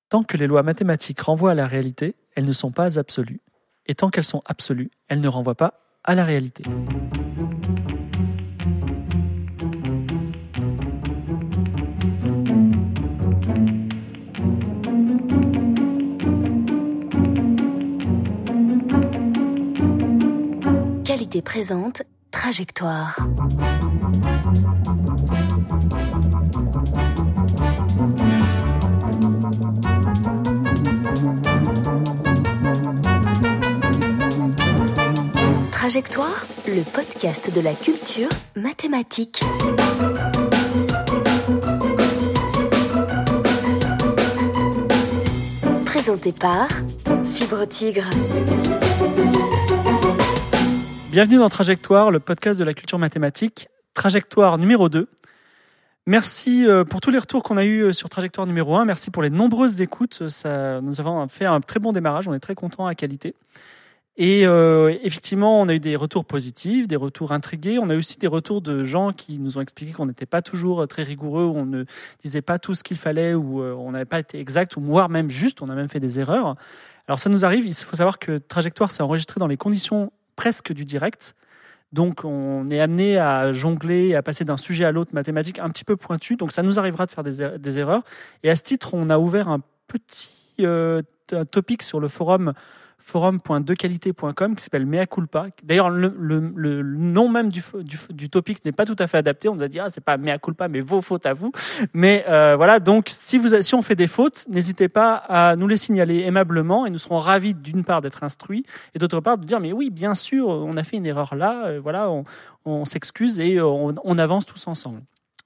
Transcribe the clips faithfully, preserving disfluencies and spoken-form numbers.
Tant que les lois mathématiques renvoient à la réalité, elles ne sont pas absolues. Et tant qu'elles sont absolues, elles ne renvoient pas à la réalité. Qualité présente, Trajectoire. Trajectoire, le podcast de la culture mathématique. Présenté par Fibre Tigre. Bienvenue dans Trajectoire, le podcast de la culture mathématique. Trajectoire numéro deux. Merci pour tous les retours qu'on a eus sur Trajectoire numéro un. Merci pour les nombreuses écoutes. Ça, nous avons fait un très bon démarrage. On est très contents à qualité. Et euh, effectivement, on a eu des retours positifs, des retours intrigués. On a aussi des retours de gens qui nous ont expliqué qu'on n'était pas toujours très rigoureux, on ne disait pas tout ce qu'il fallait, ou euh, on n'avait pas été exact, ou voire même juste, on a même fait des erreurs. Alors ça nous arrive, il faut savoir que Trajectoire s'est enregistré dans les conditions presque du direct. Donc on est amené à jongler, à passer d'un sujet à l'autre mathématique un petit peu pointu. Donc ça nous arrivera de faire des, er- des erreurs. Et à ce titre, on a ouvert un petit euh, un topic sur le forum forum point deux qualité point com qui s'appelle Mea Culpa. D'ailleurs, le, le, le nom même du, du, du topic n'est pas tout à fait adapté. On nous a dit, ah, c'est pas Mea Culpa, mais vos fautes à vous. Mais euh, voilà, donc si, vous, si on fait des fautes, n'hésitez pas à nous les signaler aimablement et nous serons ravis d'une part d'être instruits et d'autre part de dire, mais oui, bien sûr, on a fait une erreur là, euh, voilà, on, on s'excuse et on, on avance tous ensemble.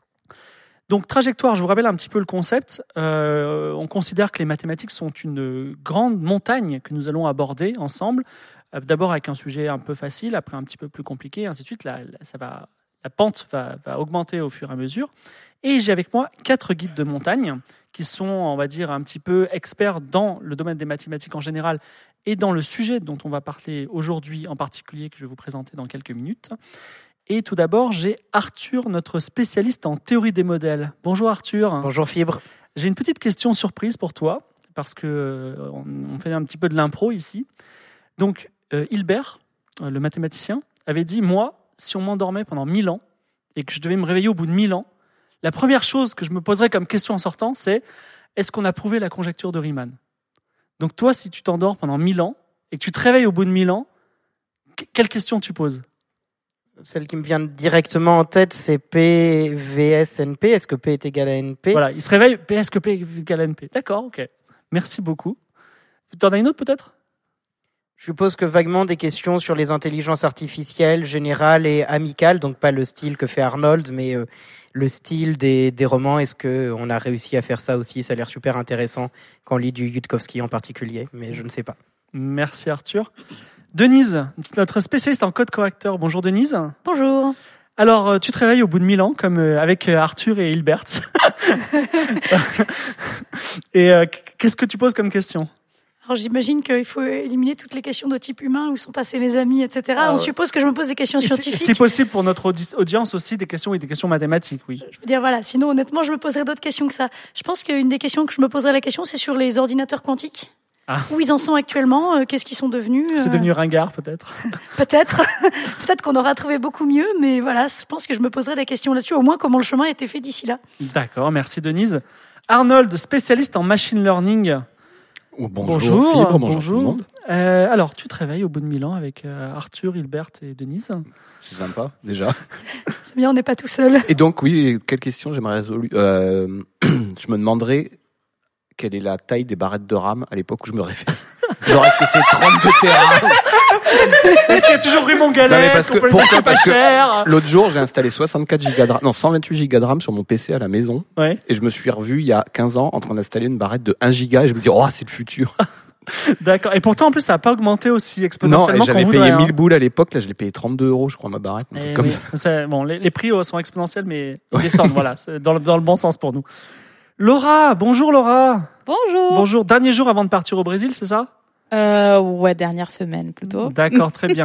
Donc, Trajectoire, je vous rappelle un petit peu le concept. Euh, on considère que les mathématiques sont une grande montagne que nous allons aborder ensemble. Euh, d'abord avec un sujet un peu facile, après un petit peu plus compliqué, et ainsi de suite. La, la, ça va, la pente va, va augmenter au fur et à mesure. Et j'ai avec moi quatre guides de montagne qui sont, on va dire, un petit peu experts dans le domaine des mathématiques en général et dans le sujet dont on va parler aujourd'hui en particulier, que je vais vous présenter dans quelques minutes. Et tout d'abord, j'ai Arthur, notre spécialiste en théorie des modèles. Bonjour Arthur. Bonjour Fibre. J'ai une petite question surprise pour toi, parce qu'on euh, on fait un petit peu de l'impro ici. Donc, euh, Hilbert, euh, le mathématicien, avait dit, moi, si on m'endormait pendant mille ans, et que je devais me réveiller au bout de mille ans, la première chose que je me poserais comme question en sortant, c'est, est-ce qu'on a prouvé la conjecture de Riemann ? Donc toi, si tu t'endors pendant mille ans, et que tu te réveilles au bout de mille ans, qu- quelle question tu poses ? Celle qui me vient directement en tête, c'est P V S N P. Est-ce que P est égal à N P ? Voilà, il se réveille, P, est-ce que P est égal à N P ? D'accord, ok. Merci beaucoup. Tu en as une autre peut-être ? Je suppose que vaguement des questions sur les intelligences artificielles générales et amicales, donc pas le style que fait Arnold, mais euh, le style des, des romans. Est-ce qu'on a réussi à faire ça aussi ? Ça a l'air super intéressant quand on lit du Yudkowsky en particulier, mais je ne sais pas. Merci Arthur. Denise, notre spécialiste en code correcteur. Bonjour Denise. Bonjour. Alors, tu te réveilles au bout de mille ans, comme avec Arthur et Hilbert. Et euh, qu'est-ce que tu poses comme question ? Alors j'imagine qu'il faut éliminer toutes les questions de type humain, où sont passés mes amis, et cetera. Ah, On ouais. suppose que je me pose des questions scientifiques. C'est possible pour notre audi- audience aussi, des questions et des questions mathématiques, oui. Je veux dire, voilà, sinon honnêtement, je me poserais d'autres questions que ça. Je pense qu'une des questions que je me poserais la question, c'est sur les ordinateurs quantiques. Ah. Où ils en sont actuellement, euh, qu'est-ce qu'ils sont devenus euh... C'est devenu ringard, peut-être. Peut-être. Peut-être qu'on aura trouvé beaucoup mieux, mais voilà, je pense que je me poserai des questions là-dessus, au moins comment le chemin a été fait d'ici là. D'accord, merci Denise. Arnold, spécialiste en machine learning. Oh, bonjour, bonjour, Fibre, bonjour, bonjour. Tout le monde. Euh, alors, tu te réveilles au bout de mille ans avec euh, Arthur, Hilbert et Denise. C'est sympa, déjà. C'est bien, on n'est pas tout seul. Et donc, oui, quelle question j'aimerais résoudre euh, Je me demanderais quelle est la taille des barrettes de RAM à l'époque où je me réveille. Genre, est-ce que c'est trente-deux téra Est-ce qu'il y a toujours Raymond Gallet? Est-ce qu'on peut le acheter pas cher? L'autre jour, j'ai installé soixante-quatre gigas de RAM, non, cent vingt-huit gigas de RAM sur mon P C à la maison. Ouais. Et je me suis revu il y a quinze ans en train d'installer une barrette de un giga et je me dis, oh, c'est le futur. D'accord. Et pourtant, en plus, ça n'a pas augmenté aussi exponentiellement. Non, et j'avais qu'on payé voudrait, mille hein. boules à l'époque. Là, je l'ai payé trente-deux euros, je crois, ma barrette. Un truc comme oui, ça. C'est, bon, les, les prix sont exponentiels, mais ils descendent. Voilà, c'est dans le, dans le bon sens pour nous. Laura, bonjour Laura. Bonjour. Bonjour. Dernier jour avant de partir au Brésil, c'est ça? Euh, ouais, dernière semaine plutôt. D'accord, très bien.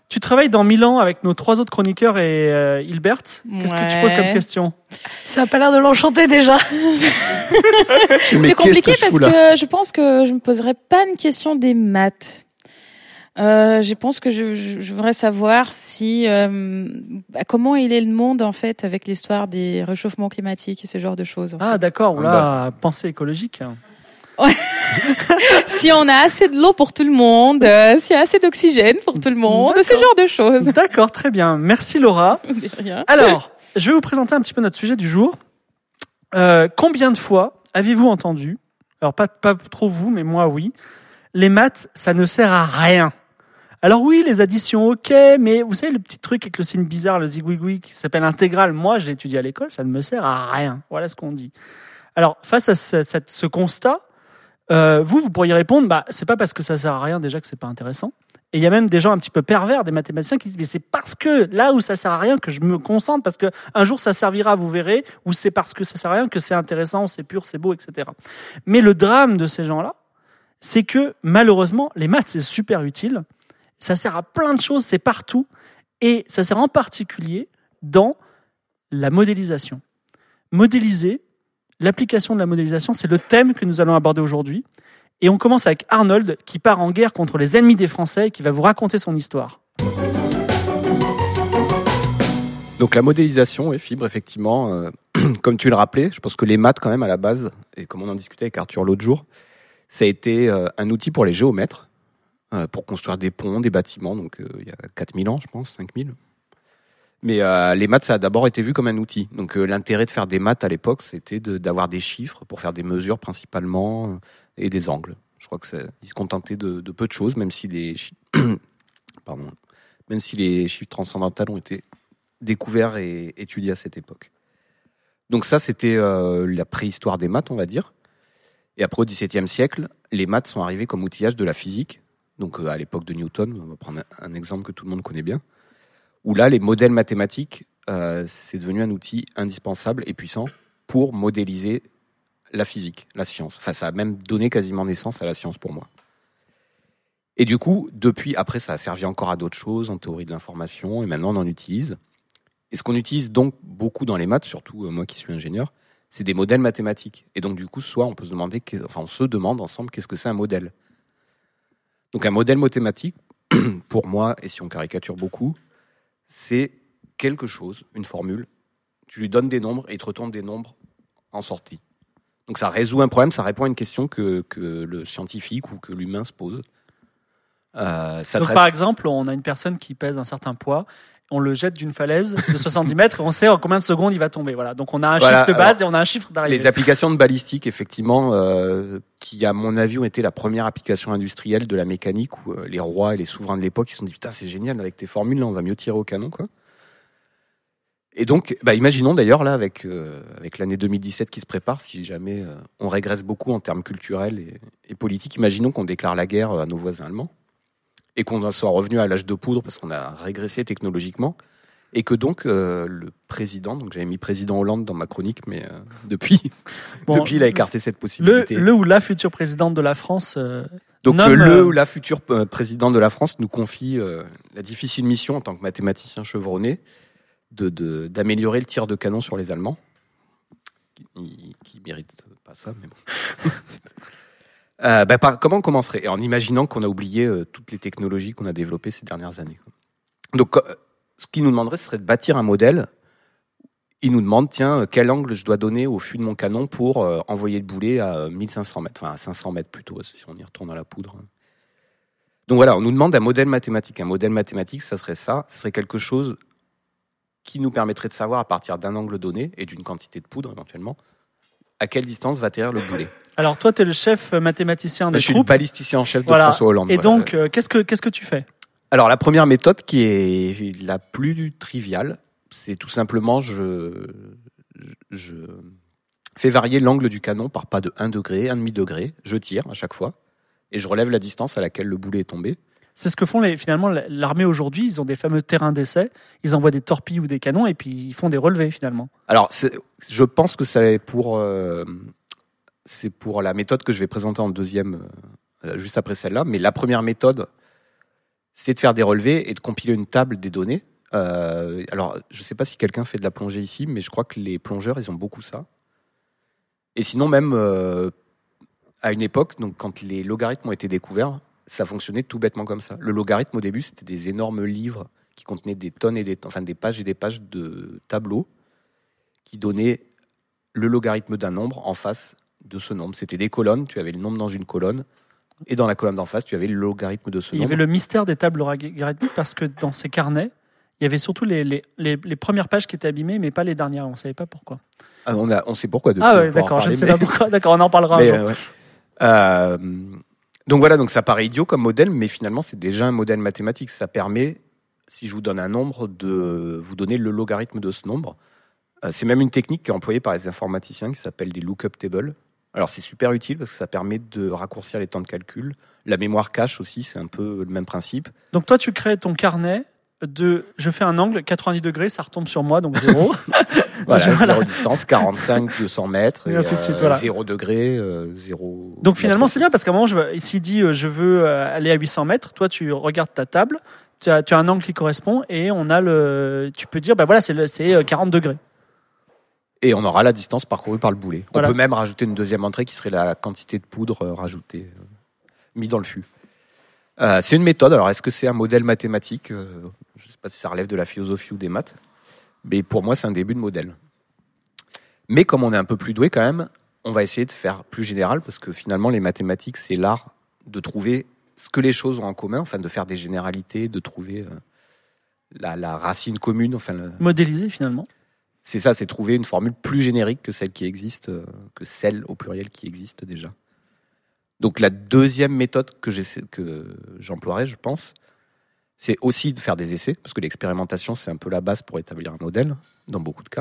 tu travailles dans Milan avec nos trois autres chroniqueurs et euh, Hilbert. Qu'est-ce ouais. que tu poses comme question? Ça a pas l'air de l'enchanter déjà. C'est compliqué que parce que je pense que je me poserais pas une question des maths. Euh, je pense que je, je, je voudrais savoir si euh, bah, comment il est le monde en fait avec l'histoire des réchauffements climatiques et ce genre de choses. Ah fait. D'accord, là, bah. pensée écologique. Ouais. Si on a assez de l'eau pour tout le monde, euh, s'il y a assez d'oxygène pour tout le monde, d'accord. Ce genre de choses. D'accord, très bien. Merci Laura. De rien. Alors, je vais vous présenter un petit peu notre sujet du jour. Euh, combien de fois avez-vous entendu, alors pas, pas trop vous, mais moi oui, les maths, ça ne sert à rien. Alors oui, les additions, ok, mais vous savez le petit truc avec le signe bizarre, le zigouigoui, qui s'appelle intégrale, moi je l'ai étudié à l'école, ça ne me sert à rien. Voilà ce qu'on dit. Alors, face à ce, ce constat, euh, vous, vous pourriez répondre, bah, c'est pas parce que ça sert à rien déjà que c'est pas intéressant. Et il y a même des gens un petit peu pervers, des mathématiciens, qui disent, mais c'est parce que là où ça sert à rien que je me concentre, parce que un jour ça servira, vous verrez, ou c'est parce que ça sert à rien que c'est intéressant, c'est pur, c'est beau, et cetera. Mais le drame de ces gens-là, c'est que malheureusement, les maths, c'est super utile. Ça sert à plein de choses, c'est partout. Et ça sert en particulier dans la modélisation. Modéliser, l'application de la modélisation, c'est le thème que nous allons aborder aujourd'hui. Et on commence avec Arnold, qui part en guerre contre les ennemis des Français et qui va vous raconter son histoire. Donc la modélisation, et Fibre, effectivement, euh, comme tu le rappelais, je pense que les maths, quand même, à la base, et comme on en discutait avec Arthur l'autre jour, ça a été euh, un outil pour les géomètres, pour construire des ponts, des bâtiments, donc euh, il y a quatre mille ans, je pense, cinq mille. Mais euh, les maths, ça a d'abord été vu comme un outil. Donc euh, l'intérêt de faire des maths à l'époque, c'était de, d'avoir des chiffres pour faire des mesures principalement, euh, et des angles. Je crois qu'ils se contentaient de, de peu de choses, même si les, chi- Pardon. même si les chiffres transcendantales ont été découverts et étudiés à cette époque. Donc ça, c'était euh, la préhistoire des maths, on va dire. Et après, au dix-septième siècle, les maths sont arrivés comme outillage de la physique. Donc, à l'époque de Newton, on va prendre un exemple que tout le monde connaît bien, où là, les modèles mathématiques, euh, c'est devenu un outil indispensable et puissant pour modéliser la physique, la science. Enfin, ça a même donné quasiment naissance à la science pour moi. Et du coup, depuis, après, ça a servi encore à d'autres choses, en théorie de l'information, et maintenant, on en utilise. Et ce qu'on utilise donc beaucoup dans les maths, surtout euh, moi qui suis ingénieur, c'est des modèles mathématiques. Et donc, du coup, soit on peut se demander, enfin, on se demande ensemble qu'est-ce que c'est un modèle. Donc un modèle mathématique, pour moi, et si on caricature beaucoup, c'est quelque chose, une formule. Tu lui donnes des nombres et il te retourne des nombres en sortie. Donc ça résout un problème, ça répond à une question que, que le scientifique ou que l'humain se pose. Euh, ça Donc traite... par exemple, on a une personne qui pèse un certain poids, on le jette d'une falaise de soixante-dix mètres et on sait en combien de secondes il va tomber. Voilà. Donc on a un voilà, chiffre de base alors, et on a un chiffre d'arrivée. Les applications de balistique, effectivement, euh, qui à mon avis ont été la première application industrielle de la mécanique où euh, les rois et les souverains de l'époque ils se sont dit putain c'est génial avec tes formules là on va mieux tirer au canon quoi. Et donc bah, imaginons d'ailleurs là avec euh, avec l'année deux mille dix-sept qui se prépare si jamais euh, on régresse beaucoup en termes culturels et, et politiques, imaginons qu'on déclare la guerre à nos voisins allemands. Et qu'on soit revenu à l'âge de poudre parce qu'on a régressé technologiquement, et que donc euh, le président, donc j'avais mis président Hollande dans ma chronique, mais euh, depuis, bon, depuis il a écarté cette possibilité. Le, le ou la future présidente de la France. Euh, donc nomme, le euh... ou la future euh, présidente de la France nous confie euh, la difficile mission en tant que mathématicien chevronné de, de d'améliorer le tir de canon sur les Allemands, qui, qui méritent pas ça, mais bon. Euh, bah, par, comment on commencerait ? Et en imaginant qu'on a oublié euh, toutes les technologies qu'on a développées ces dernières années. Donc, euh, ce qu'il nous demanderait, ce serait de bâtir un modèle. Il nous demande, tiens, quel angle je dois donner au fût de mon canon pour euh, envoyer le boulet à mille cinq cents mètres, enfin à cinq cents mètres plutôt, si on y retourne à la poudre. Donc voilà, on nous demande un modèle mathématique. Un modèle mathématique, ça serait ça, ce serait quelque chose qui nous permettrait de savoir à partir d'un angle donné et d'une quantité de poudre éventuellement, à quelle distance va atterrir le boulet. Alors toi, tu es le chef mathématicien des Je suis troupes. le balisticien en chef de voilà. François Hollande. Et voilà. donc, euh, qu'est-ce que qu'est-ce que tu fais ? Alors la première méthode qui est la plus triviale, c'est tout simplement je je fais varier l'angle du canon par pas de un degré, un demi degré. Je tire à chaque fois et je relève la distance à laquelle le boulet est tombé. C'est ce que font les, finalement l'armée aujourd'hui. Ils ont des fameux terrains d'essai. Ils envoient des torpilles ou des canons et puis ils font des relevés finalement. Alors c'est, je pense que c'est pour euh, c'est pour la méthode que je vais présenter en deuxième, euh, juste après celle-là. Mais la première méthode, c'est de faire des relevés et de compiler une table des données. Euh, alors, je ne sais pas si quelqu'un fait de la plongée ici, mais je crois que les plongeurs, ils ont beaucoup ça. Et sinon, même euh, à une époque, donc quand les logarithmes ont été découverts, ça fonctionnait tout bêtement comme ça. Le logarithme, au début, c'était des énormes livres qui contenaient des tonnes et des, enfin, des pages et des pages de tableaux qui donnaient le logarithme d'un nombre en face de ce nombre. C'était des colonnes, tu avais le nombre dans une colonne, et dans la colonne d'en face, tu avais le logarithme de ce il nombre. Il y avait le mystère des tables logarithmiques parce que dans ces carnets, il y avait surtout les, les, les, les premières pages qui étaient abîmées, mais pas les dernières. On ne savait pas pourquoi. Ah, on, a, on sait pourquoi. Depuis, ah ouais, d'accord, je ne sais mais... pas pourquoi. D'accord, on en parlera mais, un jour. Euh, ouais. euh, donc voilà, donc ça paraît idiot comme modèle, mais finalement, c'est déjà un modèle mathématique. Ça permet, si je vous donne un nombre, de vous donner le logarithme de ce nombre. Euh, c'est même une technique qui est employée par les informaticiens qui s'appelle des lookup tables. Alors c'est super utile parce que ça permet de raccourcir les temps de calcul. La mémoire cache aussi, c'est un peu le même principe. Donc toi, tu crées ton carnet de je fais un angle, quatre-vingt-dix degrés, ça retombe sur moi, donc zéro. voilà, je, voilà. zéro distance, quarante-cinq, deux cents mètres, et, et ainsi de suite, euh, voilà. zéro degré, euh, zéro... Donc finalement, c'est bien parce qu'à un moment, je veux, s'il dit euh, je veux euh, aller à huit cents mètres, toi, tu regardes ta table, tu as, tu as un angle qui correspond et on a le, tu peux dire, bah voilà, c'est, le, c'est quarante degrés. Et on aura la distance parcourue par le boulet. Voilà. On peut même rajouter une deuxième entrée qui serait la quantité de poudre euh, rajoutée, euh, mis dans le fût. Euh, c'est une méthode. Alors, est-ce que c'est un modèle mathématique ? euh, Je ne sais pas si ça relève de la philosophie ou des maths. Mais pour moi, c'est un début de modèle. Mais comme on est un peu plus doué quand même, on va essayer de faire plus général parce que finalement, les mathématiques, c'est l'art de trouver ce que les choses ont en commun, enfin de faire des généralités, de trouver euh, la, la racine commune. Enfin, le... Modéliser finalement. C'est ça, c'est trouver une formule plus générique que celle qui existe, euh, que celle au pluriel qui existe déjà. Donc la deuxième méthode que, j'essaie, que j'emploierais, je pense, c'est aussi de faire des essais, parce que l'expérimentation, c'est un peu la base pour établir un modèle, dans beaucoup de cas.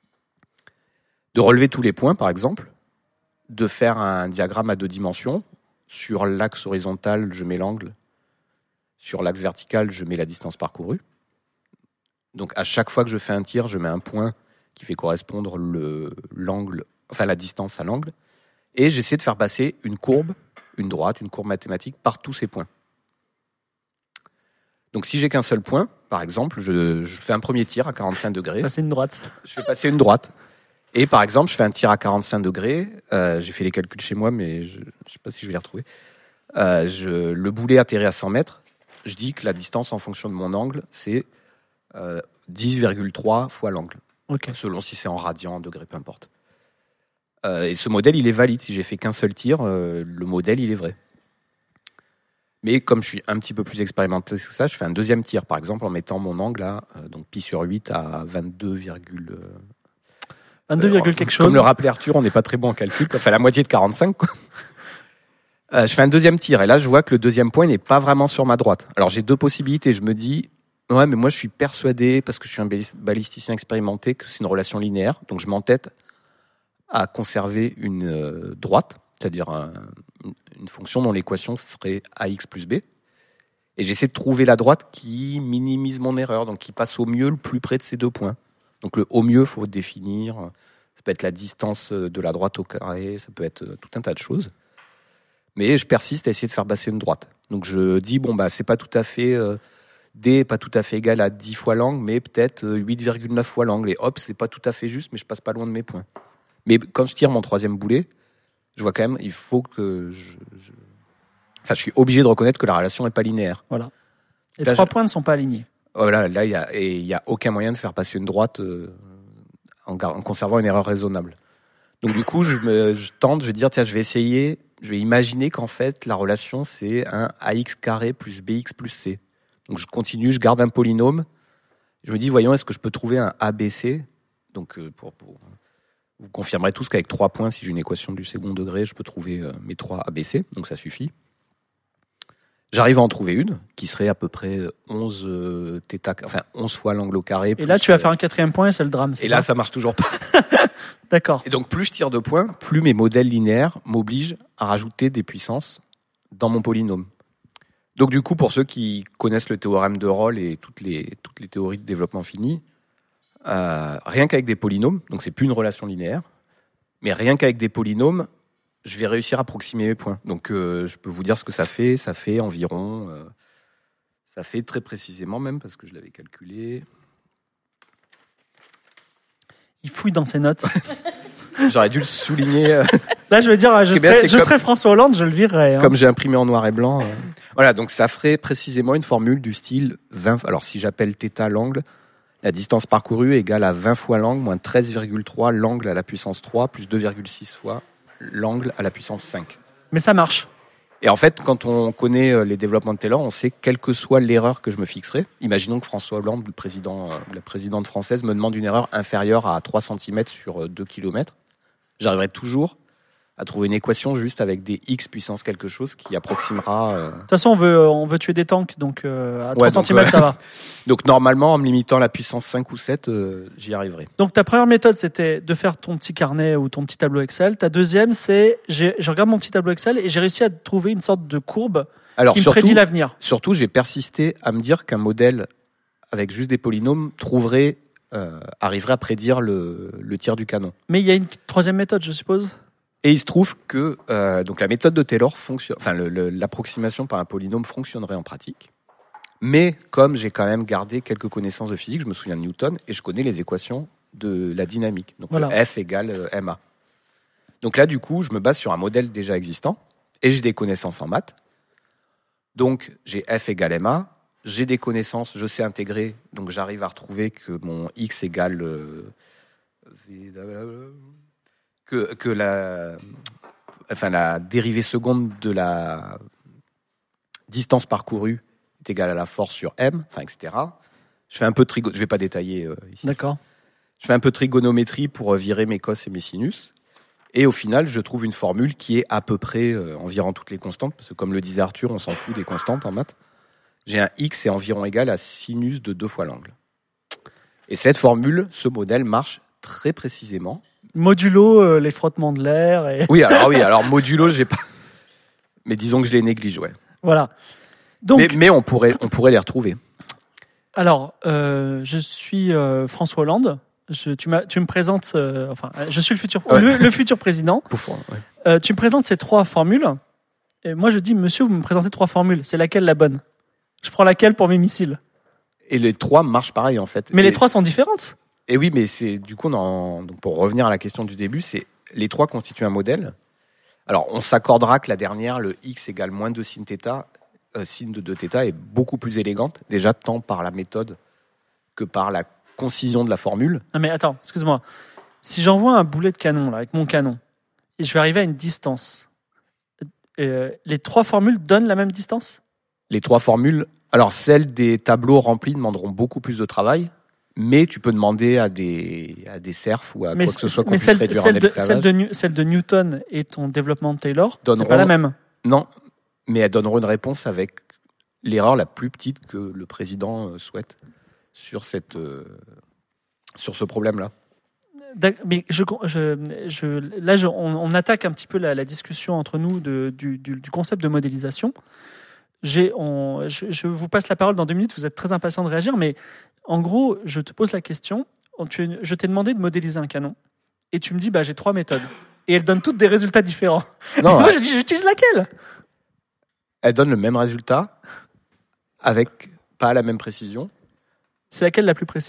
De relever tous les points, par exemple, de faire un diagramme à deux dimensions. Sur l'axe horizontal, je mets l'angle. Sur l'axe vertical, je mets la distance parcourue. Donc à chaque fois que je fais un tir, je mets un point qui fait correspondre le, l'angle, enfin la distance à l'angle. Et j'essaie de faire passer une courbe, une droite, une courbe mathématique par tous ces points. Donc si j'ai qu'un seul point, par exemple, je, je fais un premier tir à quarante-cinq degrés. Passer une droite. Je fais passer une droite. Et par exemple, je fais un tir à quarante-cinq degrés. Euh, j'ai fait les calculs chez moi, mais je ne sais pas si je vais les retrouver. Euh, je, le boulet atterrit à cent mètres. Je dis que la distance en fonction de mon angle, c'est euh, dix virgule trois fois l'angle. Okay. Selon si c'est en radians, en degrés, peu importe. Euh, et ce modèle, il est valide. Si j'ai fait qu'un seul tir, euh, le modèle, il est vrai. Mais comme je suis un petit peu plus expérimenté que ça, je fais un deuxième tir, par exemple, en mettant mon angle à euh, donc pi sur huit à vingt-deux, vingt-deux, euh, quelque chose. Comme le rappelait Arthur, on n'est pas très bon en calcul, quoi. Enfin la moitié de quarante-cinq. Quoi. Euh, je fais un deuxième tir, et là, je vois que le deuxième point n'est pas vraiment sur ma droite. Alors j'ai deux possibilités. Je me dis, ouais, mais moi, je suis persuadé, parce que je suis un balisticien expérimenté, que c'est une relation linéaire. Donc je m'entête à conserver une euh, droite, c'est-à-dire un, une fonction dont l'équation serait ax plus b. Et j'essaie de trouver la droite qui minimise mon erreur, donc qui passe au mieux le plus près de ces deux points. Donc le au mieux, il faut définir, ça peut être la distance de la droite au carré, ça peut être tout un tas de choses. Mais je persiste à essayer de faire passer une droite. Donc je dis, bon, bah c'est pas tout à fait, euh, d pas tout à fait égal à dix fois l'angle, mais peut-être huit virgule neuf fois l'angle. Et hop, c'est pas tout à fait juste, mais je passe pas loin de mes points. Mais quand je tire mon troisième boulet, je vois quand même, il faut que je, je... Enfin, je suis obligé de reconnaître que la relation n'est pas linéaire. Voilà. Les là, trois je... points ne sont pas alignés. Voilà, là, il y a, et il y a aucun moyen de faire passer une droite euh, en, gar... en conservant une erreur raisonnable. Donc, du coup, je, me, je tente, je vais dire, tiens, je vais essayer, je vais imaginer qu'en fait, la relation, c'est un ax carré plus bx plus c. Donc, je continue, je garde un polynôme. Je me dis, voyons, est-ce que je peux trouver un abc? Donc, euh, pour, pour... Vous confirmerez tous qu'avec trois points, si j'ai une équation du second degré, je peux trouver euh, mes trois A B C, donc ça suffit. J'arrive à en trouver une, qui serait à peu près onze, euh, θ, enfin onze fois l'angle au carré. Et là, tu vas faire un quatrième point et c'est le drame. C'est et ça là, ça marche toujours pas. D'accord. Et donc, plus je tire de points, plus mes modèles linéaires m'obligent à rajouter des puissances dans mon polynôme. Donc, du coup, pour ceux qui connaissent le théorème de Rolle et toutes les, toutes les théories de développement fini, Euh, rien qu'avec des polynômes, donc c'est plus une relation linéaire, mais rien qu'avec des polynômes, je vais réussir à approximer mes points. Donc euh, je peux vous dire ce que ça fait. Ça fait environ, euh, Ça fait très précisément même, parce que je l'avais calculé. Il fouille dans ses notes. J'aurais dû le souligner. Là, je veux dire, je, serais, bien, je comme, serais François Hollande, je le virerais. Hein. Comme j'ai imprimé en noir et blanc. Euh. Voilà, donc ça ferait précisément une formule du style vingt. Alors, si j'appelle θ l'angle, la distance parcourue égale à vingt fois l'angle, moins treize virgule trois l'angle à la puissance trois, plus deux virgule six fois l'angle à la puissance cinq. Mais ça marche. Et en fait, quand on connaît les développements de Taylor, on sait quelle que soit l'erreur que je me fixerai. Imaginons que François Hollande, le président, la présidente française, me demande une erreur inférieure à trois centimètres sur deux kilomètres. J'arriverai toujours à trouver une équation juste avec des x puissance quelque chose qui approximera... Euh... De toute façon, on veut, on veut tuer des tanks, donc euh, à trois ouais, centimètres, euh... ça va. Donc normalement, en me limitant à la puissance cinq ou sept, euh, j'y arriverai. Donc ta première méthode, c'était de faire ton petit carnet ou ton petit tableau Excel. Ta deuxième, c'est j'ai, je regarde mon petit tableau Excel et j'ai réussi à trouver une sorte de courbe Alors, qui me surtout, prédit l'avenir. Surtout, j'ai persisté à me dire qu'un modèle avec juste des polynômes trouverait, euh, arriverait à prédire le, le tir du canon. Mais il y a une troisième méthode, je suppose. Et il se trouve que euh, donc la méthode de Taylor fonctionne, enfin le, le, l'approximation par un polynôme fonctionnerait en pratique. Mais comme j'ai quand même gardé quelques connaissances de physique, je me souviens de Newton et je connais les équations de la dynamique. Donc voilà. F égale ma. Donc là, du coup, je me base sur un modèle déjà existant et j'ai des connaissances en maths. Donc j'ai F égale ma, j'ai des connaissances, je sais intégrer, donc j'arrive à retrouver que mon x égale euh, v, que que la enfin la dérivée seconde de la distance parcourue est égale à la force sur m, enfin et cetera. Je fais un peu de trigo, je vais pas détailler euh, ici. D'accord. Je fais un peu de trigonométrie pour virer mes cos et mes sinus. Et au final, je trouve une formule qui est à peu près euh, environ toutes les constantes, parce que comme le disait Arthur, on s'en fout des constantes en maths. J'ai un x est environ égal à sinus de deux fois l'angle. Et cette formule, ce modèle marche très précisément. Modulo euh, les frottements de l'air. Et... Oui, alors oui, alors modulo, j'ai pas. Mais disons que je les néglige, ouais. Voilà. Donc. Mais, mais on pourrait, on pourrait les retrouver. Alors, euh, je suis euh, François Hollande. Je, tu, m'as, tu me présentes, euh, enfin, je suis le futur, ouais. le, le futur président. Pouf, ouais. euh, tu me présentes ces trois formules. Et moi, je dis, monsieur, vous me présentez trois formules. C'est laquelle la bonne ? Je prends laquelle pour mes missiles ? Et les trois marchent pareil, en fait. Mais et, les trois sont différentes. Et oui, mais c'est du coup, dans, donc pour revenir à la question du début, c'est les trois constituent un modèle. Alors, on s'accordera que la dernière, le x égale moins deux sin θ, euh, sin de deux θ, est beaucoup plus élégante, déjà tant par la méthode que par la concision de la formule. Non mais attends, excuse-moi. Si j'envoie un boulet de canon là avec mon canon et je vais arriver à une distance, euh, les trois formules donnent la même distance ? Les trois formules, alors celles des tableaux remplis demanderont beaucoup plus de travail, mais tu peux demander à des à des serfs ou à mais quoi que ce soit qu'on puisse celle, réduire celle en de, celle de celle de Newton et ton développement de Taylor, donneront, c'est pas la même. Non, mais elles donneront une réponse avec l'erreur la plus petite que le président souhaite sur cette euh, sur ce problème-là. Mais je, je, je, là, je, on, on attaque un petit peu la, la discussion entre nous de, du, du, du concept de modélisation. J'ai, on, je, je vous passe la parole dans deux minutes. Vous êtes très impatient de réagir, mais en gros, je te pose la question. Tu, je t'ai demandé de modéliser un canon, et tu me dis, bah, j'ai trois méthodes, et elles donnent toutes des résultats différents. Non, moi, ouais. je dis, j'utilise laquelle ? Elles donnent le même résultat, avec pas la même précision. C'est laquelle la plus précise ?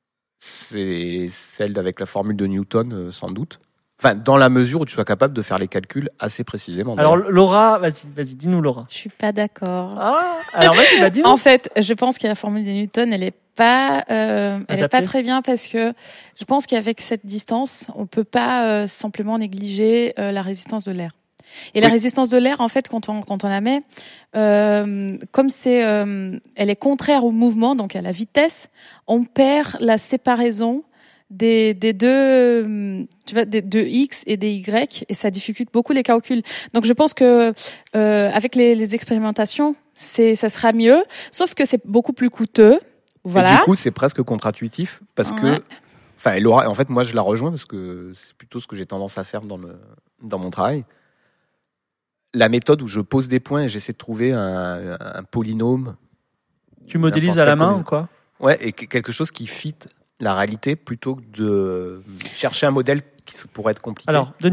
C'est celle avec la formule de Newton, euh, sans doute. Enfin, dans la mesure où tu sois capable de faire les calculs assez précisément. Alors, Laura, vas-y, vas-y, dis-nous, Laura. Je suis pas d'accord. Ah, alors vas-y, vas-y. En fait, je pense que la formule de Newton, elle est pas, euh, elle est pas très bien parce que je pense qu'avec cette distance, on peut pas euh, simplement négliger euh, la résistance de l'air. Et oui. La résistance de l'air, en fait, quand on quand on la met, euh, comme c'est, euh, elle est contraire au mouvement, donc à la vitesse, on perd la séparaison des des deux, tu vois, des deux x et des y, et ça difficulte beaucoup les calculs. Donc je pense que euh, avec les, les expérimentations, c'est ça sera mieux, sauf que c'est beaucoup plus coûteux. Voilà. Et du coup, c'est presque contre-intuitif parce ouais. que, enfin, Laura, en fait, moi, je la rejoins parce que c'est plutôt ce que j'ai tendance à faire dans le dans mon travail. La méthode où je pose des points et j'essaie de trouver un, un polynôme. Tu modélises à la main ou quoi ? Ouais, et quelque chose qui fit la réalité plutôt que de chercher un modèle qui pourrait être compliqué. Alors, Denise ?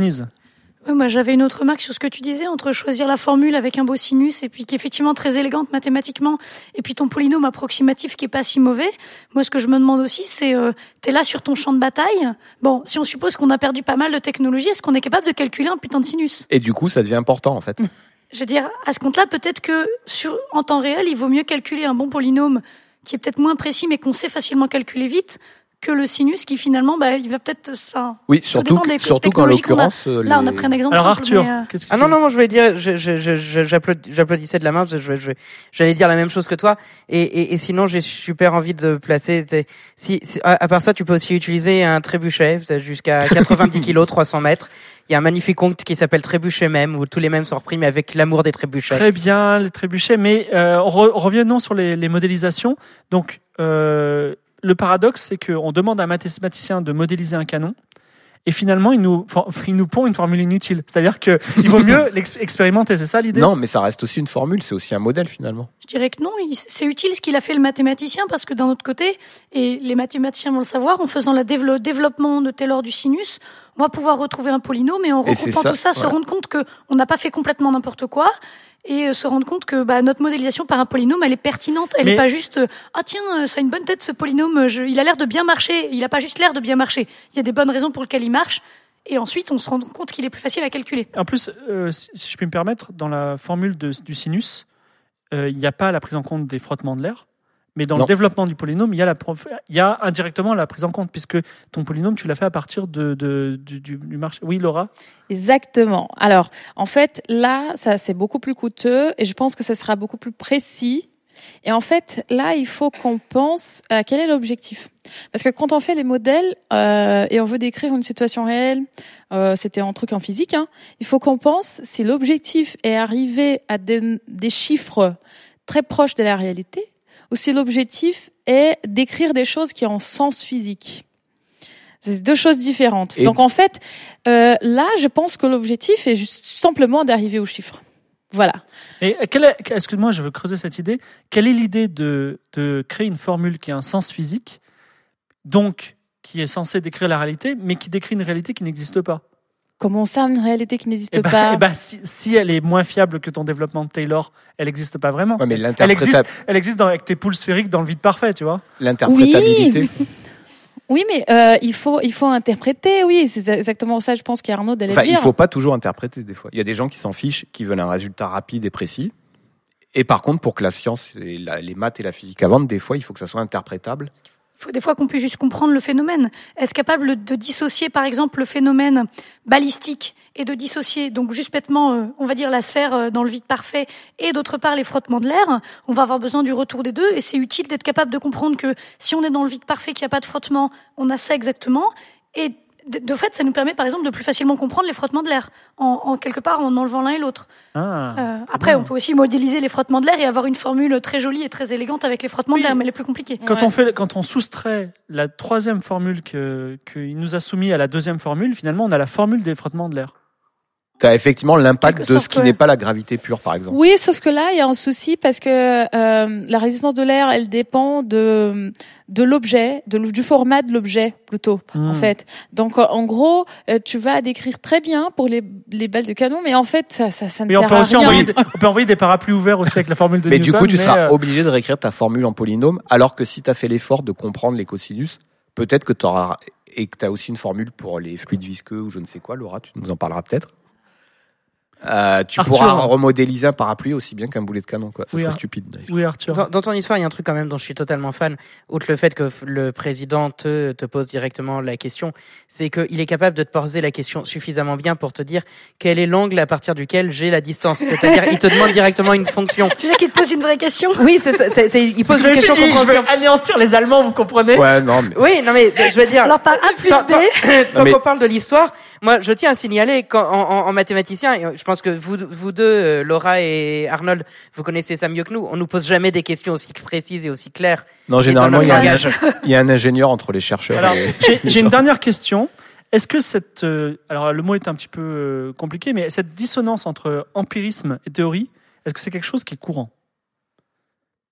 Ouais, moi, j'avais une autre remarque sur ce que tu disais, entre choisir la formule avec un beau sinus et puis qui est effectivement très élégante mathématiquement, et puis ton polynôme approximatif qui est pas si mauvais. Moi, ce que je me demande aussi, c'est, euh, t'es là sur ton champ de bataille. Bon, si on suppose qu'on a perdu pas mal de technologie, est-ce qu'on est capable de calculer un putain de sinus? Et du coup, ça devient important, en fait. Je veux dire, à ce compte-là, peut-être que sur, en temps réel, il vaut mieux calculer un bon polynôme qui est peut-être moins précis, mais qu'on sait facilement calculer vite, que le sinus qui finalement, bah, il va peut-être ça. Oui, surtout, des surtout qu'en l'occurrence. On a... Les... Là, on a pris un exemple. Alors simple, Arthur, mais, euh... qu'est-ce que ah tu non veux non, moi je voulais dire, je, je, je, je, j'applaudis, j'applaudissais de la main. Je, je, je, j'allais dire la même chose que toi. Et, et, et sinon, j'ai super envie de placer. Si, si à, à part ça, tu peux aussi utiliser un trébuchet jusqu'à quatre-vingt-dix kilos, trois cents mètres. Il y a un magnifique conte qui s'appelle Trébuchet Mème, où tous les mèmes sont repris, mais avec l'amour des trébuchets. Très bien, les trébuchets. Mais euh, re- revenons sur les, les modélisations. Donc, euh, le paradoxe, c'est qu'on demande à un mathématicien de modéliser un canon, et finalement, il nous, il nous pond une formule inutile. C'est-à-dire qu'il vaut mieux l'expérimenter, c'est ça l'idée? Non, mais ça reste aussi une formule, c'est aussi un modèle finalement. Je dirais que non, c'est utile ce qu'il a fait le mathématicien, parce que d'un autre côté, et les mathématiciens vont le savoir, en faisant le dévelop- développement de Taylor du sinus, on va pouvoir retrouver un polynôme, et en regroupant tout ça, ouais. se rendre compte qu'on n'a pas fait complètement n'importe quoi, et se rendre compte que bah, notre modélisation par un polynôme, elle est pertinente. Elle n'est pas juste « Ah tiens, ça a une bonne tête ce polynôme, je, il a l'air de bien marcher. » Il n'a pas juste l'air de bien marcher. Il y a des bonnes raisons pour lesquelles il marche. Et ensuite, on se rend compte qu'il est plus facile à calculer. En plus, euh, si, si je puis me permettre, dans la formule de, du sinus, euh, il n'y a pas la prise en compte des frottements de l'air. Mais dans non. le développement du polynôme, il y a, la, il y a indirectement la prise en compte, puisque ton polynôme, tu l'as fait à partir de, de, du, du marché. Oui, Laura? Exactement. Alors, en fait, là, ça c'est beaucoup plus coûteux, et je pense que ça sera beaucoup plus précis. Et en fait, là, il faut qu'on pense à quel est l'objectif. Parce que quand on fait les modèles euh, et on veut décrire une situation réelle, euh, c'était un truc en physique, hein, il faut qu'on pense si l'objectif est arriver à des, des chiffres très proches de la réalité, ou si l'objectif est d'écrire des choses qui ont sens physique. C'est deux choses différentes. Et donc en fait, euh, là, je pense que l'objectif est juste simplement d'arriver aux chiffres. Voilà. Et quelle est, excuse-moi, je veux creuser cette idée. Quelle est l'idée de, de créer une formule qui a un sens physique, donc qui est censée décrire la réalité, mais qui décrit une réalité qui n'existe pas? Comment ça, une réalité qui n'existe eh ben, pas? Eh ben, si, si elle est moins fiable que ton développement de Taylor, elle n'existe pas vraiment. Ouais, mais elle existe, elle existe dans, avec tes poules sphériques dans le vide parfait, tu vois. L'interprétabilité. Oui. Oui, mais euh, il faut il faut interpréter. Oui, c'est exactement ça. Je pense qu'Arnaud allait enfin, dire. Il faut pas toujours interpréter des fois. Il y a des gens qui s'en fichent, qui veulent un résultat rapide et précis. Et par contre, pour que la science, et la, les maths et la physique avancent, des fois, il faut que ça soit interprétable. Il faut des fois qu'on puisse juste comprendre le phénomène. Être capable de dissocier, par exemple, le phénomène balistique et de dissocier, donc juste bêtement, euh, on va dire la sphère euh, dans le vide parfait et d'autre part les frottements de l'air. On va avoir besoin du retour des deux et c'est utile d'être capable de comprendre que si on est dans le vide parfait, qu'il n'y a pas de frottement, on a ça exactement. Et de, de fait, ça nous permet par exemple de plus facilement comprendre les frottements de l'air, en, en quelque part en enlevant l'un et l'autre. Ah, euh, après, bien. On peut aussi modéliser les frottements de l'air et avoir une formule très jolie et très élégante avec les frottements oui. de l'air, mais elle est plus compliquée. Quand ouais. on fait, quand on soustrait la troisième formule que qu'il nous a soumis à la deuxième formule, finalement, on a la formule des frottements de l'air. Tu as effectivement l'impact de sorte, ce qui ouais. n'est pas la gravité pure, par exemple. Oui, sauf que là, il y a un souci parce que euh, la résistance de l'air, elle dépend de de l'objet, de, du format de l'objet plutôt, mmh. en fait. Donc, en gros, euh, tu vas décrire très bien pour les les balles de canon, mais en fait, ça ça, ça ne mais sert on peut à aussi rien. Envoyer des, on peut envoyer des parapluies ouverts aussi avec la formule de mais Newton. Du coup, tu mais seras euh... obligé de réécrire ta formule en polynôme, alors que si tu as fait l'effort de comprendre les cosinus, peut-être que tu auras et que tu as aussi une formule pour les fluides visqueux ou je ne sais quoi. Laura, tu nous en parleras peut-être. Euh, tu Arthur, pourras remodéliser un parapluie aussi bien qu'un boulet de canon, quoi. Ça oui, serait Ar- stupide, d'ailleurs. Oui, Arthur. Dans, dans ton histoire, il y a un truc quand même dont je suis totalement fan. Outre le fait que le président te, te pose directement la question, c'est qu'il est capable de te poser la question suffisamment bien pour te dire quel est l'angle à partir duquel j'ai la distance. C'est-à-dire, il te demande directement une fonction. Tu veux dire qu'il te pose une vraie question? Oui, c'est ça. C'est, c'est, il pose je une question dis, compréhensible. Je vais anéantir les Allemands, vous comprenez? Ouais, non, mais... Oui, non mais je veux dire. Alors par A plus tant, B. Tant, tant mais... qu'on parle de l'histoire, moi je tiens à signaler qu'en en, en mathématicien, et je pense que vous, vous deux, Laura et Arnold, vous connaissez ça mieux que nous. On nous pose jamais des questions aussi précises et aussi claires. Non, généralement il y, a un, il y a un ingénieur entre les chercheurs. Alors, et... j'ai, j'ai une dernière question. Est-ce que cette, euh, alors le mot est un petit peu euh, compliqué, mais cette dissonance entre empirisme et théorie, est-ce que c'est quelque chose qui est courant?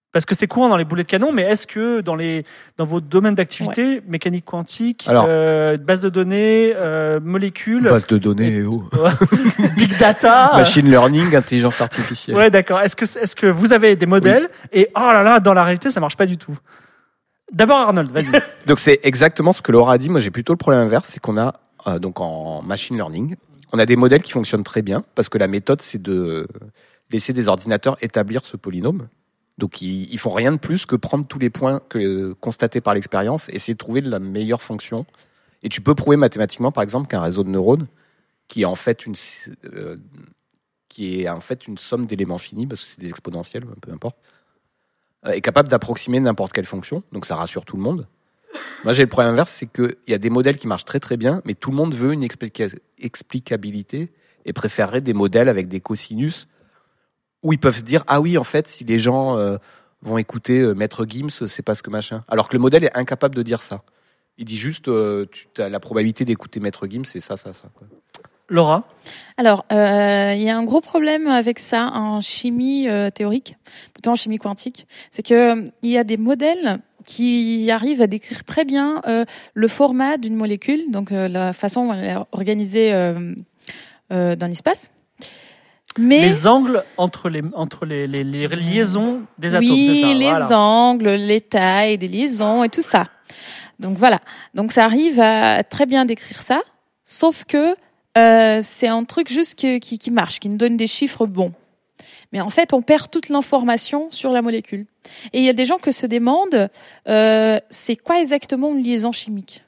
Parce que c'est courant dans les boulets de canon, mais est-ce que dans les dans vos domaines d'activité, ouais. mécanique quantique, Alors, euh, base de données, euh, molécules, base de données, oh. big data, machine learning, intelligence artificielle. Ouais, d'accord. Est-ce que est-ce que vous avez des modèles oui. et oh là là, dans la réalité, ça marche pas du tout. D'abord Arnold, vas-y. Donc c'est exactement ce que Laura a dit. Moi, j'ai plutôt le problème inverse, c'est qu'on a euh, donc en machine learning, on a des modèles qui fonctionnent très bien parce que la méthode, c'est de laisser des ordinateurs établir ce polynôme. Donc ils, ils font rien de plus que prendre tous les points que, euh, constatés par l'expérience et essayer de trouver la meilleure fonction. Et tu peux prouver mathématiquement, par exemple, qu'un réseau de neurones qui est en fait une euh, qui est en fait une somme d'éléments finis parce que c'est des exponentiels, peu importe, euh, est capable d'approximer n'importe quelle fonction. Donc ça rassure tout le monde. Moi j'ai le problème inverse, c'est que il y a des modèles qui marchent très très bien, mais tout le monde veut une explica- explicabilité et préférerait des modèles avec des cosinus. Où ils peuvent se dire ah oui en fait si les gens euh, vont écouter euh, Maître Gims c'est parce que machin, alors que le modèle est incapable de dire ça. Il dit juste euh, tu as la probabilité d'écouter Maître Gims c'est ça ça ça quoi. Laura. Alors il euh, y a un gros problème avec ça en chimie euh, théorique, plutôt en chimie quantique, c'est que il y a des modèles qui arrivent à décrire très bien euh, le format d'une molécule, donc euh, la façon dont elle est organisée euh, euh, dans l'espace. Mais les angles entre les entre les les, les liaisons des atomes, oui, c'est ça. Oui, les voilà. angles, les tailles des liaisons et tout ça. Donc voilà. Donc ça arrive à très bien décrire ça, sauf que euh, c'est un truc juste qui, qui qui marche, qui nous donne des chiffres bons. Mais en fait, on perd toute l'information sur la molécule. Et il y a des gens qui se demandent euh, c'est quoi exactement une liaison chimique.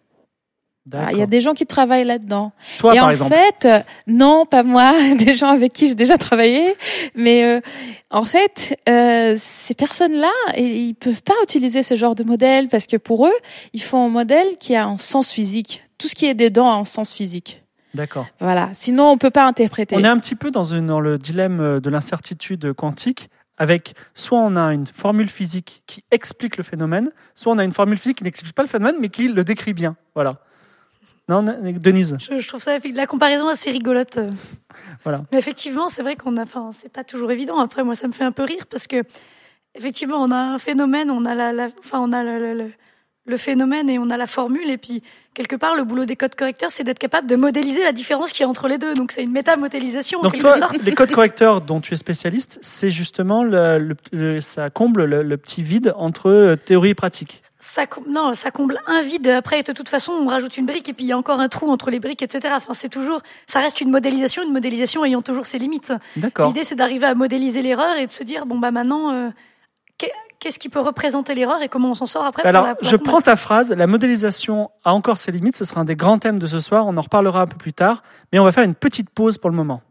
Il y a des gens qui travaillent là-dedans. Toi, et par en exemple. fait, euh, non, pas moi, des gens avec qui j'ai déjà travaillé. Mais euh, en fait, euh, ces personnes-là, ils peuvent pas utiliser ce genre de modèle parce que pour eux, ils font un modèle qui a un sens physique. Tout ce qui est dedans a un sens physique. D'accord. Voilà. Sinon, on peut pas interpréter. On est un petit peu dans, une, dans le dilemme de l'incertitude quantique. Avec soit on a une formule physique qui explique le phénomène, soit on a une formule physique qui n'explique pas le phénomène, mais qui le décrit bien. Voilà. Non, Denise. Je, je trouve ça la comparaison assez rigolote. Voilà. Mais effectivement, c'est vrai qu'on a, enfin, c'est pas toujours évident. Après, moi, ça me fait un peu rire parce que effectivement, on a un phénomène, on a la, la enfin, on a le, le, le, le phénomène et on a la formule. Et puis quelque part, le boulot des codes correcteurs, c'est d'être capable de modéliser la différence qu'il y a entre les deux. Donc c'est une métamodélisation en Donc quelque toi, sorte. Les codes correcteurs dont tu es spécialiste, c'est justement le, le, le, ça comble le, le petit vide entre théorie et pratique. Ça, non, ça comble un vide. Après, de toute façon, on rajoute une brique et puis il y a encore un trou entre les briques, et cetera. Enfin, c'est toujours, ça reste une modélisation, une modélisation ayant toujours ses limites. D'accord. L'idée, c'est d'arriver à modéliser l'erreur et de se dire, bon, bah, maintenant, euh, qu'est-ce qui peut représenter l'erreur et comment on s'en sort après? Alors, pour la, pour je la prends ta phrase. La modélisation a encore ses limites. Ce sera un des grands thèmes de ce soir. On en reparlera un peu plus tard. Mais on va faire une petite pause pour le moment.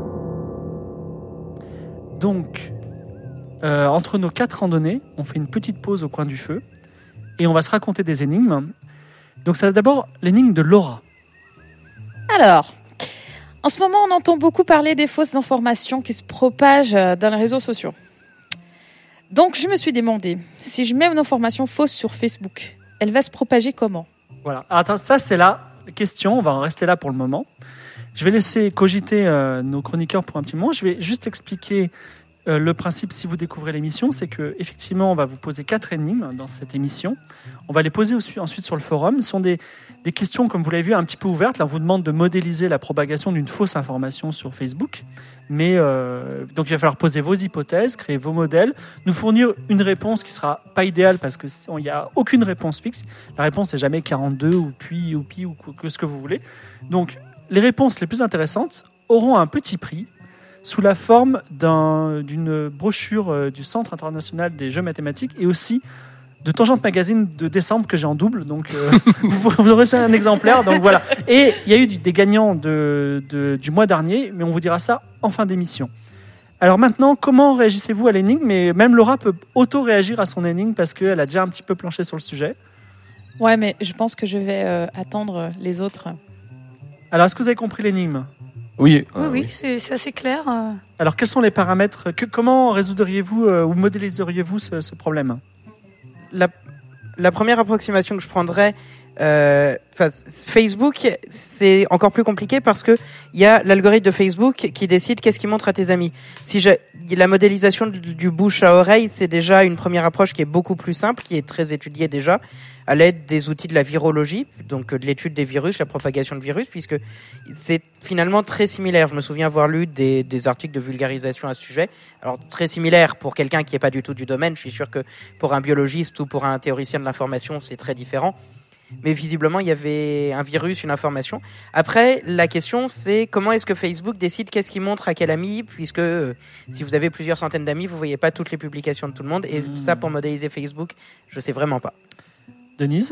Donc, euh, entre nos quatre randonnées, on fait une petite pause au coin du feu. Et on va se raconter des énigmes. Donc, ça va d'abord l'énigme de Laura. Alors, en ce moment, on entend beaucoup parler des fausses informations qui se propagent dans les réseaux sociaux. Donc, je me suis demandé, si je mets une information fausse sur Facebook, elle va se propager comment? Voilà. Attends, ça, c'est la question. On va en rester là pour le moment. Je vais laisser cogiter euh, nos chroniqueurs pour un petit moment. Je vais juste expliquer Euh, le principe, si vous découvrez l'émission, c'est que effectivement, on va vous poser quatre énigmes dans cette émission. On va les poser aussi, ensuite sur le forum. Ce sont des, des questions, comme vous l'avez vu, un petit peu ouvertes. Là, on vous demande de modéliser la propagation d'une fausse information sur Facebook. Mais euh, donc, il va falloir poser vos hypothèses, créer vos modèles, nous fournir une réponse qui sera pas idéale parce que il n'y a aucune réponse fixe. La réponse n'est jamais quarante-deux ou puis ou puis ou que ce que vous voulez. Donc, les réponses les plus intéressantes auront un petit prix sous la forme d'un, d'une brochure euh, du Centre international des jeux mathématiques et aussi de Tangente Magazine de décembre que j'ai en double. Donc, euh, vous, vous aurez un exemplaire. Donc voilà. Et il y a eu des gagnants de, de, du mois dernier, mais on vous dira ça en fin d'émission. Alors maintenant, comment réagissez-vous à l'énigme? Mais même Laura peut auto-réagir à son énigme parce qu'elle a déjà un petit peu planché sur le sujet. Ouais, mais je pense que je vais euh, attendre les autres. Alors, est-ce que vous avez compris l'énigme? Oui, oui, oui, c'est, c'est assez clair. Alors, quels sont les paramètres que, Comment résoudriez-vous euh, ou modéliseriez-vous ce, ce problème? la, la première approximation que je prendrais, Euh, Facebook, c'est encore plus compliqué parce que il y a l'algorithme de Facebook qui décide qu'est-ce qu'il montre à tes amis. Si je, la modélisation du, du bouche à oreille, c'est déjà une première approche qui est beaucoup plus simple, qui est très étudiée déjà à l'aide des outils de la virologie, donc de l'étude des virus, la propagation de virus, puisque c'est finalement très similaire. Je me souviens avoir lu des, des articles de vulgarisation à ce sujet. Alors très similaire pour quelqu'un qui n'est pas du tout du domaine. Je suis sûr que pour un biologiste ou pour un théoricien de l'information, c'est très différent. Mais visiblement, il y avait un virus, une information. Après, la question, c'est comment est-ce que Facebook décide qu'est-ce qu'il montre à quel ami, puisque euh, si vous avez plusieurs centaines d'amis, vous voyez pas toutes les publications de tout le monde. Et mmh. ça, pour modéliser Facebook, je sais vraiment pas. Denise ?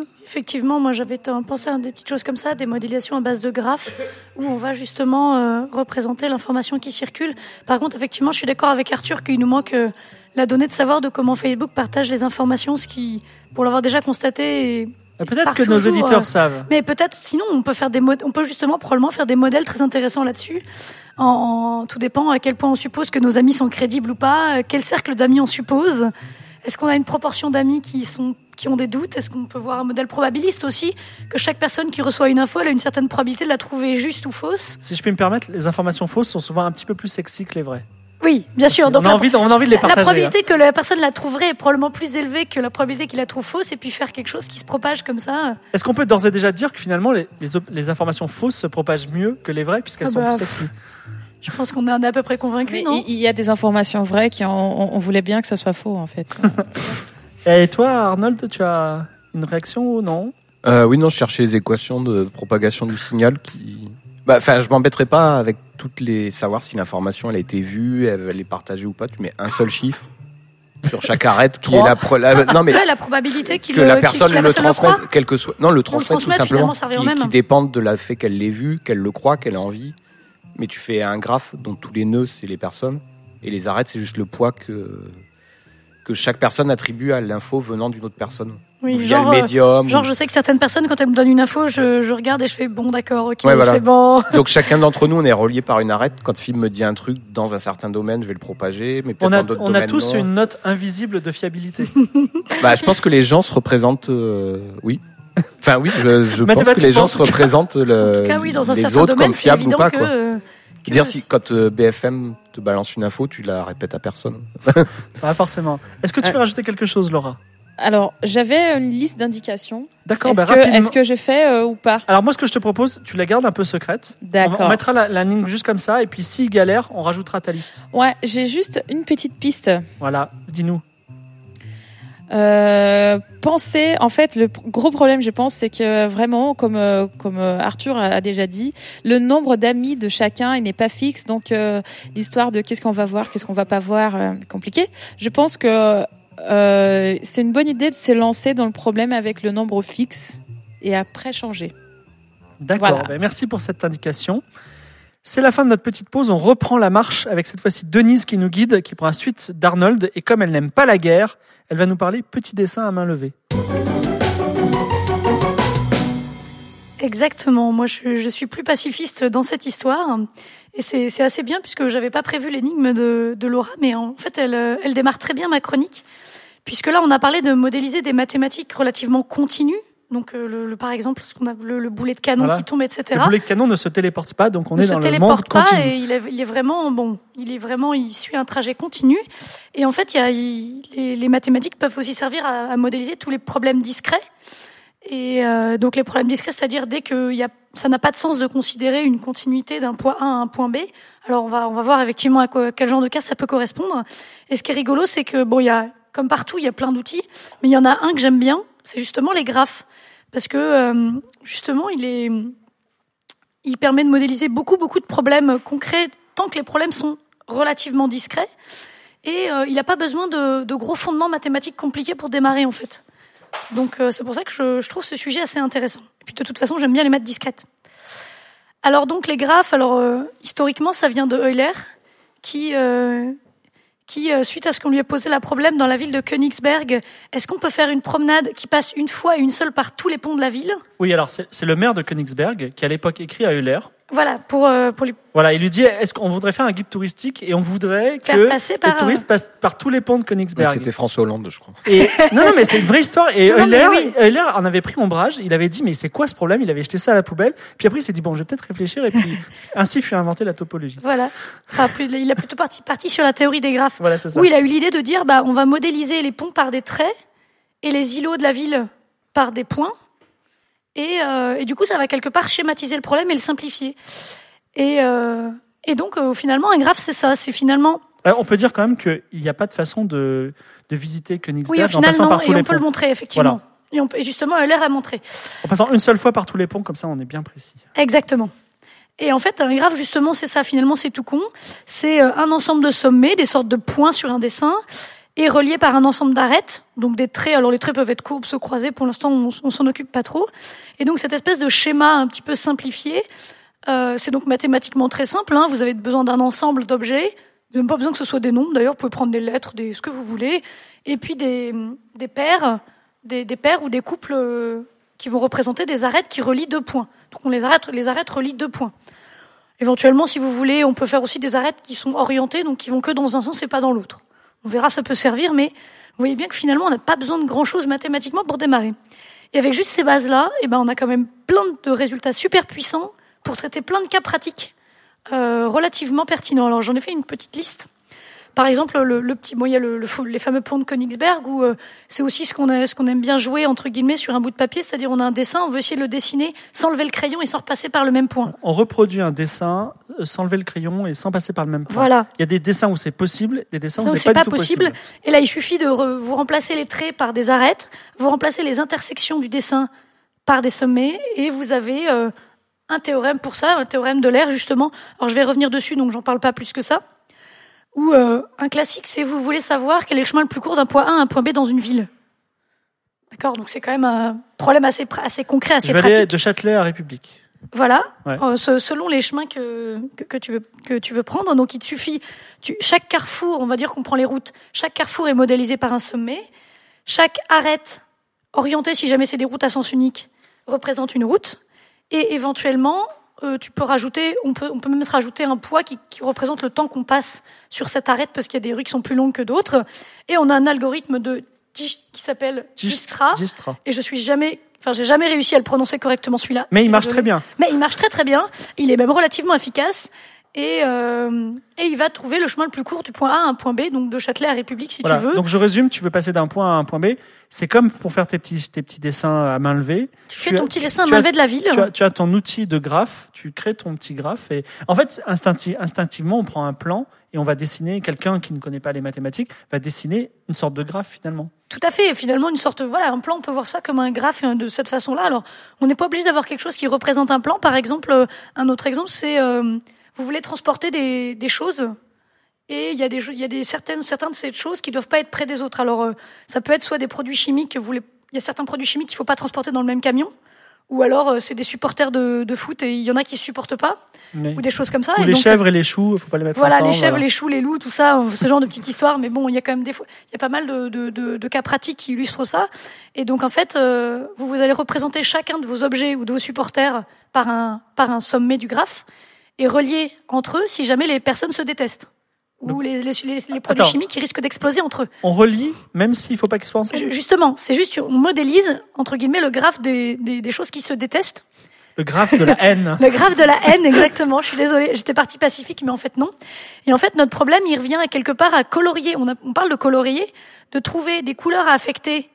Effectivement, moi j'avais pensé à des petites choses comme ça, des modélisations à base de graphes, où on va justement euh, représenter l'information qui circule. Par contre, effectivement, je suis d'accord avec Arthur qu'il nous manque euh, la donnée de savoir de comment Facebook partage les informations, ce qui, pour l'avoir déjà constaté, est peut-être que nos auditeurs euh, savent. Mais peut-être, sinon, on peut faire des mod- on peut justement probablement faire des modèles très intéressants là-dessus. En, en, tout dépend à quel point on suppose que nos amis sont crédibles ou pas, quel cercle d'amis on suppose. Est-ce qu'on a une proportion d'amis qui sont qui ont des doutes? Est-ce qu'on peut voir un modèle probabiliste aussi, que chaque personne qui reçoit une info, elle a une certaine probabilité de la trouver juste ou fausse? Si je peux me permettre, les informations fausses sont souvent un petit peu plus sexy que les vraies. Oui, bien sûr. Donc on a, envie de, on a envie de les partager. La probabilité hein. que la personne la trouverait est probablement plus élevée que la probabilité qu'il la trouve fausse, et puis faire quelque chose qui se propage comme ça. Est-ce qu'on peut d'ores et déjà dire que finalement les, les, les informations fausses se propagent mieux que les vraies puisqu'elles ah bah, sont plus sexy? Je pense qu'on est à peu près convaincus, non? Il y a des informations vraies qui on, on voulait bien que ça soit faux en fait. Et toi, Arnold, tu as une réaction ou non? euh, Oui, non, je cherchais les équations de propagation du signal qui. Bah, enfin, je m'embêterai pas avec toutes les savoir si l'information elle a été vue, elle est partagée ou pas. Tu mets un seul chiffre sur chaque arête qui est la, pro... la... non mais ouais, la probabilité qu'il que le, la personne qu'il, que le transmette, le quel que soit. Non, le transmettre tout simplement, qui, qui dépend de la fait qu'elle l'ait vu, qu'elle le croit, qu'elle a envie. Mais tu fais un graphe dont tous les nœuds c'est les personnes et les arêtes c'est juste le poids que que chaque personne attribue à l'info venant d'une autre personne. Oui, via genre, le médium. Genre, je sais que certaines personnes, quand elles me donnent une info, je, je regarde et je fais bon, d'accord, ok, ouais, voilà. c'est bon. Donc chacun d'entre nous, on est relié par une arête. Quand Phil me dit un truc dans un certain domaine, je vais le propager, mais peut-être on a, dans d'autres on domaines. On a tous non. une note invisible de fiabilité. Bah, je pense que les gens se représentent, euh, oui. Enfin, oui, je, je pense que les gens se représentent le, en tout cas, oui, dans un les certain autres domaine, comme fiables ou pas, que, quoi. Euh, Dire si quand euh, B F M te balance une info, tu la répètes à personne. Pas forcément. Est-ce que tu veux rajouter quelque chose, Laura? Alors, j'avais une liste d'indications. D'accord, est-ce bah, que, rapidement. Est-ce que j'ai fait euh, ou pas? Alors moi, ce que je te propose, tu la gardes un peu secrète. D'accord. On, on mettra la, la ligne juste comme ça, et puis s'il galère, on rajoutera ta liste. Ouais, j'ai juste une petite piste. Voilà, dis-nous. Euh, pensez, en fait, le gros problème, je pense, c'est que vraiment, comme euh, comme Arthur a déjà dit, le nombre d'amis de chacun il n'est pas fixe. Donc, euh, l'histoire de qu'est-ce qu'on va voir, qu'est-ce qu'on va pas voir, euh, compliqué. Je pense que euh, c'est une bonne idée de se lancer dans le problème avec le nombre fixe et après changer. D'accord. Voilà. Ben, merci pour cette indication. C'est la fin de notre petite pause. On reprend la marche avec cette fois-ci Denise qui nous guide, qui prend la suite d'Arnold. Et comme elle n'aime pas la guerre, elle va nous parler petit dessin à main levée. Exactement. Moi, je, je suis plus pacifiste dans cette histoire. Et c'est, c'est assez bien puisque j'avais pas prévu l'énigme de, de Laura. Mais en fait, elle, elle démarre très bien ma chronique. Puisque là, on a parlé de modéliser des mathématiques relativement continues. Donc, euh, le, le, par exemple, ce qu'on a, le, le boulet de canon voilà. qui tombe, et cetera. Le boulet de canon ne se téléporte pas, donc on ne est dans le monde continu. Ne se téléporte pas et il est, il est vraiment, bon, il est vraiment, il suit un trajet continu. Et en fait, il y a, il, les, les mathématiques peuvent aussi servir à, à modéliser tous les problèmes discrets. Et euh, donc, les problèmes discrets, c'est-à-dire dès que il y a, ça n'a pas de sens de considérer une continuité d'un point A à un point B. Alors, on va, on va voir effectivement à quoi, quel genre de cas ça peut correspondre. Et ce qui est rigolo, c'est que bon, il y a, comme partout, il y a plein d'outils, mais il y en a un que j'aime bien, c'est justement les graphes. Parce que euh, justement, il est, il permet de modéliser beaucoup, beaucoup de problèmes concrets tant que les problèmes sont relativement discrets. Et euh, il n'a pas besoin de, de gros fondements mathématiques compliqués pour démarrer, en fait. Donc, euh, c'est pour ça que je, je trouve ce sujet assez intéressant. Et puis, de toute façon, j'aime bien les maths discrètes. Alors, donc, les graphes, alors, euh, historiquement, ça vient de Euler, qui... Euh, qui, suite à ce qu'on lui a posé la problème dans la ville de Königsberg, est-ce qu'on peut faire une promenade qui passe une fois et une seule par tous les ponts de la ville? Oui, alors c'est, c'est le maire de Königsberg qui, à l'époque, écrit à Euler Voilà, pour, euh, pour les... Voilà, il lui dit, est-ce qu'on voudrait faire un guide touristique et on voudrait faire que passer par... les touristes passent par tous les ponts de Königsberg. Ouais, c'était François Hollande, je crois. Et, non, non, mais c'est une vraie histoire. Et non, Euler, oui. Euler en avait pris ombrage. Il avait dit, mais c'est quoi ce problème? Il avait jeté ça à la poubelle. Puis après, il s'est dit, bon, je vais peut-être réfléchir. Et puis, ainsi fut inventée la topologie. Voilà. Enfin, plus, il a plutôt parti, parti sur la théorie des graphes. Voilà, c'est ça. Où il a eu l'idée de dire, bah, on va modéliser les ponts par des traits et les îlots de la ville par des points. Et, euh, et du coup, ça va quelque part schématiser le problème et le simplifier. Et, euh, et donc, euh, finalement, un graphe, c'est ça. C'est finalement... Alors, on peut dire quand même qu'il n'y a pas de façon de, de visiter Königsberg oui, au final, en passant non, par tous et les on peut ponts. le montrer, effectivement. Voilà. Et, on peut, et justement, Euler a montré. En passant une seule fois par tous les ponts, comme ça, on est bien précis. Exactement. Et en fait, un graphe, justement, c'est ça. Finalement, c'est tout con. C'est euh, un ensemble de sommets, des sortes de points sur un dessin, et reliés par un ensemble d'arêtes, donc des traits. Alors les traits peuvent être courbes, se croiser. Pour l'instant, on, on s'en occupe pas trop. Et donc cette espèce de schéma un petit peu simplifié, euh, c'est donc mathématiquement très simple. Hein. Vous avez besoin d'un ensemble d'objets. Vous n'avez même pas besoin que ce soit des nombres. D'ailleurs, vous pouvez prendre des lettres, des ce que vous voulez, et puis des des paires, des, des paires ou des couples euh, qui vont représenter des arêtes qui relient deux points. Donc on les arrête, les arêtes relient deux points. Éventuellement, si vous voulez, on peut faire aussi des arêtes qui sont orientées, donc qui vont que dans un sens et pas dans l'autre. On verra, ça peut servir, mais vous voyez bien que finalement, on n'a pas besoin de grand-chose mathématiquement pour démarrer. Et avec juste ces bases-là, eh ben, on a quand même plein de résultats super puissants pour traiter plein de cas pratiques euh, relativement pertinents. Alors, j'en ai fait une petite liste. Par exemple, le, le petit, bon, il y a le, le, les fameux ponts de Königsberg où euh, c'est aussi ce qu'on, a, ce qu'on aime bien jouer entre guillemets sur un bout de papier, c'est-à-dire on a un dessin, on veut essayer de le dessiner sans lever le crayon et sans repasser par le même point. On reproduit un dessin sans lever le crayon et sans passer par le même point. Voilà. Il y a des dessins où c'est possible, des dessins où, où c'est, c'est pas, pas du tout possible. possible. Et là, il suffit de re, vous remplacer les traits par des arêtes, vous remplacez les intersections du dessin par des sommets, et vous avez euh, un théorème pour ça, un théorème de l'air justement. Alors je vais revenir dessus, donc j'en parle pas plus que ça. Ou euh, un classique, c'est vous voulez savoir quel est le chemin le plus court d'un point A à un point B dans une ville. D'accord, donc c'est quand même un problème assez assez concret, assez je vais pratique. aller de Châtelet à République. Voilà, ouais. euh, selon les chemins que, que que tu veux que tu veux prendre. Donc il te suffit, tu, chaque carrefour, on va dire qu'on prend les routes. Chaque carrefour est modélisé par un sommet. Chaque arête orientée, si jamais c'est des routes à sens unique, représente une route. Et éventuellement, Euh, tu peux rajouter, on peut, on peut même se rajouter un poids qui, qui représente le temps qu'on passe sur cette arête parce qu'il y a des rues qui sont plus longues que d'autres. Et on a un algorithme de qui s'appelle Dijkstra. Dijkstra. Et je suis jamais, enfin, j'ai jamais réussi à le prononcer correctement celui-là. Mais il marche très bien. Mais il marche très très bien. Il est même relativement efficace. Et, euh, et il va trouver le chemin le plus court du point A à un point B, donc de Châtelet à République, si voilà. tu veux. Donc je résume, tu veux passer d'un point à un point B. C'est comme pour faire tes petits, tes petits dessins à main levée. Tu, tu fais ton as, petit dessin à main levée de la ville. Tu as, tu as ton outil de graphe, tu crées ton petit graphe. Et en fait, instincti- instinctivement, on prend un plan et on va dessiner, quelqu'un qui ne connaît pas les mathématiques va dessiner une sorte de graphe finalement. Tout à fait. Et finalement, une sorte, voilà, un plan, on peut voir ça comme un graphe de cette façon-là. Alors, on n'est pas obligé d'avoir quelque chose qui représente un plan. Par exemple, un autre exemple, c'est... Euh, vous voulez transporter des, des choses et il y a des il y a des certaines certaines de ces choses qui doivent pas être près des autres. Alors euh, ça peut être soit des produits chimiques, vous voulez il y a certains produits chimiques qu'il faut pas transporter dans le même camion, ou alors euh, c'est des supporters de, de foot et il y en a qui supportent pas, oui. Ou des choses comme ça. Ou et les donc, chèvres et les choux, faut pas les mettre voilà, ensemble. Les chèvres, voilà. les choux, les loups, tout ça, ce genre de petites histoires. Mais bon, il y a quand même des fois, il y a pas mal de, de, de, de cas pratiques qui illustrent ça. Et donc en fait, euh, vous vous allez représenter chacun de vos objets ou de vos supporters par un par un sommet du graphe. Et reliés entre eux si jamais les personnes se détestent. Ou Donc, les, les, les, les produits attends, chimiques qui risquent d'exploser entre eux. On relie, même s'il ne faut pas qu'ils soient ensemble. Justement, c'est juste, on modélise, entre guillemets, le graphe des, des, des choses qui se détestent. Le graphe de la haine. Le graphe de la haine, exactement. Je suis désolée, j'étais partie pacifique, mais en fait non. Et en fait, notre problème, il revient à quelque part à colorier. On, a, on parle de colorier, de trouver des couleurs à affecter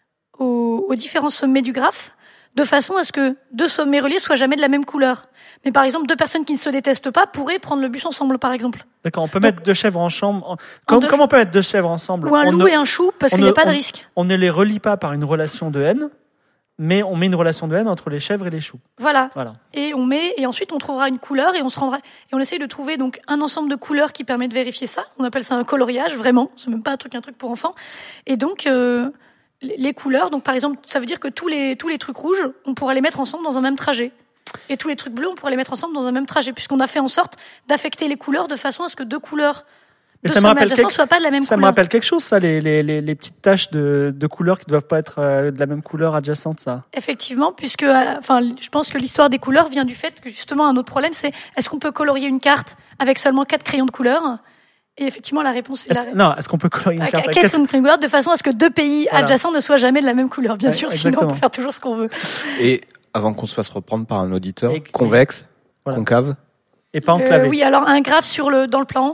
aux, aux différents sommets du graphe, de façon à ce que deux sommets reliés soient jamais de la même couleur. Mais par exemple, deux personnes qui ne se détestent pas pourraient prendre le bus ensemble, par exemple. D'accord, on peut Donc, mettre deux chèvres en chambre. En... Comme, deux... Comment on peut mettre deux chèvres ensemble? Ou un on loup ne... et un chou, parce on qu'il n'y a ne... pas de on... risque. On ne les relie pas par une relation de haine, mais on met une relation de haine entre les chèvres et les choux. Voilà. voilà. Et on met, et ensuite on trouvera une couleur et on se rendra, et on essaye de trouver donc un ensemble de couleurs qui permet de vérifier ça. On appelle ça un coloriage, vraiment. C'est même pas un truc, un truc pour enfants. Et donc, euh, les couleurs, donc par exemple, ça veut dire que tous les, tous les trucs rouges, on pourra les mettre ensemble dans un même trajet. Et tous les trucs bleus, on pourrait les mettre ensemble dans un même trajet, puisqu'on a fait en sorte d'affecter les couleurs de façon à ce que deux couleurs de sommets adjacents quelque... soient pas de la même ça couleur. Ça me rappelle quelque chose, ça, les, les, les, les petites taches de, de couleurs qui doivent pas être euh, de la même couleur adjacente, ça. Effectivement, puisque, enfin, euh, je pense que l'histoire des couleurs vient du fait que justement un autre problème, c'est est-ce qu'on peut colorier une carte avec seulement quatre crayons de couleur? Et effectivement, la réponse est, est-ce, la... Non, est-ce qu'on peut colorier une avec carte avec quatre crayons de couleur de façon à ce que deux pays voilà. adjacents ne soient jamais de la même couleur? Bien ouais, sûr, exactement. Sinon on peut faire toujours ce qu'on veut. Et avant qu'on se fasse reprendre par un auditeur, et... convexe, voilà. concave. Et pas enclavé. Euh, oui, alors un graphe sur le dans le plan.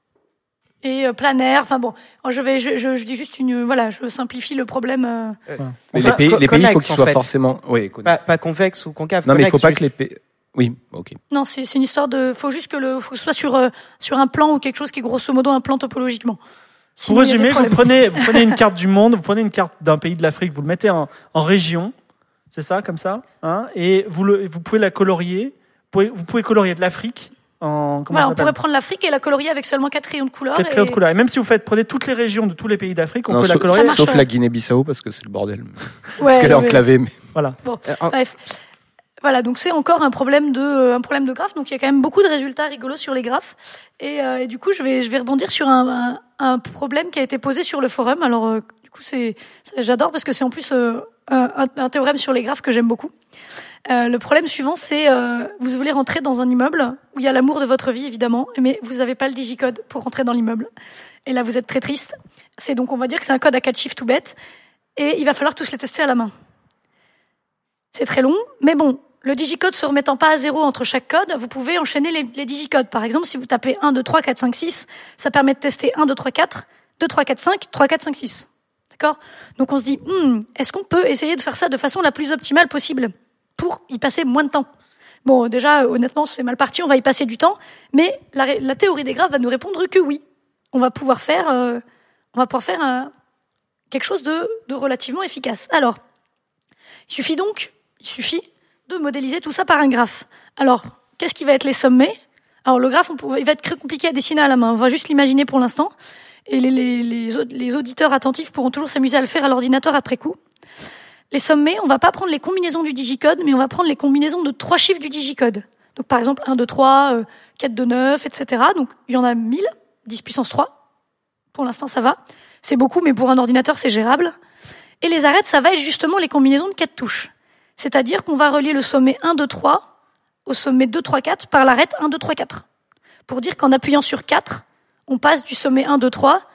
Et euh, planaire, enfin bon, je vais, je, je, je dis juste une, voilà, je simplifie le problème. Euh... Euh, mais les pays, co- les pays, il faut qu'ils soient fait. forcément, oui, pas, pas convexe ou concave. Non, mais il faut pas juste. que les pays, oui, ok. Non, c'est, c'est une histoire de, faut juste que le, faut que ce soit sur, euh, sur un plan ou quelque chose qui est grosso modo un plan topologiquement. Sinon, pour résumer, vous prenez, vous prenez une carte du monde, vous prenez une carte d'un pays de l'Afrique, vous le mettez en, en région, c'est ça, comme ça, hein, et vous le, vous pouvez la colorier, vous pouvez, vous pouvez colorier de l'Afrique. En, voilà, on pourrait prendre l'Afrique et la colorier avec seulement quatre crayons de couleur. Quatre et... crayons de couleur. Et même si vous faites, prenez toutes les régions de tous les pays d'Afrique, on non, peut sauf, la colorier. Sauf la Guinée-Bissau parce que c'est le bordel. Ouais, parce qu'elle est ouais. enclavée. Mais... Voilà. Bon, euh, bref. Voilà, donc c'est encore un problème de, un problème de graphes. Donc il y a quand même beaucoup de résultats rigolos sur les graphes. Et, euh, et du coup, je vais, je vais rebondir sur un, un, un problème qui a été posé sur le forum. Alors, euh, du coup, c'est, c'est, j'adore parce que c'est en plus euh, un, un théorème sur les graphes que j'aime beaucoup. Euh, le problème suivant, c'est euh, vous voulez rentrer dans un immeuble où il y a l'amour de votre vie, évidemment, mais vous n'avez pas le digicode pour rentrer dans l'immeuble. Et là, vous êtes très triste. C'est donc, on va dire que c'est un code à quatre chiffres tout bête. Et il va falloir tous les tester à la main. C'est très long, mais bon, le digicode se remettant pas à zéro entre chaque code, vous pouvez enchaîner les, les digicodes. Par exemple, si vous tapez un, deux, trois, quatre, cinq, six, ça permet de tester un, deux, trois, quatre, deux, trois, quatre, cinq, trois, quatre, cinq, six. D'accord ? Donc on se dit, hmm, est-ce qu'on peut essayer de faire ça de façon la plus optimale possible pour y passer moins de temps ? Bon, déjà, honnêtement, c'est mal parti, on va y passer du temps, mais la, la théorie des graphes va nous répondre que oui. On va pouvoir faire, euh, on va pouvoir faire un, quelque chose de, de relativement efficace. Alors, il suffit donc, il suffit de modéliser tout ça par un graphe. Alors, qu'est-ce qui va être les sommets ? Alors, le graphe, on peut, il va être très compliqué à dessiner à la main. On va juste l'imaginer pour l'instant. Et les, les, les, les auditeurs attentifs pourront toujours s'amuser à le faire à l'ordinateur après coup. Les sommets, on va pas prendre les combinaisons du digicode, mais on va prendre les combinaisons de trois chiffres du digicode. Donc, par exemple, un, deux, trois, euh, quatre, deux, neuf, et cetera. Donc, il y en a mille, dix puissance trois. Pour l'instant, ça va. C'est beaucoup, mais pour un ordinateur, c'est gérable. Et les arêtes, ça va être justement les combinaisons de quatre touches. C'est-à-dire qu'on va relier le sommet un, deux, trois au sommet deux, trois, quatre par l'arête un, deux, trois, quatre. Pour dire qu'en appuyant sur quatre, on passe du sommet un, deux, trois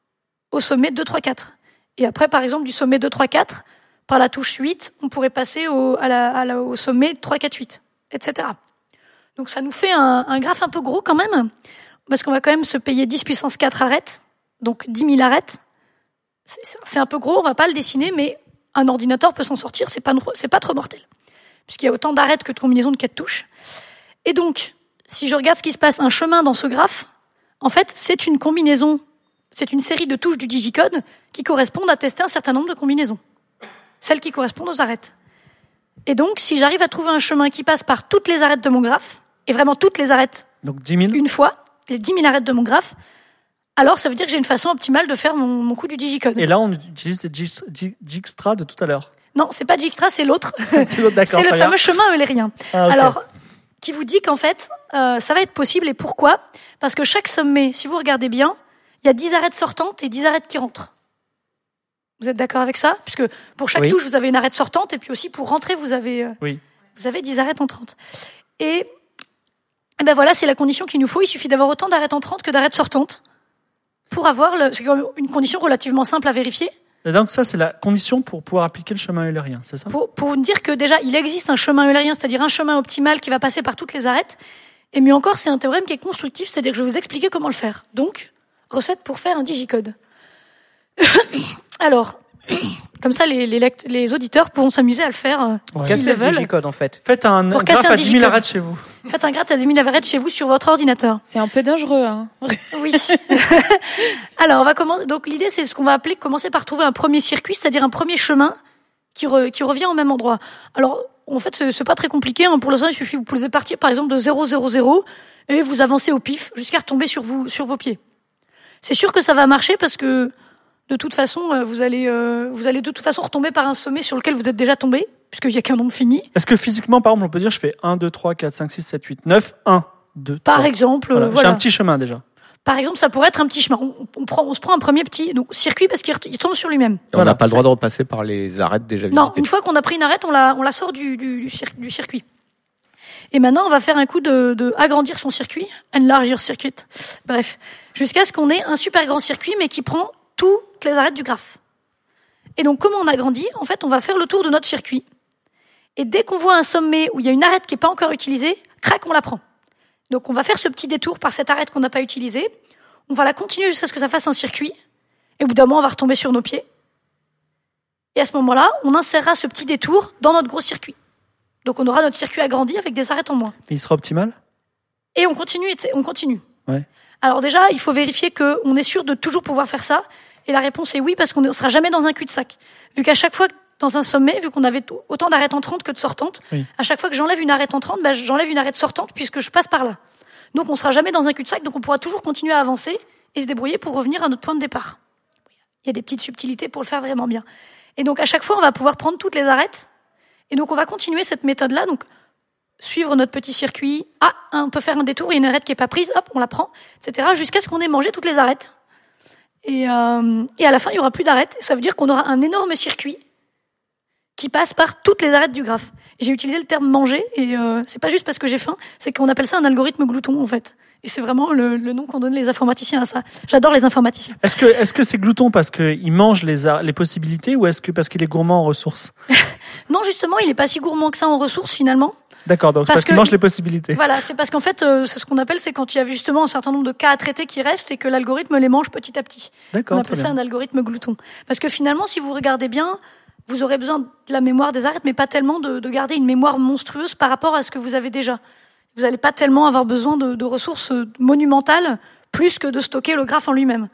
au sommet deux, trois, quatre. Et après, par exemple, du sommet deux, trois, quatre, par la touche huit, on pourrait passer au, à la, à la, au sommet trois, quatre, huit, et cetera. Donc ça nous fait un, un graphe un peu gros quand même, parce qu'on va quand même se payer dix puissance quatre arêtes, donc dix mille arêtes. C'est, c'est un peu gros, on va pas le dessiner, mais un ordinateur peut s'en sortir, c'est pas, c'est pas trop mortel. Puisqu'il y a autant d'arêtes que de combinaisons de quatre touches. Et donc, si je regarde ce qui se passe, un chemin dans ce graphe, en fait, c'est une combinaison, c'est une série de touches du digicode qui correspondent à tester un certain nombre de combinaisons. Celles qui correspondent aux arêtes. Et donc, si j'arrive à trouver un chemin qui passe par toutes les arêtes de mon graphe, et vraiment toutes les arêtes, donc dix mille une fois, les dix mille arêtes de mon graphe, alors ça veut dire que j'ai une façon optimale de faire mon, mon coup du digicode. Et là, on utilise les Dijkstra de tout à l'heure. Non, c'est pas Dijkstra, c'est l'autre. c'est l'autre, d'accord. C'est le bien. fameux chemin eulérien. Ah, okay. Alors, qui vous dit qu'en fait, euh, ça va être possible. Et pourquoi ? Parce que chaque sommet, si vous regardez bien, il y a dix arêtes sortantes et dix arêtes qui rentrent. Vous êtes d'accord avec ça ? Puisque pour chaque oui. touche, vous avez une arête sortante, et puis aussi pour rentrer, vous avez, euh, oui. vous avez dix arêtes entrantes. Et, et ben voilà, c'est la condition qu'il nous faut. Il suffit d'avoir autant d'arêtes entrantes que d'arêtes sortantes pour avoir le, c'est une condition relativement simple à vérifier. Et donc ça, c'est la condition pour pouvoir appliquer le chemin eulérien, c'est ça ? Pour, pour dire que déjà, il existe un chemin eulérien, c'est-à-dire un chemin optimal qui va passer par toutes les arêtes. Et mieux encore, c'est un théorème qui est constructif, c'est-à-dire que je vais vous expliquer comment le faire. Donc, recette pour faire un digicode. Alors, comme ça, les, les, lect- les auditeurs pourront s'amuser à le faire euh, ouais. s'ils le veulent. Digicode, en fait. Faites un, un graphe à dix mille arêtes chez vous. Faites un graphe à dix mille arêtes chez vous sur votre ordinateur. C'est un peu dangereux, hein. Oui. Alors, on va commencer. Donc, l'idée, c'est ce qu'on va appeler commencer par trouver un premier circuit, c'est-à-dire un premier chemin qui, re, qui revient au même endroit. Alors, en fait, c'est, c'est pas très compliqué. Hein. Pour l'instant, il suffit, vous pouvez partir, par exemple, de zéro, zéro, zéro, et vous avancez au pif jusqu'à retomber sur vous, sur vos pieds. C'est sûr que ça va marcher parce que, de toute façon, vous allez, euh, vous allez de toute façon retomber par un sommet sur lequel vous êtes déjà tombé, puisqu'il y a qu'un nombre fini. Est-ce que physiquement, par exemple, on peut dire je fais un, deux, trois, quatre, cinq, six, sept, huit, neuf, un, deux, Par trois. exemple, voilà. voilà. J'ai un petit chemin déjà. Par exemple, ça pourrait être un petit chemin. On, on, prend, on se prend un premier petit donc, circuit parce qu'il il tombe sur lui-même. Et on n'a voilà, pas le droit de repasser par les arêtes déjà visitées. Non, une fois qu'on a pris une arête, on la, on la sort du, du, du, cir- du circuit. Et maintenant, on va faire un coup de, de agrandir son circuit, enlargir circuit. Bref, jusqu'à ce qu'on ait un super grand circuit, mais qui prend toutes les arêtes du graphe. Et donc, comment on agrandit ? En fait, on va faire le tour de notre circuit. Et dès qu'on voit un sommet où il y a une arête qui n'est pas encore utilisée, crac, on la prend. Donc, on va faire ce petit détour par cette arête qu'on n'a pas utilisée. On va la continuer jusqu'à ce que ça fasse un circuit. Et au bout d'un moment, on va retomber sur nos pieds. Et à ce moment-là, on insérera ce petit détour dans notre gros circuit. Donc, on aura notre circuit agrandi avec des arêtes en moins. Et il sera optimal ? Et on continue, on continue. Ouais. Alors déjà, il faut vérifier qu'on est sûr de toujours pouvoir faire ça. Et la réponse est oui, parce qu'on ne sera jamais dans un cul-de-sac. Vu qu'à chaque fois, dans un sommet, vu qu'on avait autant d'arêtes entrantes que de sortantes, oui. À chaque fois que j'enlève une arête entrante, bah, j'enlève une arête sortante puisque je passe par là. Donc on sera jamais dans un cul-de-sac, donc on pourra toujours continuer à avancer et se débrouiller pour revenir à notre point de départ. Il y a des petites subtilités pour le faire vraiment bien. Et donc à chaque fois, on va pouvoir prendre toutes les arêtes. Et donc on va continuer cette méthode-là, donc suivre notre petit circuit. Ah, on peut faire un détour, il y a une arête qui est pas prise, hop, on la prend, et cetera, jusqu'à ce qu'on ait mangé toutes les arêtes. Et, euh, et à la fin, il y aura plus d'arêtes. Ça veut dire qu'on aura un énorme circuit qui passe par toutes les arêtes du graphe. Et j'ai utilisé le terme manger, et euh, c'est pas juste parce que j'ai faim, c'est qu'on appelle ça un algorithme glouton en fait. Et c'est vraiment le, le nom qu'on donne les informaticiens à ça. J'adore les informaticiens. Est-ce que est-ce que c'est glouton parce qu'il mange les ar- les possibilités ou est-ce que parce qu'il est gourmand en ressources ? Non, justement, il est pas si gourmand que ça en ressources finalement. D'accord, donc parce, parce qu'il mange les possibilités. Voilà, c'est parce qu'en fait, euh, c'est ce qu'on appelle, c'est quand il y a justement un certain nombre de cas à traiter qui restent et que l'algorithme les mange petit à petit. D'accord. On appelle ça un algorithme glouton. Parce que finalement, si vous regardez bien, vous aurez besoin de la mémoire des arêtes, mais pas tellement de, de garder une mémoire monstrueuse par rapport à ce que vous avez déjà. Vous n'allez pas tellement avoir besoin de, de ressources monumentales plus que de stocker le graphe en lui-même.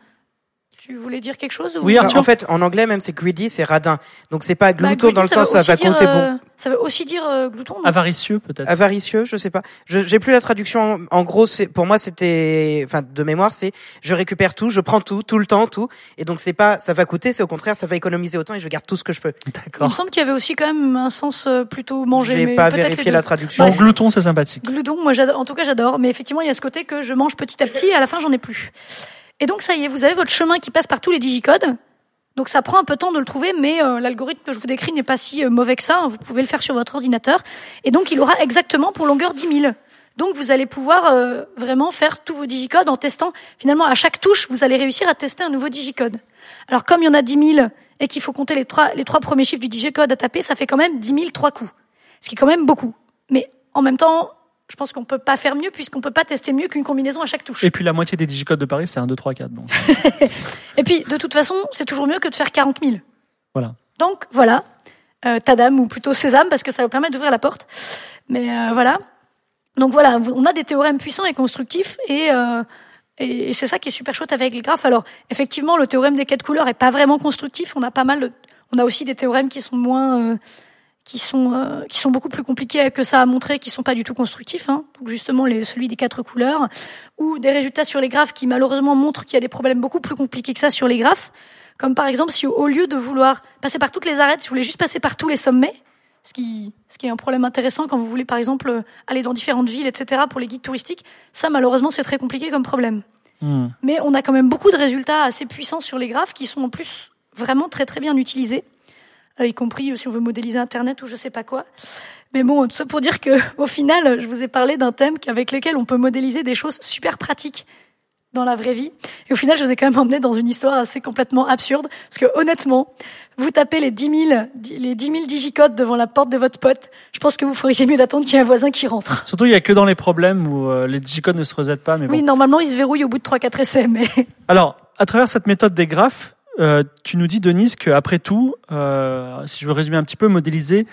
Tu voulais dire quelque chose ou... Oui, Arthur. En fait, en anglais même, c'est greedy, c'est radin. Donc c'est pas glouton bah, dans le sens ça va compter euh, bon. Ça veut aussi dire euh, glouton. Non Avaricieux peut-être. Avaricieux, je sais pas. Je, j'ai plus la traduction. En, en gros, c'est pour moi c'était, enfin de mémoire, c'est je récupère tout, je prends tout, tout le temps, tout. Et donc c'est pas, ça va coûter, c'est au contraire, ça va économiser autant et je garde tout ce que je peux. D'accord. Il me semble qu'il y avait aussi quand même un sens plutôt manger. J'ai mais pas vérifié la traduction. Bon, glouton, c'est sympathique. Glouton, moi j'adore. En tout cas, j'adore. Mais effectivement, il y a ce côté que je mange petit à petit et à la fin, j'en ai plus. Et donc ça y est, vous avez votre chemin qui passe par tous les digicodes. Donc ça prend un peu de temps de le trouver, mais euh, l'algorithme que je vous décris n'est pas si euh, mauvais que ça. Hein, vous pouvez le faire sur votre ordinateur. Et donc il aura exactement pour longueur dix mille. Donc vous allez pouvoir euh, vraiment faire tous vos digicodes en testant. Finalement, à chaque touche, vous allez réussir à tester un nouveau digicode. Alors comme il y en a dix mille et qu'il faut compter les trois, les trois premiers chiffres du digicode à taper, ça fait quand même dix mille trois coups. Ce qui est quand même beaucoup. Mais en même temps... Je pense qu'on peut pas faire mieux puisqu'on peut pas tester mieux qu'une combinaison à chaque touche. Et puis la moitié des digicodes de Paris, c'est un, deux, trois, quatre. Donc. Et puis, de toute façon, c'est toujours mieux que de faire quarante mille. Voilà. Donc, voilà. Euh, Tadam, ou plutôt Sésame, parce que ça va permettre d'ouvrir la porte. Mais euh, voilà. Donc voilà, on a des théorèmes puissants et constructifs et, euh, et c'est ça qui est super chouette avec les graphes. Alors, effectivement, le théorème des quatre couleurs est pas vraiment constructif. On a pas mal de... On a aussi des théorèmes qui sont moins... Euh, qui sont euh, qui sont beaucoup plus compliqués que ça à montrer, qui sont pas du tout constructifs, hein. Donc justement les celui des quatre couleurs, ou des résultats sur les graphes qui malheureusement montrent qu'il y a des problèmes beaucoup plus compliqués que ça sur les graphes, comme par exemple si au lieu de vouloir passer par toutes les arêtes, je voulais juste passer par tous les sommets, ce qui ce qui est un problème intéressant quand vous voulez par exemple aller dans différentes villes, et cetera pour les guides touristiques, ça malheureusement c'est très compliqué comme problème. Mmh. Mais on a quand même beaucoup de résultats assez puissants sur les graphes qui sont en plus vraiment très très bien utilisés. Euh, y compris euh, si on veut modéliser Internet ou je sais pas quoi. Mais bon, tout ça pour dire que au final, je vous ai parlé d'un thème avec lequel on peut modéliser des choses super pratiques dans la vraie vie. Et au final, je vous ai quand même emmené dans une histoire assez complètement absurde, parce que honnêtement, vous tapez les dix mille, les dix mille digicodes devant la porte de votre pote, je pense que vous feriez mieux d'attendre qu'il y ait un voisin qui rentre. Surtout, il y a que dans les problèmes où euh, les digicodes ne se resettent pas. Mais bon. Oui, normalement, ils se verrouillent au bout de trois quatre essais. Mais alors, à travers cette méthode des graphes, Euh, tu nous dis, Denise, qu'après tout, euh, si je veux résumer un petit peu, modéliser,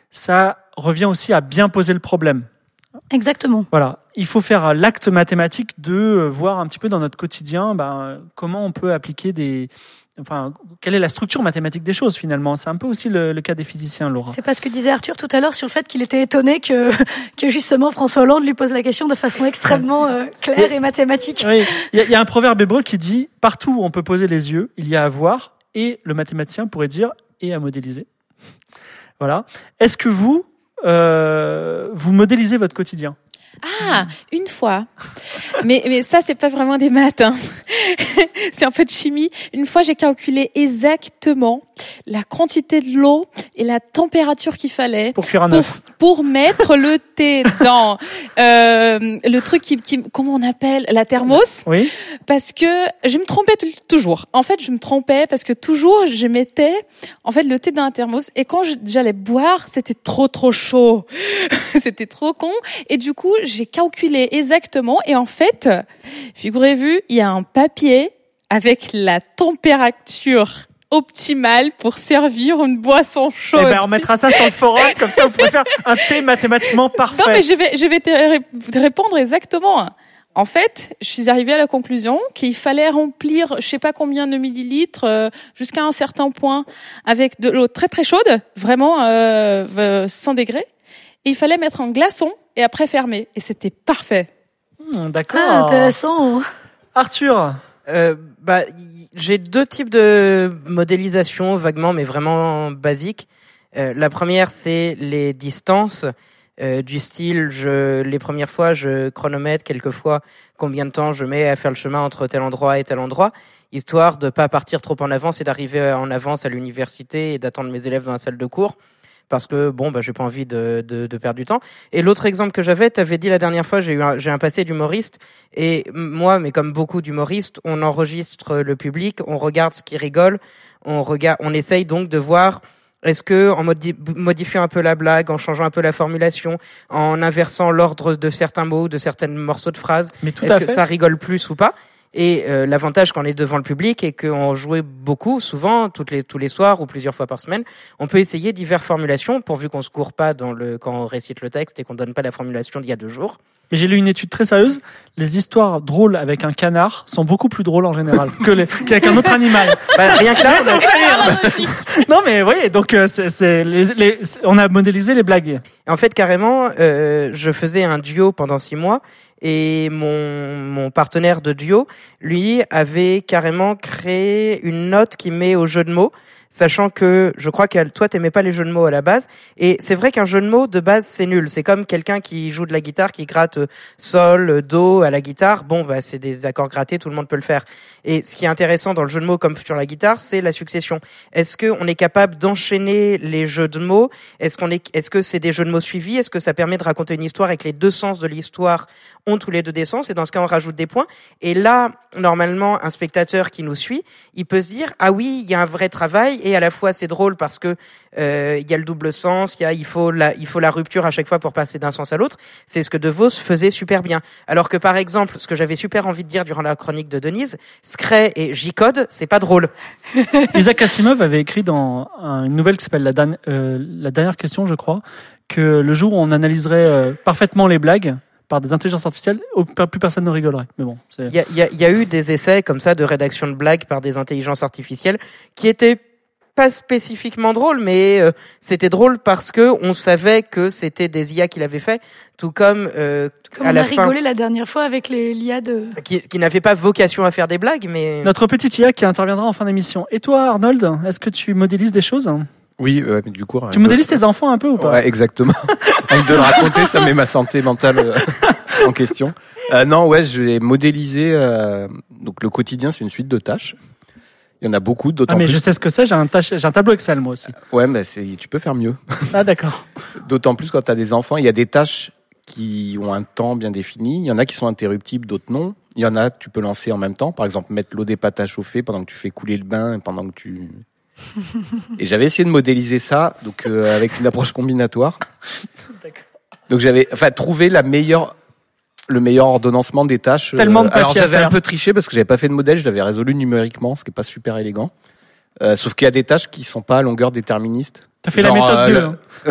ça revient aussi à bien poser le problème. Exactement. Voilà. Il faut faire l'acte mathématique de voir un petit peu dans notre quotidien ben, comment on peut appliquer des... Enfin, quelle est la structure mathématique des choses finalement? C'est un peu aussi le, le cas des physiciens, Laura. C'est pas ce que disait Arthur tout à l'heure sur le fait qu'il était étonné que que justement François Hollande lui pose la question de façon extrêmement euh, claire et mathématique. Oui, il y, y a un proverbe hébreu qui dit partout où on peut poser les yeux, il y a à voir, et le mathématicien pourrait dire et à modéliser. Voilà. Est-ce que vous euh, vous modélisez votre quotidien? Ah, une fois. Mais mais ça c'est pas vraiment des maths. Hein. C'est un peu de chimie. Une fois, j'ai calculé exactement la quantité de l'eau et la température qu'il fallait pour cuire un pour, œuf. Pour mettre le thé dans euh, le truc qui, qui comment on appelle la thermos. Oui. Parce que je me trompais t- toujours. En fait, je me trompais parce que toujours je mettais en fait le thé dans la thermos et quand je, j'allais boire, c'était trop trop chaud. C'était trop con et du coup, j'ai calculé exactement et en fait, figurez-vous, il y a un papier avec la température optimale pour servir une boisson chaude. Eh ben, on mettra ça sur le forum, comme ça, vous pourrez faire un thé mathématiquement parfait. Non, mais je vais, je vais te ré- répondre exactement. En fait, je suis arrivée à la conclusion qu'il fallait remplir, je sais pas combien de millilitres, euh, jusqu'à un certain point, avec de l'eau très très chaude, vraiment euh, cent degrés. Et il fallait mettre en glaçon et après fermer. Et c'était parfait. Mmh, d'accord. Ah, intéressant. Arthur. Euh, bah, y- j'ai deux types de modélisation vaguement, mais vraiment basiques. Euh, la première, c'est les distances euh, du style. Je, les premières fois, je chronomètre quelquefois combien de temps je mets à faire le chemin entre tel endroit et tel endroit, histoire de pas partir trop en avance et d'arriver en avance à l'université et d'attendre mes élèves dans la salle de cours. Parce que bon, bah, j'ai pas envie de, de, de perdre du temps. Et l'autre exemple que j'avais, t'avais dit la dernière fois, j'ai eu un, j'ai un passé d'humoriste. Et moi, mais comme beaucoup d'humoristes, on enregistre le public, on regarde ce qui rigole, on regarde, on essaye donc de voir est-ce que en modi- modifiant un peu la blague, en changeant un peu la formulation, en inversant l'ordre de certains mots, de certains morceaux de phrases, Mais tout est-ce à que fait. ça rigole plus ou pas? Et euh, l'avantage quand on est devant le public est qu'on jouait beaucoup, souvent, toutes les, tous les soirs ou plusieurs fois par semaine, on peut essayer diverses formulations, pourvu qu'on se court pas dans le, quand on récite le texte et qu'on donne pas la formulation d'il y a deux jours. Et j'ai lu une étude très sérieuse. Les histoires drôles avec un canard sont beaucoup plus drôles en général que les, qu'avec un autre animal. Bah, rien que là, on a- Non, mais voyez, donc euh, c'est, c'est les, les, on a modélisé les blagues. En fait, carrément, euh, je faisais un duo pendant six mois et mon, mon partenaire de duo, lui, avait carrément créé une note qui met au jeu de mots, sachant que je crois que toi, t'aimais pas les jeux de mots à la base. Et c'est vrai qu'un jeu de mots, de base, c'est nul. C'est comme quelqu'un qui joue de la guitare, qui gratte sol, do à la guitare. Bon, bah, c'est des accords grattés, tout le monde peut le faire. Et ce qui est intéressant dans le jeu de mots comme sur la guitare, c'est la succession. Est-ce que on est capable d'enchaîner les jeux de mots? Est-ce qu'on est, est-ce que c'est des jeux de mots suivis? Est-ce que ça permet de raconter une histoire et que les deux sens de l'histoire ont tous les deux des sens? Et dans ce cas, on rajoute des points. Et là, normalement, un spectateur qui nous suit, il peut se dire, ah oui, il y a un vrai travail et à la fois c'est drôle parce que euh, il y a le double sens, il y a, il faut la, il faut la rupture à chaque fois pour passer d'un sens à l'autre. C'est ce que De Vos faisait super bien. Alors que par exemple, ce que j'avais super envie de dire durant la chronique de Denise, Scray et J-Code, c'est pas drôle. Isaac Asimov avait écrit dans un- une nouvelle qui s'appelle la, Dan- euh, la dernière question, je crois, que le jour où on analyserait euh, parfaitement les blagues par des intelligences artificielles, au- plus personne ne rigolerait. Mais bon, c'est... Il y a, il y a, il y a eu des essais comme ça de rédaction de blagues par des intelligences artificielles qui étaient pas spécifiquement drôles, mais euh, c'était drôle parce que on savait que c'était des I A qui l'avaient fait, tout comme, euh, Comme à on la a fin, rigolé la dernière fois avec les l'I A de... qui, qui n'avaient pas vocation à faire des blagues, mais Notre petite I A qui interviendra en fin d'émission. Et toi, Arnold, est-ce que tu modélises des choses? Oui, euh, mais du coup. Tu modélises tes enfants un peu ou pas? Ouais, exactement. Avec de le raconter, ça met ma santé mentale euh, en question. Euh, non, ouais, je vais modéliser. Euh, donc le quotidien, c'est une suite de tâches. Il y en a beaucoup, d'autant Ah mais plus. je sais ce que c'est, j'ai un, tâche, j'ai un tableau Excel moi aussi. Ouais, mais c'est, tu peux faire mieux. Ah d'accord. D'autant plus quand tu as des enfants, il y a des tâches qui ont un temps bien défini. Il y en a qui sont interruptibles, d'autres non. Il y en a que tu peux lancer en même temps. Par exemple, mettre l'eau des pâtes à chauffer pendant que tu fais couler le bain, et pendant que tu... Et j'avais essayé de modéliser ça, donc euh, avec une approche combinatoire. D'accord. Donc j'avais, enfin, trouvé la meilleure, le meilleur ordonnancement des tâches. Tellement de Euh, alors papier à j'avais faire. un peu triché parce que j'avais pas fait de modèle, je l'avais résolu numériquement, ce qui est pas super élégant. Euh, sauf qu'il y a des tâches qui sont pas à longueur déterministe. T'as fait Genre, la méthode euh, deux. le-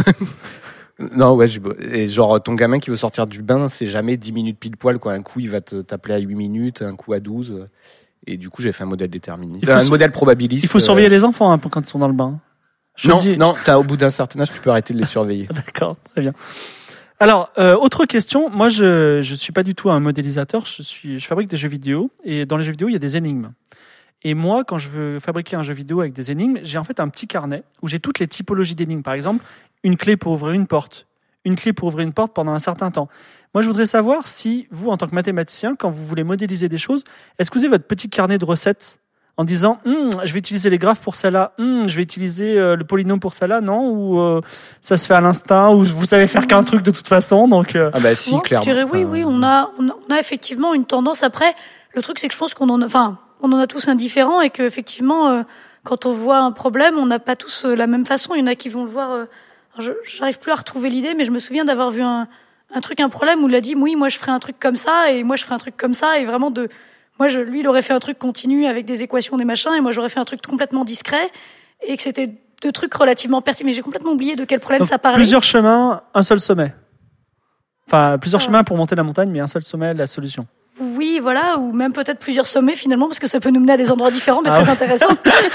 hein. Non, ouais, j'ai- et genre ton gamin qui veut sortir du bain, c'est jamais dix minutes pile poil quoi. Un coup il va te- t'appeler à huit minutes, un coup à douze. euh, Et du coup j'ai fait un modèle déterministe, Il faut un sur- modèle probabiliste. Il faut euh, surveiller les enfants un peu quand ils sont dans le bain. Je Non, le dis. non, t'as au bout d'un certain âge tu peux arrêter de les surveiller. D'accord, très bien. Alors, euh, autre question. Moi, je je suis pas du tout un modélisateur. Je suis, je fabrique des jeux vidéo et dans les jeux vidéo, il y a des énigmes. Et moi, quand je veux fabriquer un jeu vidéo avec des énigmes, j'ai en fait un petit carnet où j'ai toutes les typologies d'énigmes. Par exemple, une clé pour ouvrir une porte, une clé pour ouvrir une porte pendant un certain temps. Moi, je voudrais savoir si vous, en tant que mathématicien, quand vous voulez modéliser des choses, est-ce que vous avez votre petit carnet de recettes en disant hm, je vais utiliser les graphes pour celle-là, hm, je vais utiliser euh, le polynôme pour celle-là, non, ou euh, ça se fait à l'instinct, ou vous savez faire qu'un truc de toute façon, donc. Euh... Ah bah si, bon, clairement. Je dirais oui, oui, on a, on a, on a effectivement une tendance. Après, le truc c'est que je pense qu'on en, a, enfin, on en a tous un différent et que effectivement, euh, quand on voit un problème, on n'a pas tous euh, la même façon. Il y en a qui vont le voir. Euh, je, j'arrive plus à retrouver l'idée, mais je me souviens d'avoir vu un, un truc, un problème où il a dit oui, moi je ferai un truc comme ça et moi je ferai un truc comme ça et vraiment de Moi, je, lui, il aurait fait un truc continu avec des équations, des machins, et moi, j'aurais fait un truc complètement discret, et que c'était deux trucs relativement pertinents. Mais j'ai complètement oublié de quel problème Donc, ça parlait. Plusieurs chemins, un seul sommet. Enfin, plusieurs ah. chemins pour monter la montagne, mais un seul sommet, la solution. Oui, voilà, ou même peut-être plusieurs sommets, finalement, parce que ça peut nous mener à des endroits différents, mais ah très ouais. intéressants.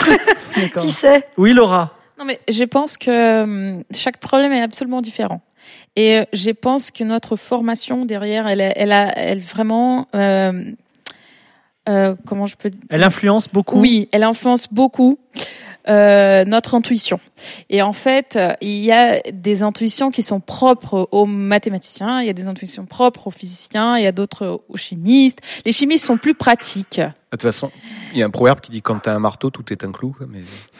Qui sait? Oui, Laura. Non, mais je pense que chaque problème est absolument différent. Et je pense que notre formation derrière, elle, elle a, elle vraiment, euh, Euh, comment je peux Elle influence beaucoup. Oui, elle influence beaucoup euh, notre intuition. Et en fait, il y a des intuitions qui sont propres aux mathématiciens, il y a des intuitions propres aux physiciens, il y a d'autres aux chimistes. Les chimistes sont plus pratiques. De toute façon, il y a un proverbe qui dit quand t'as un marteau, tout est un clou. Mais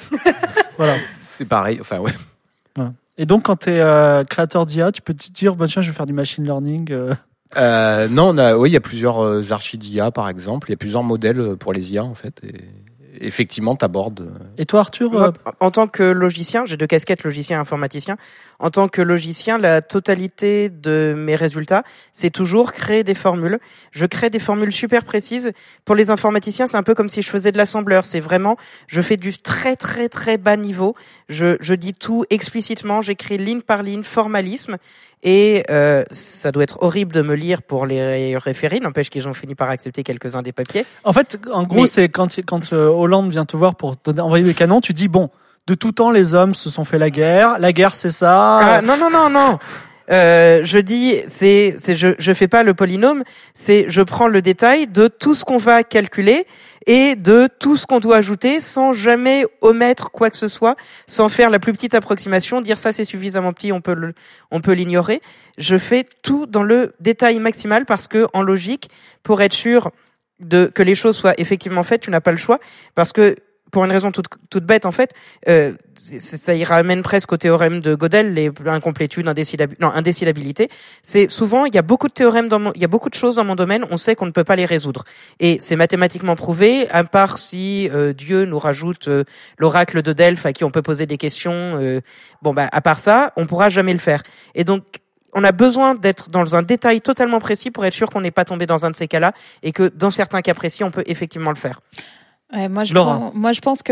voilà, c'est pareil. Enfin ouais. Voilà. Et donc, quand t'es euh, créateur d'I A, tu peux te dire, bah, tiens, je vais faire du machine learning. Euh... Euh, non, on a, oui, il y a plusieurs euh, archis d'I A, par exemple. Il y a plusieurs modèles pour les I A, en fait. Et effectivement, t'abordes. Et toi, Arthur? Moi, en tant que logicien, j'ai deux casquettes, logicien et informaticien. En tant que logicien, la totalité de mes résultats, c'est toujours créer des formules. Je crée des formules super précises. Pour les informaticiens, c'est un peu comme si je faisais de l'assembleur. C'est vraiment, je fais du très très très bas niveau. Je, je dis tout explicitement. J'écris ligne par ligne, formalisme. Et euh, ça doit être horrible de me lire pour les référer. N'empêche qu'ils ont fini par accepter quelques-uns des papiers. En fait, en gros, Mais... c'est quand quand euh, Hollande vient te voir pour te envoyer des canons, tu dis bon, de tout temps, les hommes se sont fait la guerre. La guerre, c'est ça. Ah, non, non, non, non. Euh, je dis, c'est, c'est, je, je fais pas le polynôme. C'est, je prends le détail de tout ce qu'on va calculer et de tout ce qu'on doit ajouter sans jamais omettre quoi que ce soit, sans faire la plus petite approximation, dire ça c'est suffisamment petit, on peut le, on peut l'ignorer. Je fais tout dans le détail maximal parce que en logique, pour être sûr de que les choses soient effectivement faites, tu n'as pas le choix parce que pour une raison toute, toute bête, en fait, euh, ça y ramène presque au théorème de Gödel, les incomplétudes, indécidabilité, non, indécidabilité. C'est souvent, il y a beaucoup de théorèmes dans mon, il y a beaucoup de choses dans mon domaine, on sait qu'on ne peut pas les résoudre. Et c'est mathématiquement prouvé, à part si euh, Dieu nous rajoute euh, l'oracle de Delphes à qui on peut poser des questions. Euh, bon, bah, à part ça, on pourra jamais le faire. Et donc, on a besoin d'être dans un détail totalement précis pour être sûr qu'on n'est pas tombé dans un de ces cas-là et que dans certains cas précis, on peut effectivement le faire. Ouais, moi, je pense, moi, je pense que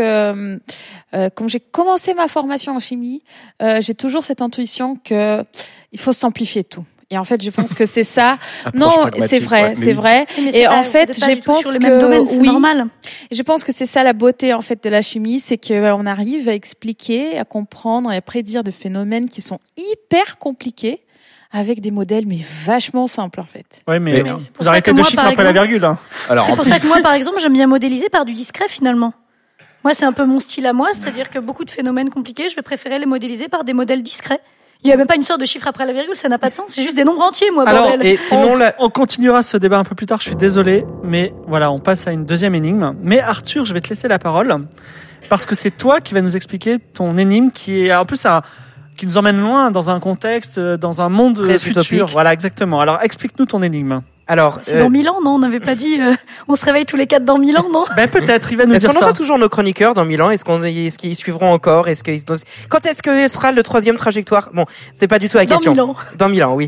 euh, quand j'ai commencé ma formation en chimie, euh, j'ai toujours cette intuition que il faut simplifier tout. Et en fait, je pense que c'est ça. Non, c'est vrai, ouais, c'est oui. vrai. Mais et c'est en pas, fait, je pense sur les que mêmes domaines, c'est oui, normal. Je pense que c'est ça la beauté en fait de la chimie, c'est que on arrive à expliquer, à comprendre et à prédire des phénomènes qui sont hyper compliqués. Avec des modèles, mais vachement simples, en fait. Oui, mais, mais vous arrêtez de chiffres après exemple, la virgule. Hein. Alors, c'est pour plus... ça que moi, par exemple, j'aime bien modéliser par du discret, finalement. Moi, c'est un peu mon style à moi, c'est-à-dire que beaucoup de phénomènes compliqués, je vais préférer les modéliser par des modèles discrets. Il n'y a même pas une sorte de chiffre après la virgule, ça n'a pas de sens. C'est juste des nombres entiers, moi, Alors, bordel. Et sinon, on, la... on continuera ce débat un peu plus tard, je suis désolé, mais voilà, on passe à une deuxième énigme. Mais Arthur, je vais te laisser la parole, parce que c'est toi qui vas nous expliquer ton énigme, qui est, en plus, un... qui nous emmène loin dans un contexte, dans un monde très futur. Utopique. Voilà, exactement. Alors, explique-nous ton énigme. Alors, c'est euh... dans mille ans, non? On n'avait pas dit, euh, on se réveille tous les quatre dans mille ans, non? Ben, peut-être, il va nous est-ce dire ça. Est-ce qu'on aura toujours nos chroniqueurs dans mille ans? Est-ce qu'on, est-ce qu'ils suivront encore? Est-ce qu'ils, quand est-ce que sera le troisième trajectoire? Bon, c'est pas du tout la question. Dans mille ans. Dans mille ans, oui.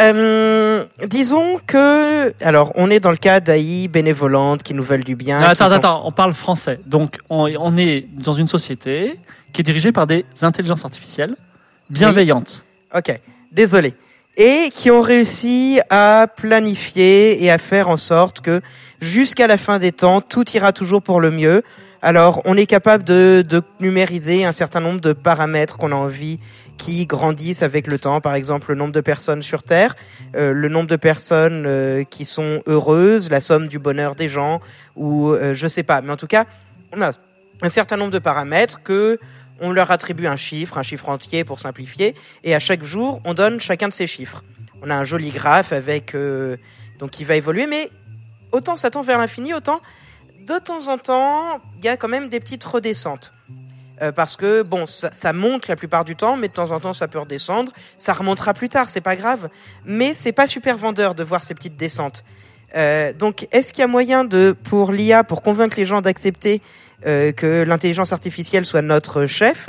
Euh, disons que, alors, on est dans le cas d'A I bénévolentes qui nous veulent du bien. Non, attends, sont... attends, on parle français. Donc, on, on est dans une société qui est dirigée par des intelligences artificielles bienveillantes. Oui. Ok. Désolé. Et qui ont réussi à planifier et à faire en sorte que jusqu'à la fin des temps, tout ira toujours pour le mieux. Alors, on est capable de, de numériser un certain nombre de paramètres qu'on a envie qui grandissent avec le temps. Par exemple, le nombre de personnes sur Terre, euh, le nombre de personnes euh, qui sont heureuses, la somme du bonheur des gens, ou euh, je sais pas. Mais en tout cas, on a un certain nombre de paramètres que on leur attribue un chiffre, un chiffre entier pour simplifier, et à chaque jour, on donne chacun de ces chiffres. On a un joli graphe avec euh, donc qui va évoluer, mais autant ça tend vers l'infini, autant de temps en temps, il y a quand même des petites redescentes. Euh, parce que bon, ça, ça monte la plupart du temps, mais de temps en temps ça peut redescendre. Ça remontera plus tard, c'est pas grave. Mais c'est pas super vendeur de voir ces petites descentes. Euh, donc, est-ce qu'il y a moyen de, pour l'I A, pour convaincre les gens d'accepter euh, que l'intelligence artificielle soit notre chef,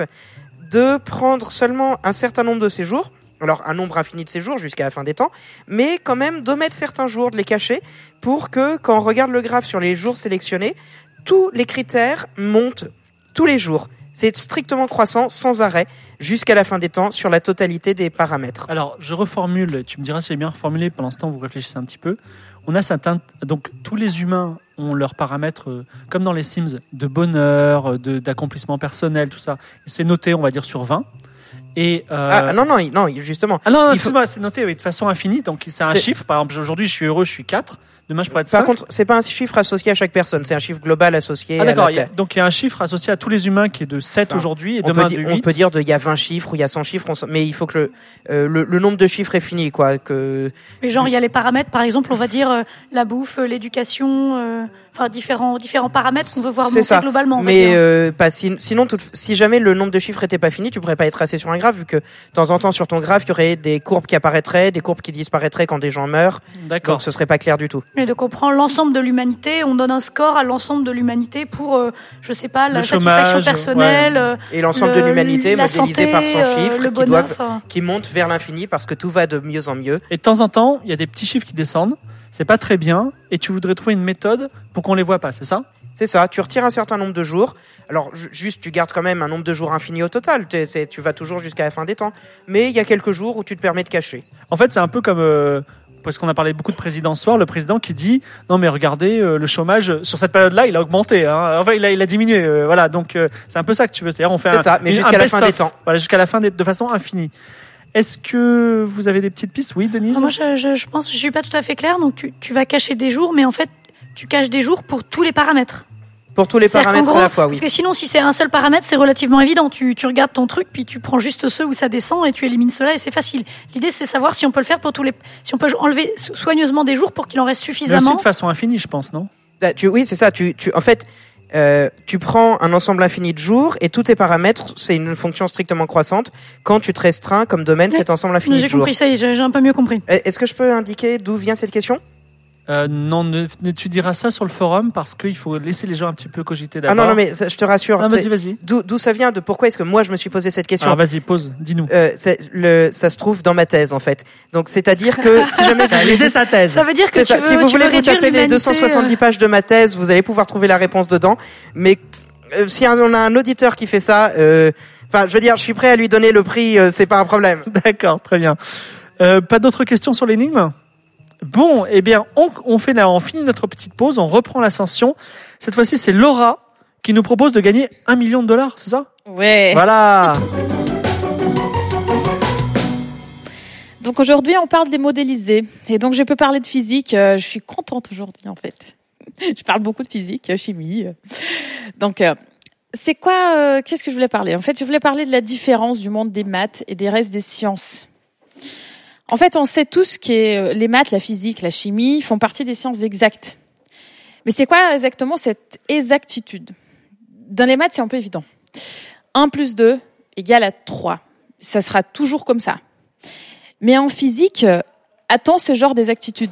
de prendre seulement un certain nombre de ces jours, alors un nombre infini de ces jours jusqu'à la fin des temps, mais quand même d'omettre certains jours, de les cacher, pour que quand on regarde le graphe sur les jours sélectionnés, tous les critères montent tous les jours. C'est strictement croissant, sans arrêt, jusqu'à la fin des temps, sur la totalité des paramètres. Alors, je reformule, tu me diras si j'ai bien reformulé, pendant ce temps, vous réfléchissez un petit peu. On a certains, donc tous les humains ont leurs paramètres, euh, comme dans les Sims, de bonheur, de, d'accomplissement personnel, tout ça. C'est noté, on va dire, sur vingt. Et euh... Ah non, non, non, justement. Ah non, non excuse-moi, faut... c'est noté oui, de façon infinie, donc c'est un c'est... chiffre. Par exemple, aujourd'hui, je suis heureux, je suis quatre. Demain, je pourrais être cinq. Par contre, c'est pas un chiffre associé à chaque personne, c'est un chiffre global associé ah, d'accord, à la Terre. Il y a, donc il y a un chiffre associé à tous les humains qui est de sept enfin, aujourd'hui et demain di- de huit. On peut dire il y a vingt chiffres ou il y a cent chiffres, on, mais il faut que le, euh, le, le nombre de chiffres est fini, quoi. Que... Mais genre, il y a les paramètres, par exemple, on va dire euh, la bouffe, euh, l'éducation, euh, enfin différents, différents paramètres qu'on veut voir c'est monter ça. globalement. On mais va dire. Euh, pas, si, sinon, tout, si jamais le nombre de chiffres était pas fini, tu pourrais pas être tracé sur un graphe, vu que de temps en temps, sur ton graphe, il y aurait des courbes qui apparaîtraient, des courbes qui disparaîtraient quand des gens meurent. D'accord. Donc ce serait pas clair du tout. Et donc on prend l'ensemble de l'humanité, on donne un score à l'ensemble de l'humanité pour, euh, je sais pas, la le satisfaction chômage, personnelle. Ouais. Et l'ensemble le, de l'humanité modélisé par cent chiffres le qui, bonheur, doivent, enfin... qui montent vers l'infini parce que tout va de mieux en mieux. Et de temps en temps, il y a des petits chiffres qui descendent. C'est pas très bien. Et tu voudrais trouver une méthode pour qu'on les voit pas, c'est ça ? C'est ça, tu retires un certain nombre de jours. Alors, juste, tu gardes quand même un nombre de jours infini au total. T'es, c'est, tu vas toujours jusqu'à la fin des temps. Mais il y a quelques jours où tu te permets de cacher. En fait, c'est un peu comme... Euh, parce qu'on a parlé beaucoup de président ce soir, le président qui dit « Non mais regardez, euh, le chômage, sur cette période-là, il a augmenté. Hein. Enfin, il a, il a diminué. Euh, voilà, donc euh, c'est un peu ça que tu veux. C'est-à-dire, on fait c'est un, ça, mais une, jusqu'à un la fin des temps. Voilà, jusqu'à la fin des, de façon infinie. Est-ce que vous avez des petites pistes ? Oui, Denise ? Moi, je, je, je pense, je suis pas tout à fait claire. Donc, tu, tu vas cacher des jours, mais en fait, tu caches des jours pour tous les paramètres. Pour tous les C'est-à-dire paramètres gros, à la fois, oui. Parce que sinon, si c'est un seul paramètre, c'est relativement évident. Tu, tu regardes ton truc, puis tu prends juste ceux où ça descend et tu élimines ceux-là et c'est facile. L'idée, c'est savoir si on peut le faire pour tous les, si on peut enlever soigneusement des jours pour qu'il en reste suffisamment. Mais aussi de façon infinie, je pense, non ? Tu, oui, c'est ça. Tu, tu, en fait, euh, tu prends un ensemble infini de jours et tous tes paramètres, c'est une fonction strictement croissante. Quand tu te restreins comme domaine ouais. cet ensemble infini j'ai de jours. J'ai compris ça, j'ai, j'ai un peu mieux compris. Est-ce que je peux indiquer d'où vient cette question ? Euh, non, ne, ne, tu diras ça sur le forum parce qu'il faut laisser les gens un petit peu cogiter d'abord. Ah non, non, mais ça, je te rassure. Non, vas-y, vas-y. D'où, d'où ça vient, de pourquoi est-ce que moi je me suis posé cette question ? Alors vas-y, pose, dis-nous. Euh, c'est le, ça se trouve dans ma thèse en fait. Donc c'est-à-dire que si jamais vous lisez sa thèse, ça veut dire que tu ça. veux, si vous tu voulez veux vous taper les deux cent soixante-dix pages de ma thèse, vous allez pouvoir trouver la réponse dedans. Mais euh, si on a un auditeur qui fait ça, euh, enfin, je veux dire, je suis prêt à lui donner le prix. Euh, c'est pas un problème. D'accord, très bien. Euh, pas d'autres questions sur l'énigme ? Bon, eh bien, on, on fait là, on finit notre petite pause, on reprend l'ascension. Cette fois-ci, c'est Laura qui nous propose de gagner un million de dollars, c'est ça ? Ouais. Voilà. Donc aujourd'hui, on parle des modélisés. Et donc, je peux parler de physique. Euh, je suis contente aujourd'hui, en fait. Je parle beaucoup de physique, chimie. Donc, euh, c'est quoi euh, Qu'est-ce que je voulais parler ? En fait, je voulais parler de la différence du monde des maths et des restes des sciences. En fait, on sait tous que les maths, la physique, la chimie font partie des sciences exactes. Mais c'est quoi exactement cette exactitude ? Dans les maths, c'est un peu évident. un plus deux égale à trois. Ça sera toujours comme ça. Mais en physique, attends ce genre d'exactitude.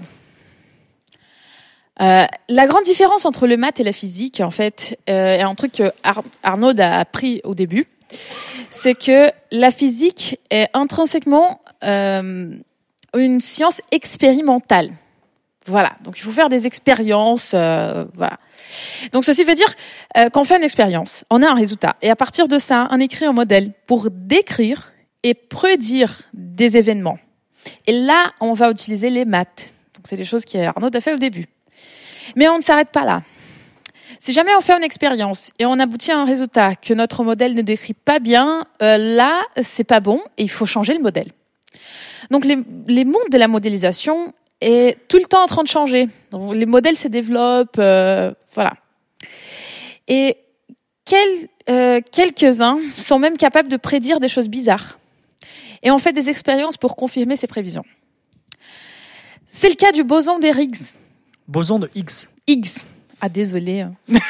Euh, la grande différence entre le maths et la physique, en fait, euh, est un truc que Ar- Arnaud a appris au début, c'est que la physique est intrinsèquement euh, une science expérimentale. Voilà, donc il faut faire des expériences, euh, voilà. Donc ceci veut dire euh, qu'on fait une expérience, on a un résultat, et à partir de ça, on écrit un modèle pour décrire et prédire des événements. Et là, on va utiliser les maths. Donc c'est des choses qu'Arnaud a fait au début. Mais on ne s'arrête pas là. Si jamais on fait une expérience et on aboutit à un résultat que notre modèle ne décrit pas bien, euh, là, c'est pas bon et il faut changer le modèle. Donc les, les mondes de la modélisation est tout le temps en train de changer. Donc, les modèles se développent, euh, voilà. Et quel, euh, quelques-uns sont même capables de prédire des choses bizarres. Et on fait des expériences pour confirmer ces prévisions. C'est le cas du boson des Higgs. Boson de Higgs. Higgs. Ah, désolé.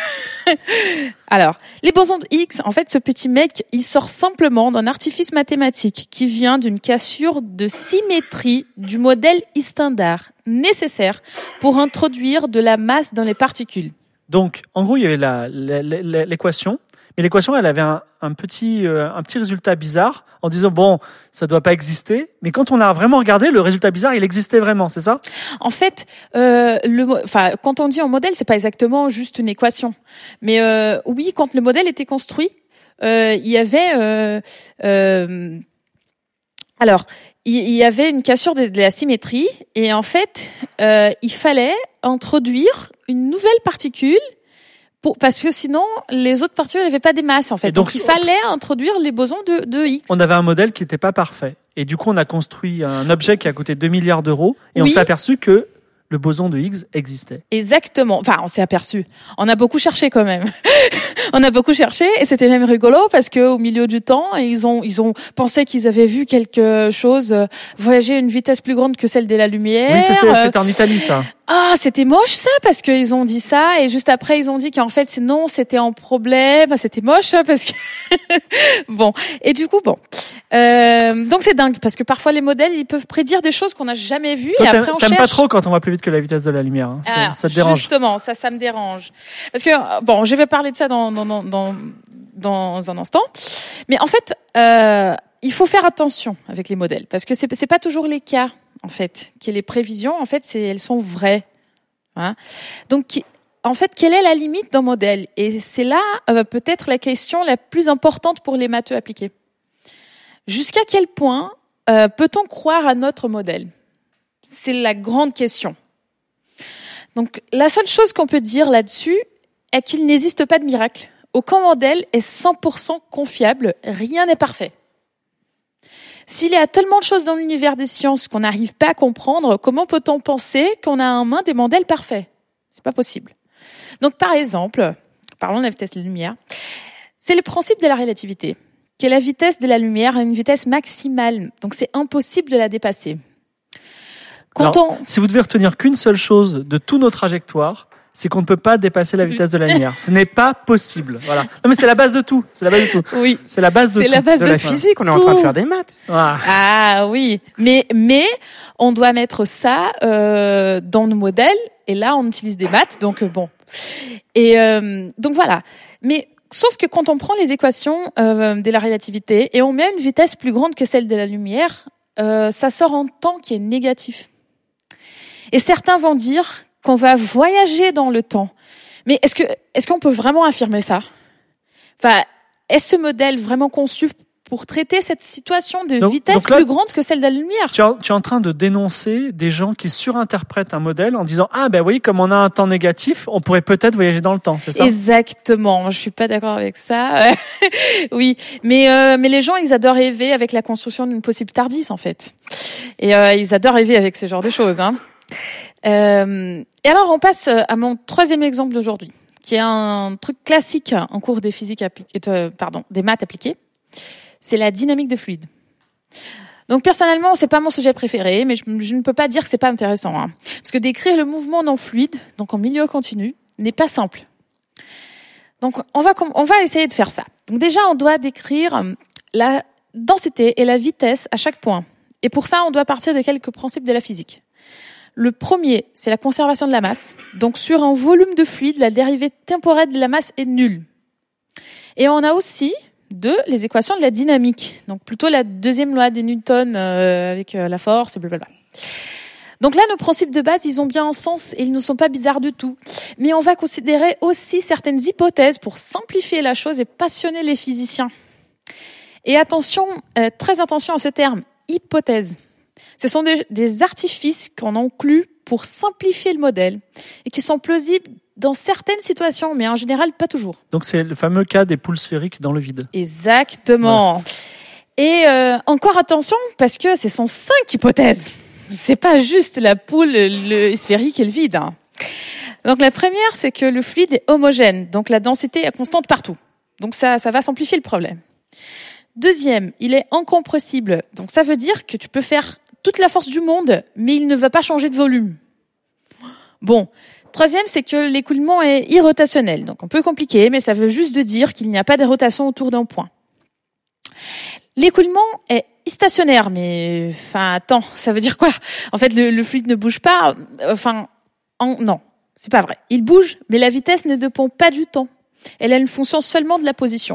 Alors, les bosons de Higgs, en fait, ce petit mec, il sort simplement d'un artifice mathématique qui vient d'une cassure de symétrie du modèle standard nécessaire pour introduire de la masse dans les particules. Donc, en gros, il y avait la, la, la, l'équation, mais l'équation, elle avait un, un petit, euh, un petit résultat bizarre en disant bon, ça doit pas exister. Mais quand on a vraiment regardé, le résultat bizarre, il existait vraiment, c'est ça ? En fait, euh, le, enfin, quand on dit en modèle, c'est pas exactement juste une équation. Mais euh, oui, quand le modèle était construit, euh, il y avait, euh, euh, alors, il, il y avait une cassure de, de la symétrie, et en fait, euh, il fallait introduire une nouvelle particule. Pour, parce que sinon, les autres particules n'avaient pas des masses, en fait. Donc, donc, il fallait introduire les bosons de, de Higgs. On avait un modèle qui n'était pas parfait. Et du coup, on a construit un objet qui a coûté deux milliards d'euros. Et oui. On s'est aperçu que le boson de Higgs existait. Exactement. Enfin, on s'est aperçu. On a beaucoup cherché quand même. On a beaucoup cherché et c'était même rigolo parce que au milieu du temps, ils ont ils ont pensé qu'ils avaient vu quelque chose euh, voyager à une vitesse plus grande que celle de la lumière. Oui, c'est, c'est, c'était en Italie ça. Ah, c'était moche ça parce qu'ils ont dit ça et juste après ils ont dit qu'en fait c'est non, c'était un problème, c'était moche parce que bon. Et du coup bon. Euh, donc c'est dingue parce que parfois les modèles ils peuvent prédire des choses qu'on n'a jamais vues. Toi, et t'aimes, après on t'aimes cherche. pas trop quand on va plus vite que la vitesse de la lumière. Hein. Ah, ça te dérange. Justement, ça, ça me dérange. Parce que bon, je vais parler de ça dans dans dans dans, dans un instant. Mais en fait, euh, il faut faire attention avec les modèles parce que c'est c'est pas toujours les cas en fait. Que les prévisions en fait, c'est elles sont vraies. Hein. Donc en fait, quelle est la limite d'un modèle ? Et c'est là euh, peut-être la question la plus importante pour les matheux appliqués. Jusqu'à quel point euh, peut-on croire à notre modèle ? C'est la grande question. Donc, la seule chose qu'on peut dire là-dessus est qu'il n'existe pas de miracle. Aucun modèle est cent pour cent confiable, rien n'est parfait. S'il y a tellement de choses dans l'univers des sciences qu'on n'arrive pas à comprendre, comment peut-on penser qu'on a en main des modèles parfaits ? C'est pas possible. Donc, par exemple, parlons de la vitesse de la lumière, c'est le principe de la relativité, qui est la vitesse de la lumière à une vitesse maximale. Donc, c'est impossible de la dépasser. Quand Alors, on... Si vous devez retenir qu'une seule chose de tous nos trajectoires, c'est qu'on ne peut pas dépasser la vitesse de la lumière. Ce n'est pas possible. Voilà. Non, mais c'est la base de tout. C'est la base de tout. Oui. C'est la base de c'est tout. La base de, de la tout. physique. On est en train de faire des maths. Ah, ah oui. Mais, mais, on doit mettre ça, euh, dans nos modèles. Et là, on utilise des maths. Donc, euh, bon. Et, euh, donc voilà. Mais, sauf que quand on prend les équations, euh, de la relativité et on met une vitesse plus grande que celle de la lumière, euh, ça sort en temps qui est négatif. Et certains vont dire qu'on va voyager dans le temps. Mais est-ce que, est-ce qu'on peut vraiment affirmer ça ? Enfin, est ce modèle vraiment conçu pour traiter cette situation de donc, vitesse donc là, plus grande que celle de la lumière ? Tu es, tu es en train de dénoncer des gens qui surinterprètent un modèle en disant « Ah, ben oui, comme on a un temps négatif, on pourrait peut-être voyager dans le temps. » C'est ça ? Exactement. Je suis pas d'accord avec ça. Oui. Mais, euh, mais les gens, ils adorent rêver avec la construction d'une possible TARDIS, en fait. Et euh, ils adorent rêver avec ce genre de choses, hein. Euh, et alors, on passe à mon troisième exemple d'aujourd'hui, qui est un truc classique en cours des physiques appliquées, euh, pardon, des maths appliquées. C'est la dynamique de fluide. Donc, personnellement, c'est pas mon sujet préféré, mais je, je ne peux pas dire que c'est pas intéressant, hein. Parce que décrire le mouvement non fluide, donc en milieu continu, n'est pas simple. Donc, on va, on va essayer de faire ça. Donc, déjà, on doit décrire la densité et la vitesse à chaque point. Et pour ça, on doit partir de quelques principes de la physique. Le premier, c'est la conservation de la masse. Donc, sur un volume de fluide, la dérivée temporelle de la masse est nulle. Et on a aussi, deux, les équations de la dynamique. Donc, plutôt la deuxième loi de Newton euh, avec euh, la force et blablabla. Donc là, nos principes de base, ils ont bien un sens et ils ne sont pas bizarres du tout. Mais on va considérer aussi certaines hypothèses pour simplifier la chose et passionner les physiciens. Et attention, euh, très attention à ce terme, hypothèse. Ce sont des, des artifices qu'on inclut pour simplifier le modèle et qui sont plausibles dans certaines situations, mais en général, pas toujours. Donc, c'est le fameux cas des poules sphériques dans le vide. Exactement. Ouais. Et euh, encore attention, parce que ce sont cinq hypothèses. C'est pas juste la poule, le sphérique et le vide. Hein. Donc, la première, c'est que le fluide est homogène, donc la densité est constante partout. Donc ça, ça va simplifier le problème. Deuxième, il est incompressible. Donc ça veut dire que tu peux faire toute la force du monde, mais il ne va pas changer de volume. Bon. Troisième, c'est que l'écoulement est irrotationnel. Donc un peu compliqué, mais ça veut juste de dire qu'il n'y a pas de rotation autour d'un point. L'écoulement est stationnaire, mais enfin attends, ça veut dire quoi? En fait, le, le fluide ne bouge pas. Enfin, en, non, c'est pas vrai. Il bouge, mais la vitesse ne dépend pas du temps. Elle a une fonction seulement de la position.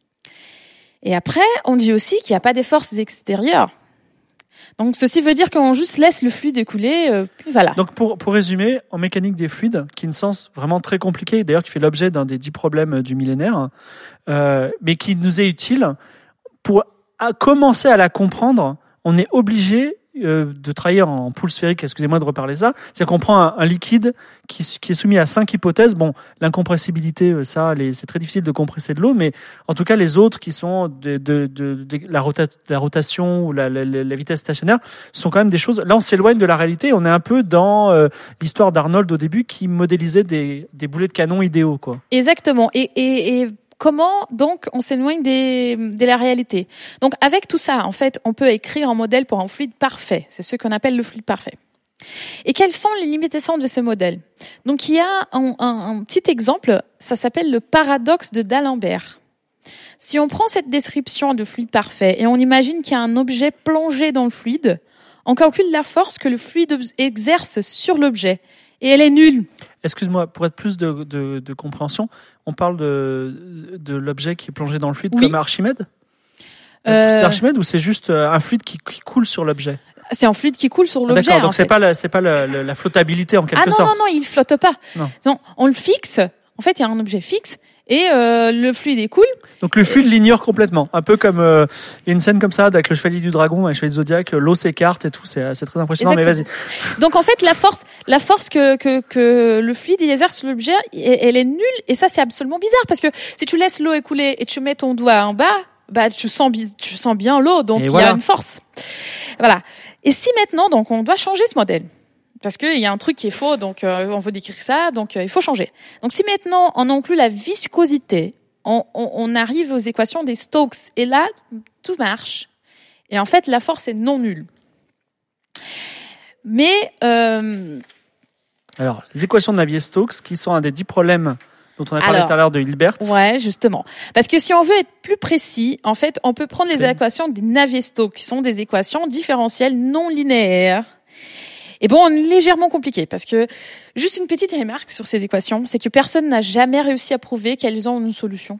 Et après, on dit aussi qu'il n'y a pas des forces extérieures. Donc, ceci veut dire qu'on juste laisse le fluide couler, euh, puis voilà. Donc, pour, pour résumer, en mécanique des fluides, qui est une science vraiment très compliquée, d'ailleurs qui fait l'objet d'un des dix problèmes du millénaire, euh, mais qui nous est utile, pour à commencer à la comprendre, on est obligé euh, de travailler en poule sphérique, excusez-moi de reparler ça, c'est qu'on prend un, un liquide qui, qui est soumis à cinq hypothèses. Bon, l'incompressibilité, ça, les, c'est très difficile de compresser de l'eau, mais en tout cas, les autres qui sont de, de, de, de la, rota, la rotation ou la, la, la vitesse stationnaire sont quand même des choses... Là, on s'éloigne de la réalité, on est un peu dans euh, l'histoire d'Arnold au début qui modélisait des, des boulets de canon idéaux, quoi. Exactement. Et... et, et... Comment donc on s'éloigne des, de la réalité? Donc avec tout ça, en fait, on peut écrire un modèle pour un fluide parfait. C'est ce qu'on appelle le fluide parfait. Et quelles sont les limitations de ce modèle? Donc il y a un, un, un petit exemple, ça s'appelle le paradoxe de D'Alembert. Si on prend cette description de fluide parfait et on imagine qu'il y a un objet plongé dans le fluide, on calcule la force que le fluide exerce sur l'objet. Et elle est nulle. Excuse-moi, pour être plus de, de, de compréhension, on parle de, de l'objet qui est plongé dans le fluide oui. comme Archimède euh... C'est Archimède ou c'est juste un fluide qui, qui coule sur l'objet? C'est un fluide qui coule sur l'objet. D'accord, donc en c'est fait. pas la, c'est pas la, la, la flottabilité en quelque ah, non, sorte. Ah non, non, non, il flotte pas. Non. non. On le fixe. En fait, il y a un objet fixe et euh, le fluide est cool. Donc le fluide l'ignore complètement. Un peu comme euh, il y a une scène comme ça avec le chevalier du dragon, avec le chevalier du zodiaque, l'eau s'écarte et tout, c'est, c'est très impressionnant. Exactement. Mais vas-y. Donc en fait, la force, la force que que, que le fluide exerce sur l'objet, elle est nulle et ça c'est absolument bizarre parce que si tu laisses l'eau écouler et tu mets ton doigt en bas, bah tu sens tu sens bien l'eau, donc et il voilà. y a une force. Voilà. Et si maintenant, donc on doit changer ce modèle. Parce qu'il y a un truc qui est faux, donc euh, on veut décrire ça, donc euh, il faut changer. Donc si maintenant on inclut la viscosité, on, on, on arrive aux équations des Stokes, et là tout marche. Et en fait la force est non nulle. Mais euh... alors les équations de Navier-Stokes, qui sont un des dix problèmes dont on a parlé Alors, tout à l'heure de Hilbert. Ouais, justement. Parce que si on veut être plus précis, en fait, on peut prendre les okay. équations des Navier-Stokes, qui sont des équations différentielles non linéaires. Et bon, légèrement compliqué, parce que juste une petite remarque sur ces équations, c'est que personne n'a jamais réussi à prouver qu'elles ont une solution.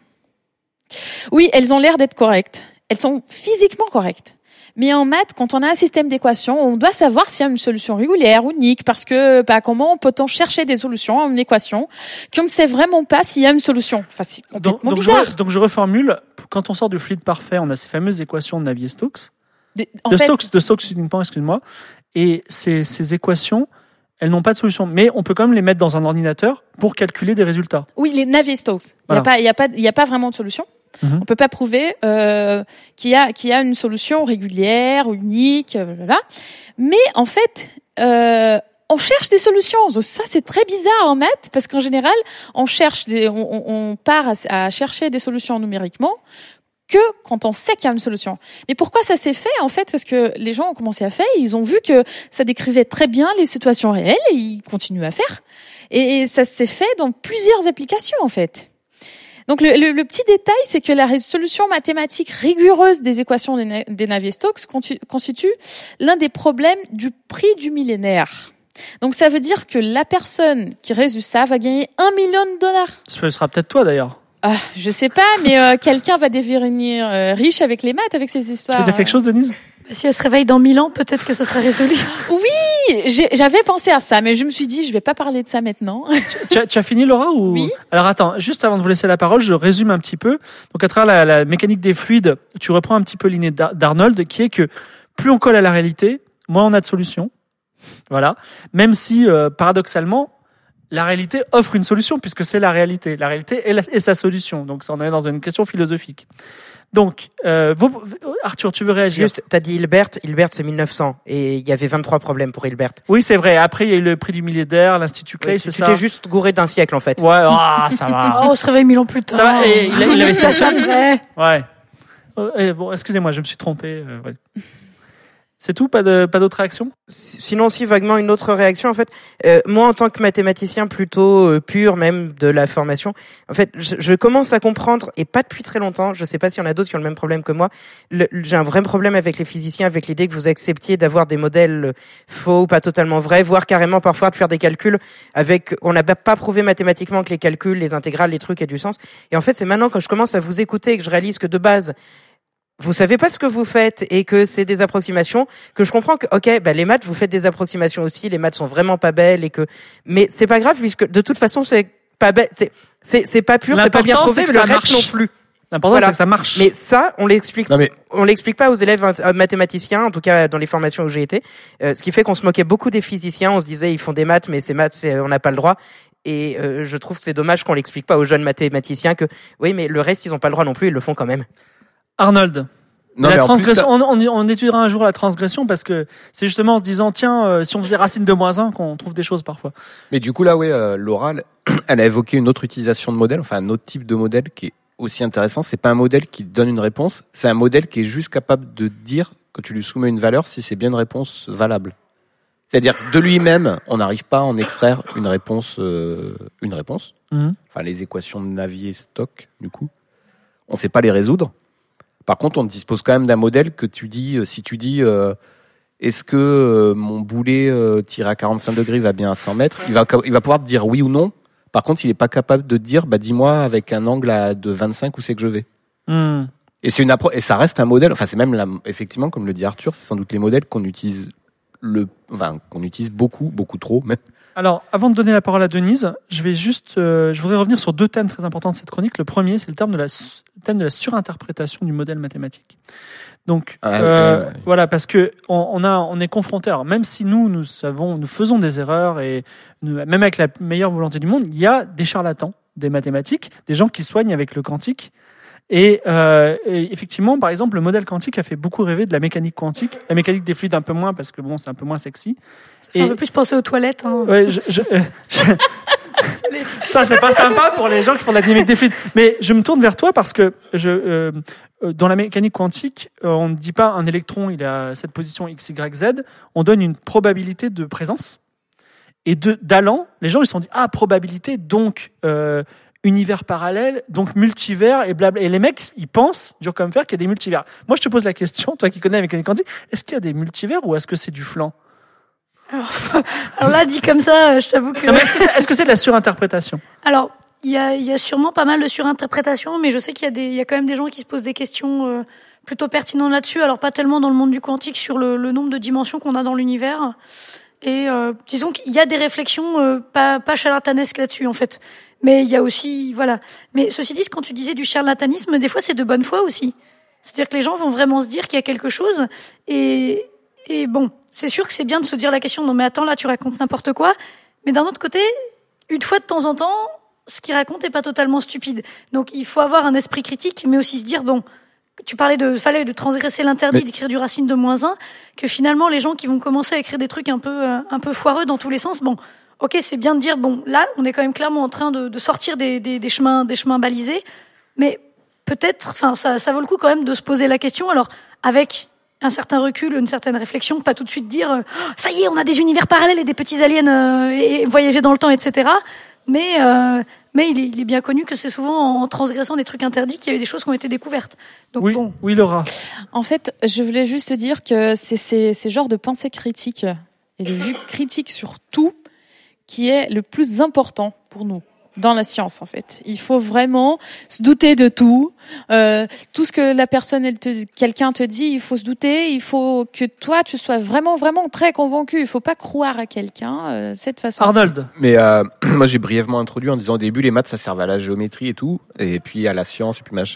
Oui, elles ont l'air d'être correctes. Elles sont physiquement correctes. Mais en maths, quand on a un système d'équations, on doit savoir s'il y a une solution régulière ou unique, parce que bah, comment peut-on chercher des solutions à une équation qu'on ne sait vraiment pas s'il y a une solution? Enfin, c'est complètement donc, donc bizarre. Je, donc je reformule. Quand on sort du fluide parfait, on a ces fameuses équations de Navier-Stokes. De, de, fait, Stokes, de Stokes uniquement, excuse-moi. Et ces, ces équations, elles n'ont pas de solution. Mais on peut quand même les mettre dans un ordinateur pour calculer des résultats. Oui, les Navier-Stokes. Voilà. Il n'y a pas, il y a pas, il y a pas vraiment de solution. Mm-hmm. On peut pas prouver euh, qu'il y a qu'il y a une solution régulière ou unique, blablabla. Mais en fait, euh, on cherche des solutions. Ça, c'est très bizarre en maths parce qu'en général, on cherche, des, on, on part à, à chercher des solutions numériquement que quand on sait qu'il y a une solution. Mais pourquoi ça s'est fait en fait? Parce que les gens ont commencé à faire, ils ont vu que ça décrivait très bien les situations réelles et ils continuent à faire. Et ça s'est fait dans plusieurs applications en fait. Donc le, le, le petit détail, c'est que la résolution mathématique rigoureuse des équations des, des Navier-Stokes constitue l'un des problèmes du prix du millénaire. Donc ça veut dire que la personne qui résout ça va gagner un million de dollars. Ce sera peut-être toi d'ailleurs. Ah, je sais pas, mais euh, quelqu'un va devenir euh, riche avec les maths, avec ces histoires. Tu veux dire quelque chose, Denise? Si elle se réveille dans mille ans, peut-être que ce serait résolu. Oui, j'ai, j'avais pensé à ça, mais je me suis dit, je vais pas parler de ça maintenant. tu, as, tu as fini, Laura, ou... Oui. Alors attends, juste avant de vous laisser la parole, je résume un petit peu. Donc à travers la, la mécanique des fluides, tu reprends un petit peu l'idée d'Arnold, qui est que plus on colle à la réalité, moins on a de solutions. Voilà. Même si, euh, paradoxalement, la réalité offre une solution puisque c'est la réalité. La réalité est, la, est sa solution. Donc, ça en est dans une question philosophique. Donc, euh, vous, Arthur, tu veux réagir? Juste, t'as dit Hilbert. Hilbert, c'est mille neuf cents. Et il y avait vingt-trois problèmes pour Hilbert. Oui, c'est vrai. Après, il y a eu le prix du millénaire, l'Institut Clay, ouais, c'est tu ça? Tu t'es juste gouré d'un siècle, en fait. Ouais, ah, ça va. Oh, on se réveille mille ans plus tard. Ça va, et il, a, il avait ça après. Ouais. Euh, bon, excusez-moi, je me suis trompé. Euh, ouais. C'est tout? Pas de, pas d'autres réactions? Sinon, si vaguement une autre réaction, en fait, euh, moi en tant que mathématicien plutôt euh, pur, même de la formation, en fait, je, je commence à comprendre, et pas depuis très longtemps, je sais pas s'il y en a d'autres qui ont le même problème que moi, le, j'ai un vrai problème avec les physiciens, avec l'idée que vous acceptiez d'avoir des modèles faux, pas totalement vrais, voire carrément parfois de faire des calculs avec, on n'a pas prouvé mathématiquement que les calculs, les intégrales, les trucs aient du sens. Et en fait, c'est maintenant quand je commence à vous écouter et que je réalise que de base, vous savez pas ce que vous faites et que c'est des approximations, que je comprends que, ok, bah, les maths, vous faites des approximations aussi, les maths sont vraiment pas belles et que, mais c'est pas grave puisque de toute façon, c'est pas belle, c'est, c'est, c'est pas pur, c'est pas bien prouvé, mais le reste marche. non plus. L'important, voilà. C'est que ça marche. Mais ça, on l'explique, non, mais... on l'explique pas aux élèves mathématiciens, en tout cas dans les formations où j'ai été, euh, ce qui fait qu'on se moquait beaucoup des physiciens, on se disait, ils font des maths, mais ces maths, c'est, on n'a pas le droit. Et euh, je trouve que c'est dommage qu'on l'explique pas aux jeunes mathématiciens que, oui, mais le reste, ils ont pas le droit non plus, ils le font quand même. Arnold. Non, la transgression, plus, on, on, on étudiera un jour la transgression parce que c'est justement en se disant tiens euh, si on faisait racine de moins un qu'on trouve des choses parfois. Mais du coup là ouais euh, Laura elle a évoqué une autre utilisation de modèle, enfin un autre type de modèle qui est aussi intéressant. C'est pas un modèle qui donne une réponse, c'est un modèle qui est juste capable de dire quand tu lui soumets une valeur si c'est bien une réponse valable. C'est-à-dire de lui-même on n'arrive pas à en extraire une réponse euh, une réponse. Mmh. Enfin les équations de Navier-Stokes du coup on sait pas les résoudre. Par contre, on dispose quand même d'un modèle que tu dis, si tu dis, euh, est-ce que euh, mon boulet euh, tiré à quarante-cinq degrés va bien à cent mètres, il va, il va pouvoir te dire oui ou non. Par contre, il n'est pas capable de te dire, bah, dis-moi avec un angle à, de vingt-cinq où c'est que je vais. Mm. Et c'est une appro- et ça reste un modèle. Enfin, c'est même la, effectivement, comme le dit Arthur, c'est sans doute les modèles qu'on utilise le, enfin, qu'on utilise beaucoup, beaucoup trop même. Alors, avant de donner la parole à Denise, je vais juste, euh, je voudrais revenir sur deux thèmes très importants de cette chronique. Le premier, c'est le thème de la, le thème de la surinterprétation du modèle mathématique. Donc, ah, euh, euh, ouais. voilà, parce que on, on a, on est confronté. Alors, même si nous, nous savons, nous faisons des erreurs et nous, même avec la meilleure volonté du monde, il y a des charlatans des mathématiques, des gens qui soignent avec le quantique. Et, euh, et effectivement, par exemple, le modèle quantique a fait beaucoup rêver de la mécanique quantique. La mécanique des fluides un peu moins parce que bon, c'est un peu moins sexy. Ça fait et... un peu plus penser aux toilettes. Hein. Ouais, je, je, euh, je... ça c'est pas sympa pour les gens qui font de la dynamique des fluides. Mais je me tourne vers toi parce que je, euh, dans la mécanique quantique, on ne dit pas un électron il est à cette position x, y, z. On donne une probabilité de présence. Et de d'allant, les gens ils se sont dit ah probabilité donc. Euh, univers parallèle, donc multivers et blabla. Et les mecs, ils pensent, dur comme fer, qu'il y a des multivers. Moi, je te pose la question, toi qui connais la mécanique quantique, est-ce qu'il y a des multivers ou est-ce que c'est du flan? Alors, alors là, dit comme ça, je t'avoue que... Non, mais est-ce que c'est, est-ce que c'est de la surinterprétation? Alors, il y a, il y a sûrement pas mal de surinterprétation, mais je sais qu'il y a des, il y a quand même des gens qui se posent des questions euh, plutôt pertinentes là-dessus. Alors, pas tellement dans le monde du quantique sur le, le nombre de dimensions qu'on a dans l'univers. Et euh, disons qu'il y a des réflexions euh, pas, pas charlatanesques là-dessus, en fait. Mais il y a aussi, voilà. Mais ceci dit, quand tu disais du charlatanisme, des fois c'est de bonne foi aussi. C'est-à-dire que les gens vont vraiment se dire qu'il y a quelque chose. Et, et bon, c'est sûr que c'est bien de se dire la question, non mais attends, là tu racontes n'importe quoi. Mais d'un autre côté, une fois de temps en temps, ce qu'ils racontent est pas totalement stupide. Donc il faut avoir un esprit critique, mais aussi se dire, bon, tu parlais de, fallait de transgresser l'interdit, mais... d'écrire du racine de moins un, que finalement les gens qui vont commencer à écrire des trucs un peu, un peu foireux dans tous les sens, bon, ok, c'est bien de dire, bon, là, on est quand même clairement en train de, de sortir des, des, des chemins, des chemins balisés, mais peut-être, enfin, ça, ça vaut le coup quand même de se poser la question. Alors, avec un certain recul, une certaine réflexion, pas tout de suite dire, euh, ça y est, on a des univers parallèles et des petits aliens euh, et, et voyager dans le temps, et cetera. Mais, euh, mais il est, il est bien connu que c'est souvent en transgressant des trucs interdits qu'il y a eu des choses qui ont été découvertes. Donc oui, bon. Oui, Laura. En fait, je voulais juste dire que c'est ces, ces genres de pensée critique et de vue critique sur tout qui est le plus important pour nous dans la science, en fait. Il faut vraiment se douter de tout. Euh, tout ce que la personne, elle te, quelqu'un te dit, il faut se douter. Il faut que toi, tu sois vraiment, vraiment très convaincu. Il faut pas croire à quelqu'un euh, cette façon. Arnold. Mais euh, moi, j'ai brièvement introduit en disant au début, les maths, ça servait à la géométrie et tout, et puis à la science et puis machin.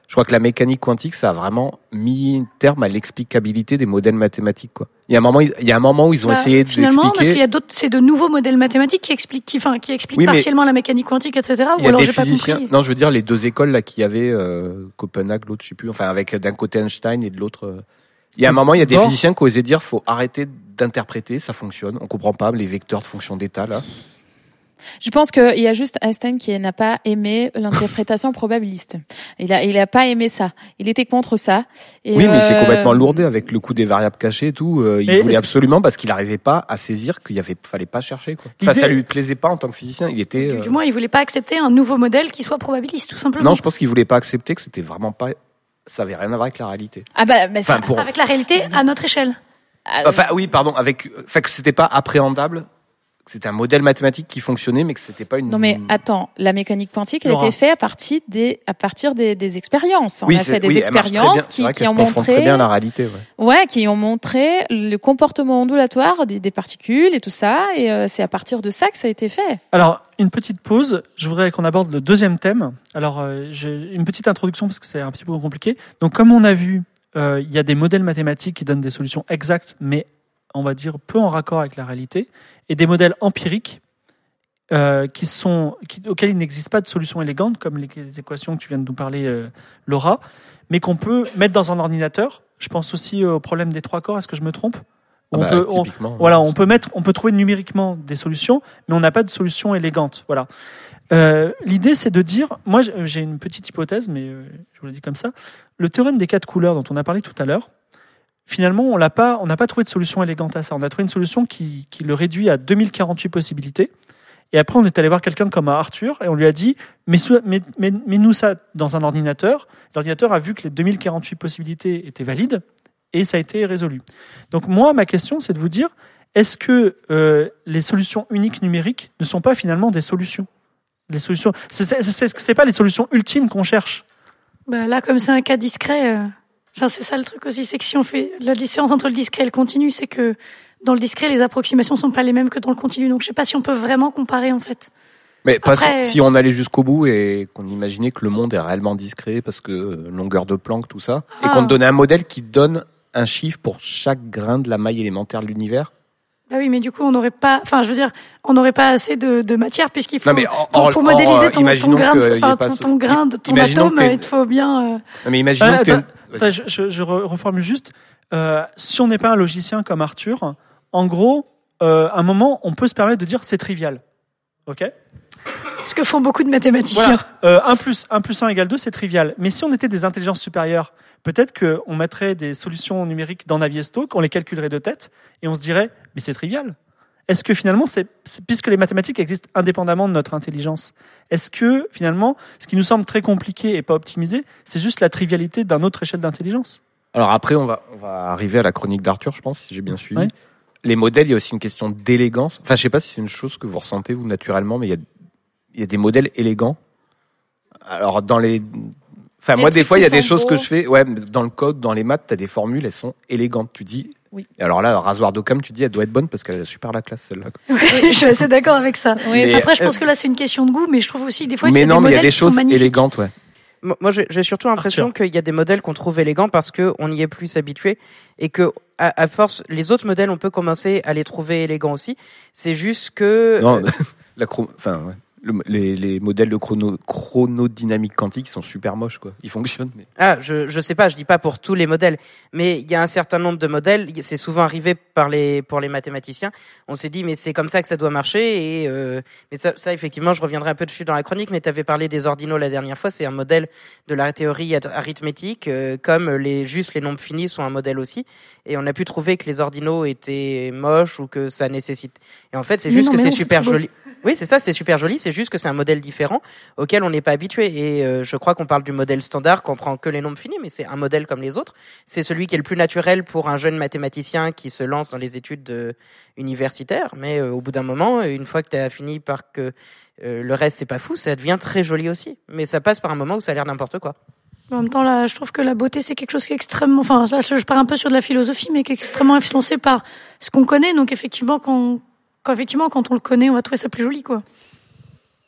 Je crois que la mécanique quantique, ça a vraiment mis terme à l'explicabilité des modèles mathématiques, quoi. Il y a un moment, il y a un moment où ils ont bah, essayé finalement, d'expliquer. Finalement, parce qu'il y a d'autres, c'est de nouveaux modèles mathématiques qui expliquent, qui, enfin, qui expliquent oui, partiellement la mécanique quantique, et cetera. Ou alors j'ai pas compris. Non, je veux dire les deux écoles là qui avaient euh, Copenhague, l'autre, je sais plus. Enfin, avec d'un côté Einstein et de l'autre. Euh... Il y a un moment, il y a des bon. physiciens qui ont osé dire, faut arrêter d'interpréter, ça fonctionne. On comprend pas les vecteurs de fonction d'état là. Je pense qu'il y a juste Einstein qui n'a pas aimé l'interprétation probabiliste. Il a, il a pas aimé ça. Il était contre ça. Et oui, euh... mais c'est complètement lourdé avec le coup des variables cachées et tout. Euh, il et voulait absolument parce qu'il n'arrivait pas à saisir qu'il y avait, fallait pas chercher, quoi. Enfin, ça lui plaisait pas en tant que physicien. Il était. Du, euh... du moins, il voulait pas accepter un nouveau modèle qui soit probabiliste, tout simplement. Non, je pense qu'il voulait pas accepter que c'était vraiment pas, ça avait rien à voir avec la réalité. Ah bah, mais enfin, ça... pour... avec la réalité à notre échelle. Enfin, oui, pardon, avec, enfin, que c'était pas appréhendable. C'était un modèle mathématique qui fonctionnait, mais que c'était pas une. Non mais attends, la mécanique quantique, elle a été faite à partir des à partir des, des expériences. On oui, a fait des oui, expériences qui, qui ont montré très bien la réalité. Ouais. ouais, qui ont montré le comportement ondulatoire des, des particules et tout ça. Et euh, c'est à partir de ça que ça a été fait. Alors une petite pause. Je voudrais qu'on aborde le deuxième thème. Alors euh, j'ai une petite introduction parce que c'est un petit peu compliqué. Donc comme on a vu, euh, il y a des modèles mathématiques qui donnent des solutions exactes, mais on va dire peu en raccord avec la réalité. Et des modèles empiriques euh, qui sont, qui, auxquels il n'existe pas de solution élégante, comme les, les équations que tu viens de nous parler, euh, Laura, mais qu'on peut mettre dans un ordinateur. Je pense aussi au problème des trois corps. Est-ce que je me trompe? Ah on bah, peut, on, typiquement, voilà, on peut mettre, on peut trouver numériquement des solutions, mais on n'a pas de solution élégante. Voilà. Euh, l'idée, c'est de dire, moi, j'ai une petite hypothèse, mais euh, je vous le dis comme ça. Le théorème des quatre couleurs dont on a parlé tout à l'heure. Finalement, on l'a pas, on n'a pas trouvé de solution élégante à ça. On a trouvé une solution qui, qui le réduit à deux mille quarante-huit possibilités. Et après, on est allé voir quelqu'un comme Arthur et on lui a dit, mais, mais, mais, mais nous ça dans un ordinateur. L'ordinateur a vu que les deux mille quarante-huit possibilités étaient valides et ça a été résolu. Donc moi, ma question, c'est de vous dire, est-ce que euh, les solutions uniques numériques ne sont pas finalement des solutions? Les solutions, c'est, c'est, c'est, c'est pas les solutions ultimes qu'on cherche? Bah là, comme c'est un cas discret. Euh... Enfin, c'est ça le truc aussi, c'est que si on fait la différence entre le discret et le continu, c'est que dans le discret, les approximations sont pas les mêmes que dans le continu. Donc, je sais pas si on peut vraiment comparer, en fait. Mais Après... pas si, si on allait jusqu'au bout et qu'on imaginait que le monde est réellement discret parce que euh, longueur de Planck, tout ça, ah. et qu'on te donnait un modèle qui donne un chiffre pour chaque grain de la maille élémentaire de l'univers. Bah oui, mais du coup, on n'aurait pas, enfin, je veux dire, on n'aurait pas assez de, de matière puisqu'il faut, non, mais or, pour, pour modéliser ton, ton grain, de, enfin, ton, ton grain de ton atome, il te faut bien. Euh... Non, mais imaginons ah, que attends, attends, je, je, je reformule juste. Euh, si on n'est pas un logicien comme Arthur, en gros, euh, à un moment, on peut se permettre de dire c'est trivial, ok? Ce que font beaucoup de mathématiciens. Voilà. Euh, un plus un plus un égale deux, c'est trivial. Mais si on était des intelligences supérieures, peut-être qu'on mettrait des solutions numériques dans Navier-Stokes, on les calculerait de tête, et on se dirait, mais c'est trivial. Est-ce que finalement, c'est, c'est, puisque les mathématiques existent indépendamment de notre intelligence, est-ce que finalement, ce qui nous semble très compliqué et pas optimisé, c'est juste la trivialité d'une autre échelle d'intelligence? Alors après, on va, on va arriver à la chronique d'Arthur, je pense, si j'ai bien suivi. Ouais. Les modèles, il y a aussi une question d'élégance. Enfin, je sais pas si c'est une chose que vous ressentez, vous, naturellement, mais il y a, il y a des modèles élégants. Alors, dans les... Enfin, les moi, des fois, il y a des choses beaux. que je fais. Ouais, dans le code, dans les maths, t'as des formules, elles sont élégantes. Tu dis... Oui. Et alors là, rasoir d'Occam, tu dis, elle doit être bonne parce qu'elle a super la classe, celle-là. Oui, je suis assez d'accord avec ça. Oui, mais après, je pense que là, c'est une question de goût, mais je trouve aussi, des fois, qu'il y a non, des modèles il y a des qui sont magnifiques. élégantes, ouais. Moi, j'ai, j'ai surtout l'impression qu'il y a des modèles qu'on trouve élégants parce qu'on y est plus habitué et que, à, à force, les autres modèles, on peut commencer à les trouver élégants aussi. C'est juste que... Non, euh... la chro... enfin, ouais. Le, les, les modèles de chrono, chronodynamique quantique sont super moches, quoi. Ils fonctionnent. Mais... Ah, je, je sais pas, je dis pas pour tous les modèles, mais il y a un certain nombre de modèles. C'est souvent arrivé par les, pour les mathématiciens. On s'est dit, mais c'est comme ça que ça doit marcher. Et euh, mais ça, ça, effectivement, je reviendrai un peu dessus dans la chronique. Mais tu avais parlé des ordinaux la dernière fois. C'est un modèle de la théorie arithmétique, euh, comme les juste les nombres finis sont un modèle aussi. Et on a pu trouver que les ordinaux étaient moches ou que ça nécessite. Et en fait, c'est mais juste non, que c'est non, super c'est joli. Oui, c'est ça, c'est super joli. C'est juste que c'est un modèle différent auquel on n'est pas habitué. Et euh, je crois qu'on parle du modèle standard, qu'on prend que les nombres finis, mais c'est un modèle comme les autres. C'est celui qui est le plus naturel pour un jeune mathématicien qui se lance dans les études de, universitaires. Mais euh, au bout d'un moment, une fois que tu as fini par que euh, le reste, c'est pas fou, ça devient très joli aussi. Mais ça passe par un moment où ça a l'air n'importe quoi. En même temps, là, je trouve que la beauté, c'est quelque chose qui est extrêmement... Enfin, là, je pars un peu sur de la philosophie, mais qui est extrêmement influencé par ce qu'on connaît. Donc, effectivement, quand, quand, effectivement, quand on le connaît, on va trouver ça plus joli, quoi.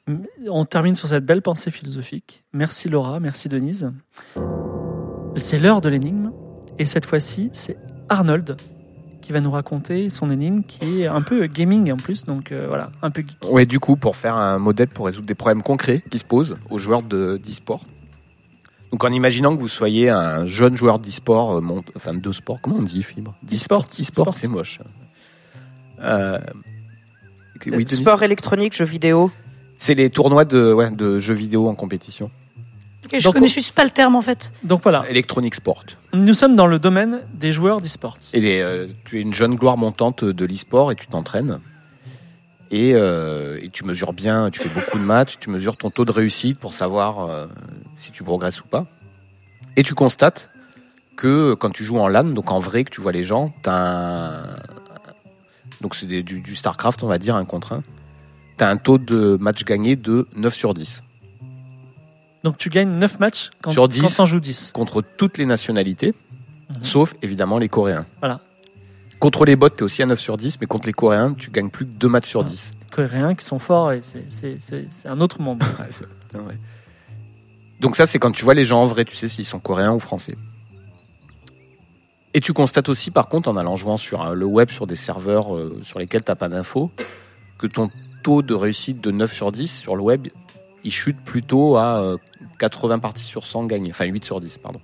On termine sur cette belle pensée philosophique. Merci Laura, merci Denise. C'est l'heure de l'énigme. Et cette fois-ci, c'est Arnold qui va nous raconter son énigme qui est un peu gaming en plus. Donc euh, voilà, un peu geek. Ouais, du coup, pour faire un modèle pour résoudre des problèmes concrets qui se posent aux joueurs de, d'e-sport. Donc en imaginant que vous soyez un jeune joueur d'e-sport, euh, mont... enfin de sport, comment on dit, Fibre ? D'e-sport. E-sport, c'est moche. Euh... Oui, sport électronique, jeux vidéo. C'est les tournois de, ouais, de jeux vidéo en compétition. Okay, je donc, connais juste pas le terme en fait. Donc voilà. Electronic Sport. Nous sommes dans le domaine des joueurs d'e-sport. Et les, euh, tu es une jeune gloire montante de l'e-sport et tu t'entraînes. Et, euh, et tu mesures bien, tu fais beaucoup de matchs, tu mesures ton taux de réussite pour savoir euh, si tu progresses ou pas. Et tu constates que quand tu joues en LAN, donc en vrai, que tu vois les gens, t'as un... donc c'est des, du, du StarCraft, on va dire, un contre un. T'as un taux de match gagné de neuf sur dix. Donc tu gagnes neuf matchs quand, sur dix, quand t'en joues dix. Contre toutes les nationalités, mmh. sauf évidemment les Coréens. Voilà. Contre les bots, t'es aussi à neuf sur dix, mais contre les Coréens, tu gagnes plus que deux matchs sur dix. Les Coréens qui sont forts, et c'est, c'est, c'est, c'est un autre monde. Ouais, c'est, putain, ouais. Donc ça, c'est quand tu vois les gens en vrai, tu sais s'ils sont coréens ou français. Et tu constates aussi, par contre, en allant jouant sur euh, le web, sur des serveurs euh, sur lesquels t'as pas d'infos, que ton taux de réussite de neuf sur dix sur le web, il chute plutôt à euh, quatre-vingts parties sur cent gagnées. Enfin, huit sur dix, pardon.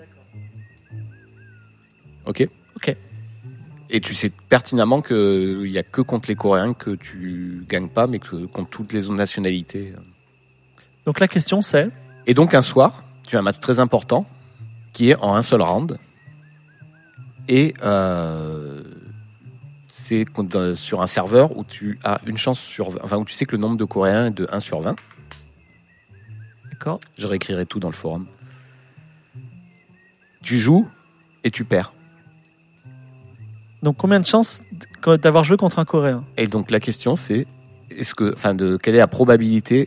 Ok ? Ok. Et tu sais pertinemment qu'il n'y a que contre les Coréens que tu gagnes pas, mais que contre toutes les autres nationalités. Donc la question c'est... Et donc un soir, tu as un match très important qui est en un seul round. Et euh, c'est sur un serveur où tu as une chance sur... Enfin, où tu sais que le nombre de Coréens est de un sur vingt. D'accord. Je réécrirai tout dans le forum. Tu joues et tu perds. Donc combien de chances d'avoir joué contre un Coréen ? Et donc la question c'est, est-ce que, enfin, de quelle est la probabilité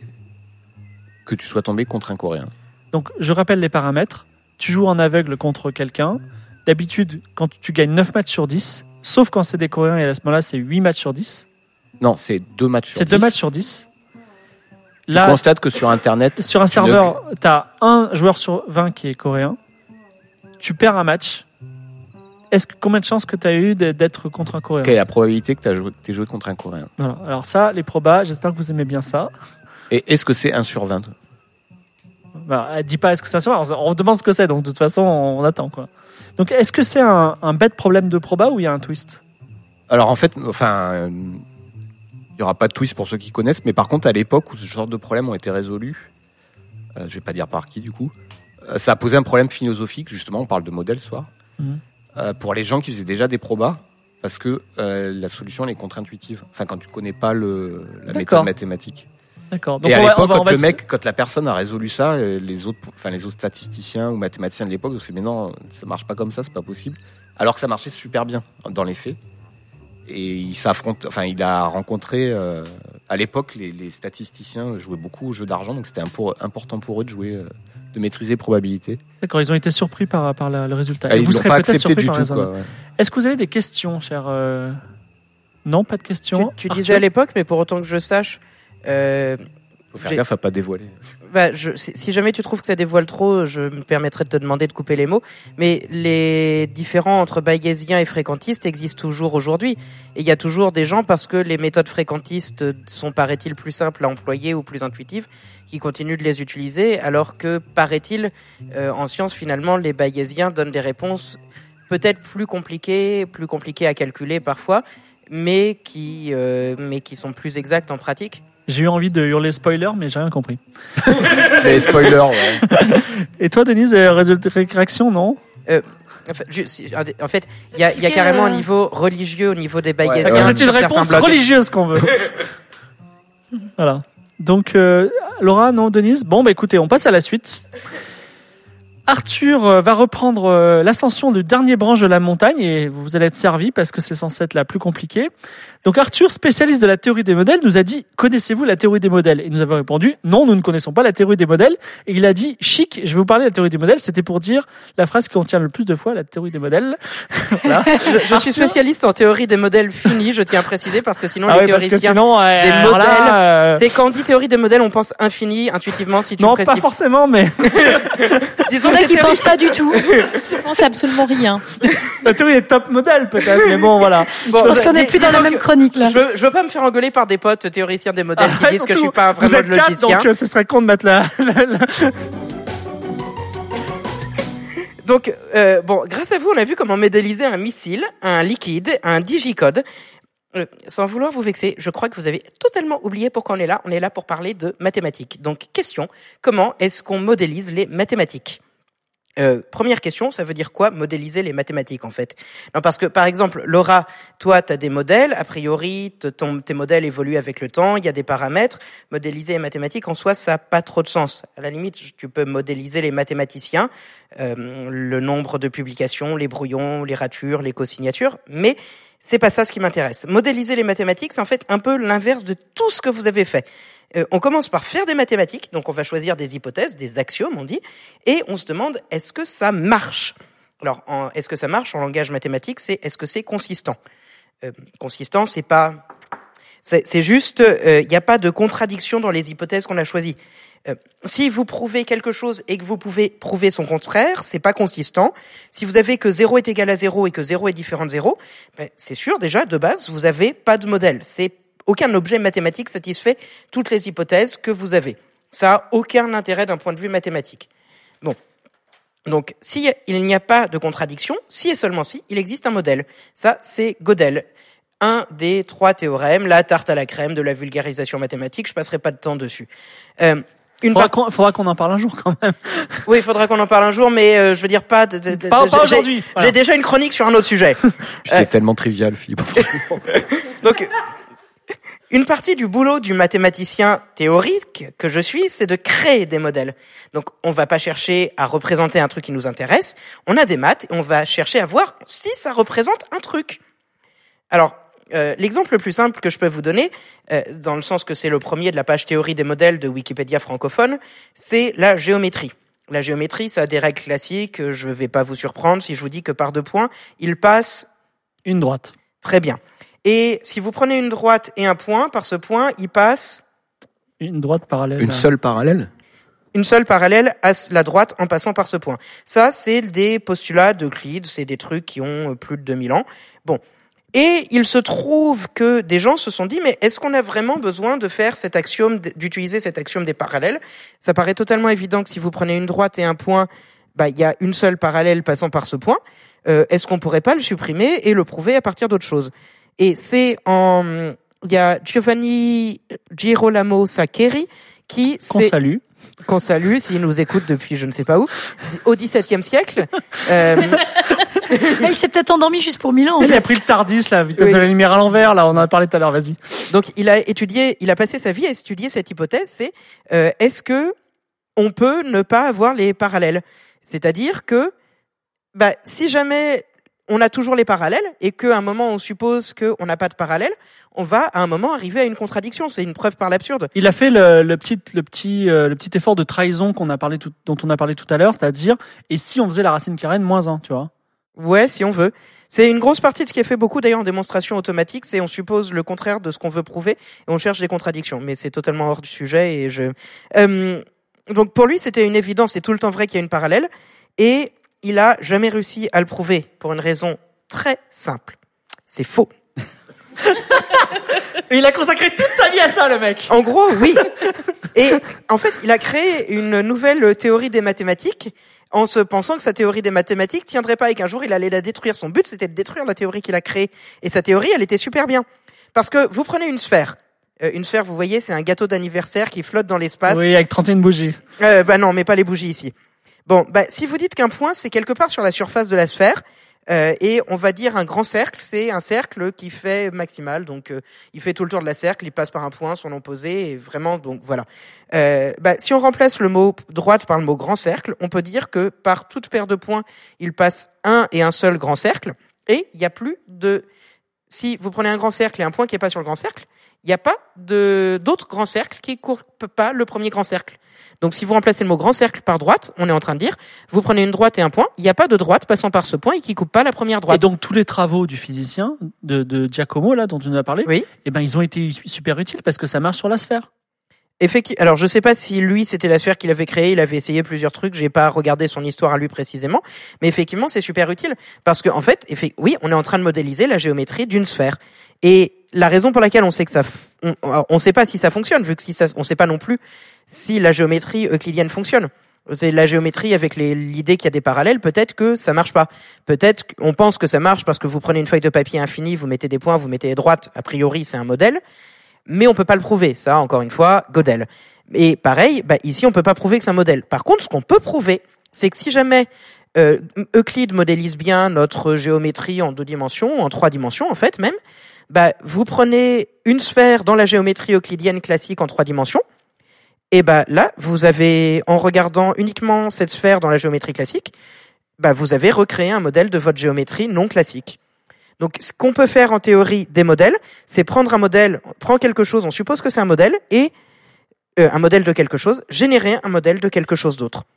que tu sois tombé contre un Coréen ? Donc je rappelle les paramètres. Tu joues en aveugle contre quelqu'un. D'habitude, quand tu gagnes neuf matchs sur dix, sauf quand c'est des Coréens, et à ce moment-là, c'est huit matchs sur dix. Non, c'est deux matchs sur c'est dix. C'est deux matchs sur dix. Là, tu constates que sur Internet... Sur un serveur, ne... tu as un joueur sur vingt qui est coréen. Tu perds un match. Est-ce que, combien de chances que tu as eu d'être contre un Coréen ? Quelle est la probabilité que tu aies joué, joué contre un Coréen ? Voilà. Alors ça, les probas, j'espère que vous aimez bien ça. Et est-ce que c'est un sur vingt ? Bah, elle dit pas est-ce que ça se voit, on demande ce que c'est, donc de toute façon, on attend, quoi. Donc, est-ce que c'est un, un bête problème de proba ou il y a un twist ? Alors, en fait, enfin, il n'y aura pas de twist pour ceux qui connaissent, mais par contre, à l'époque où ce genre de problèmes ont été résolus, euh, je vais pas dire par qui, du coup, euh, ça a posé un problème philosophique, justement, on parle de modèle ce soir, mmh. euh, pour les gens qui faisaient déjà des probas, parce que euh, la solution, elle est contre-intuitive. Enfin, quand tu connais pas le, la D'accord. méthode mathématique. D'accord. Donc et à l'époque, va, quand le mec, quand la personne a résolu ça, les autres, enfin les autres statisticiens ou mathématiciens de l'époque se sont fait mais non, ça marche pas comme ça, c'est pas possible. Alors que ça marchait super bien dans les faits. Et il s'affronte, enfin il a rencontré euh, à l'époque les, les statisticiens jouaient beaucoup au jeu d'argent, donc c'était un pour, important pour eux de jouer, euh, de maîtriser probabilité. D'accord, ils ont été surpris par par la, le résultat. Ah, ils l'ont pas accepté du tout. Quoi, ouais. Est-ce que vous avez des questions, cher euh... Non, pas de questions. Tu, tu disais à l'époque, mais pour autant que je sache. Euh, Faut faire gaffe à pas dévoiler. Bah, je, si, si jamais tu trouves que ça dévoile trop, je me permettrai de te demander de couper les mots. Mais les différends entre bayésiens et fréquentistes existent toujours aujourd'hui. Et il y a toujours des gens, parce que les méthodes fréquentistes sont, paraît-il, plus simples à employer ou plus intuitives, qui continuent de les utiliser, alors que, paraît-il, euh, en sciences, finalement, les bayésiens donnent des réponses peut-être plus compliquées, plus compliquées à calculer parfois, mais qui, euh, mais qui sont plus exactes en pratique. J'ai eu envie de hurler spoiler, mais j'ai rien compris. Les spoilers, ouais. Et toi, Denise, résultat réaction, non euh, En fait, il y a, y a carrément un niveau religieux au niveau des bayésiens. Ouais, c'est une réponse religieuse qu'on veut. Voilà. Donc, euh, Laura, non, Denise. Bon, bah écoutez, on passe à la suite. Arthur euh, va reprendre euh, l'ascension du dernier branche de la montagne et vous allez être servi parce que c'est censé être la plus compliquée. Donc Arthur, spécialiste de la théorie des modèles, nous a dit « Connaissez-vous la théorie des modèles ?» Et nous avons répondu « Non, nous ne connaissons pas la théorie des modèles. » Et il a dit « Chic, je vais vous parler de la théorie des modèles. » C'était pour dire la phrase qui contient le plus de fois la théorie des modèles. Voilà. Je, je suis spécialiste en théorie des modèles finis, je tiens à préciser, parce que sinon ah les oui, théoriciens sinon, euh, des modèles, là, euh... c'est quand on dit théorie des modèles, on pense infini, intuitivement, si tu non, précises. pas forcément, mais... Disons qu'il théories... pense pas du tout. Je pense absolument rien. La théorie est top modèle, peut-être, mais bon, voilà. Bon, parce qu'on n'est plus dans la même chronique, là. Je veux, je veux pas me faire engueuler par des potes théoriciens des modèles ah, qui disent surtout, que je suis pas vraiment vous êtes logicien. Quatre, donc euh, ce serait con de mettre la... la, la... Donc, euh, bon, grâce à vous, on a vu comment modéliser un missile, un liquide, un digicode. Euh, sans vouloir vous vexer, je crois que vous avez totalement oublié pourquoi on est là. On est là pour parler de mathématiques. Donc, question, comment est-ce qu'on modélise les mathématiques ? Euh, première question, ça veut dire quoi modéliser les mathématiques en fait? Non, parce que par exemple, Laura, toi, tu as des modèles, a priori, ton, tes modèles évoluent avec le temps, il y a des paramètres. Modéliser les mathématiques en soi, ça n'a pas trop de sens. À la limite, tu peux modéliser les mathématiciens, euh, le nombre de publications, les brouillons, les ratures, les co-signatures, mais c'est pas ça ce qui m'intéresse. Modéliser les mathématiques, c'est en fait un peu l'inverse de tout ce que vous avez fait. Euh, on commence par faire des mathématiques, donc on va choisir des hypothèses, des axiomes, on dit, et on se demande est-ce que ça marche. Alors, en, est-ce que ça marche en langage mathématique, c'est est-ce que c'est consistant. Euh, consistant, c'est pas, c'est, c'est juste, il euh, n'y a pas de contradiction dans les hypothèses qu'on a choisies. Euh, si vous prouvez quelque chose et que vous pouvez prouver son contraire, c'est pas consistant. Si vous avez que zéro est égal à zéro et que zéro est différent de zéro, ben, c'est sûr, déjà, de base, vous avez pas de modèle. C'est aucun objet mathématique satisfait toutes les hypothèses que vous avez. Ça a aucun intérêt d'un point de vue mathématique. Bon. Donc, si il n'y a pas de contradiction, si et seulement si, il existe un modèle. Ça, c'est Gödel. Un des trois théorèmes, la tarte à la crème de la vulgarisation mathématique. Je passerai pas de temps dessus. Euh, Il faudra, part... faudra qu'on en parle un jour quand même. Oui, il faudra qu'on en parle un jour, mais euh, je veux dire pas de, de, de, pas, de pas j'ai, aujourd'hui. Voilà. J'ai déjà une chronique sur un autre sujet. C'est euh... tellement trivial, Philippe. Donc, une partie du boulot du mathématicien théorique que je suis, c'est de créer des modèles. Donc, on va pas chercher à représenter un truc qui nous intéresse. On a des maths et on va chercher à voir si ça représente un truc. Alors, Euh, l'exemple le plus simple que je peux vous donner, euh, dans le sens que c'est le premier de la page théorie des modèles de Wikipédia francophone, c'est la géométrie. La géométrie, ça a des règles classiques, je vais pas vous surprendre si je vous dis que par deux points, il passe... Une droite. Très bien. Et si vous prenez une droite et un point, par ce point, il passe... Une droite parallèle. Une seule parallèle ? Une seule parallèle à la droite en passant par ce point. Ça, c'est des postulats d'Euclide, c'est des trucs qui ont plus de deux mille ans. Bon. Et il se trouve que des gens se sont dit, mais est-ce qu'on a vraiment besoin de faire cet axiome, d'utiliser cet axiome des parallèles? Ça paraît totalement évident que si vous prenez une droite et un point, bah, il y a une seule parallèle passant par ce point. Euh, est-ce qu'on pourrait pas le supprimer et le prouver à partir d'autre chose? Et c'est en, il y a Giovanni Girolamo Saccheri qui, qu'on salue. Qu'on salue, s'il nous écoute depuis je ne sais pas où, au dix-septième siècle. Euh, il s'est peut-être endormi juste pour mille ans. En il fait. a pris le Tardis, la vitesse oui. de la lumière à l'envers, là, on en a parlé tout à l'heure, vas-y. Donc, il a étudié, il a passé sa vie à étudier cette hypothèse, c'est, euh, est-ce que on peut ne pas avoir les parallèles? C'est-à-dire que, bah, si jamais on a toujours les parallèles et qu'à un moment on suppose qu'on n'a pas de parallèle, on va à un moment arriver à une contradiction. C'est une preuve par l'absurde. Il a fait le, le petit, le petit, euh, le petit effort de trahison qu'on a parlé tout, dont on a parlé tout à l'heure, c'est-à-dire, et si on faisait la racine carrée de moins un, tu vois? Ouais, si on veut. C'est une grosse partie de ce qui est fait beaucoup d'ailleurs en démonstration automatique, c'est on suppose le contraire de ce qu'on veut prouver et on cherche des contradictions. Mais c'est totalement hors du sujet et je. Euh, donc pour lui, c'était une évidence. C'est tout le temps vrai qu'il y a une parallèle et il a jamais réussi à le prouver pour une raison très simple. C'est faux. Et il a consacré toute sa vie à ça, le mec. En gros, oui. Et en fait, il a créé une nouvelle théorie des mathématiques en se pensant que sa théorie des mathématiques tiendrait pas et qu'un jour il allait la détruire. Son but, c'était de détruire la théorie qu'il a créée. Et sa théorie, elle était super bien. Parce que vous prenez une sphère. Euh, une sphère, vous voyez, c'est un gâteau d'anniversaire qui flotte dans l'espace. Oui, avec trente et une bougies. Euh, bah non, mais pas les bougies ici. Bon, bah si vous dites qu'un point, c'est quelque part sur la surface de la sphère, Euh, et on va dire un grand cercle, c'est un cercle qui fait maximal, donc euh, il fait tout le tour de la cercle, il passe par un point, son opposé, et vraiment, donc voilà. Euh, bah, si on remplace le mot droite par le mot grand cercle, on peut dire que par toute paire de points, il passe un et un seul grand cercle, et il n'y a plus de... Si vous prenez un grand cercle et un point qui n'est pas sur le grand cercle, il n'y a pas de d'autres grands cercles qui ne courent pas le premier grand cercle. Donc si vous remplacez le mot grand cercle par droite, on est en train de dire, vous prenez une droite et un point, il n'y a pas de droite passant par ce point et qui ne coupe pas la première droite. Et donc tous les travaux du physicien, de, de Giacomo, là, dont tu nous as parlé, oui. eh ben, ils ont été super utiles parce que ça marche sur la sphère. Effectivement. Alors je sais pas si lui c'était la sphère qu'il avait créée, il avait essayé plusieurs trucs, j'ai pas regardé son histoire à lui précisément, mais effectivement c'est super utile parce que en fait, effe- oui, on est en train de modéliser la géométrie d'une sphère. Et la raison pour laquelle on sait que ça, f- on, on sait pas si ça fonctionne, vu que si ça, on sait pas non plus si la géométrie euclidienne fonctionne. C'est la géométrie avec les, l'idée qu'il y a des parallèles, peut-être que ça marche pas. Peut-être qu'on pense que ça marche parce que vous prenez une feuille de papier infinie, vous mettez des points, vous mettez des droites, a priori c'est un modèle. Mais on peut pas le prouver, ça, encore une fois, Gödel. Et pareil, bah, ici, on peut pas prouver que c'est un modèle. Par contre, ce qu'on peut prouver, c'est que si jamais euh, Euclide modélise bien notre géométrie en deux dimensions, en trois dimensions, en fait, même, bah, vous prenez une sphère dans la géométrie euclidienne classique en trois dimensions, et bah, là, vous avez, en regardant uniquement cette sphère dans la géométrie classique, bah, vous avez recréé un modèle de votre géométrie non classique. Donc, ce qu'on peut faire en théorie des modèles, c'est prendre un modèle, prendre quelque chose, on suppose que c'est un modèle, et euh, un modèle de quelque chose, générer un modèle de quelque chose d'autre.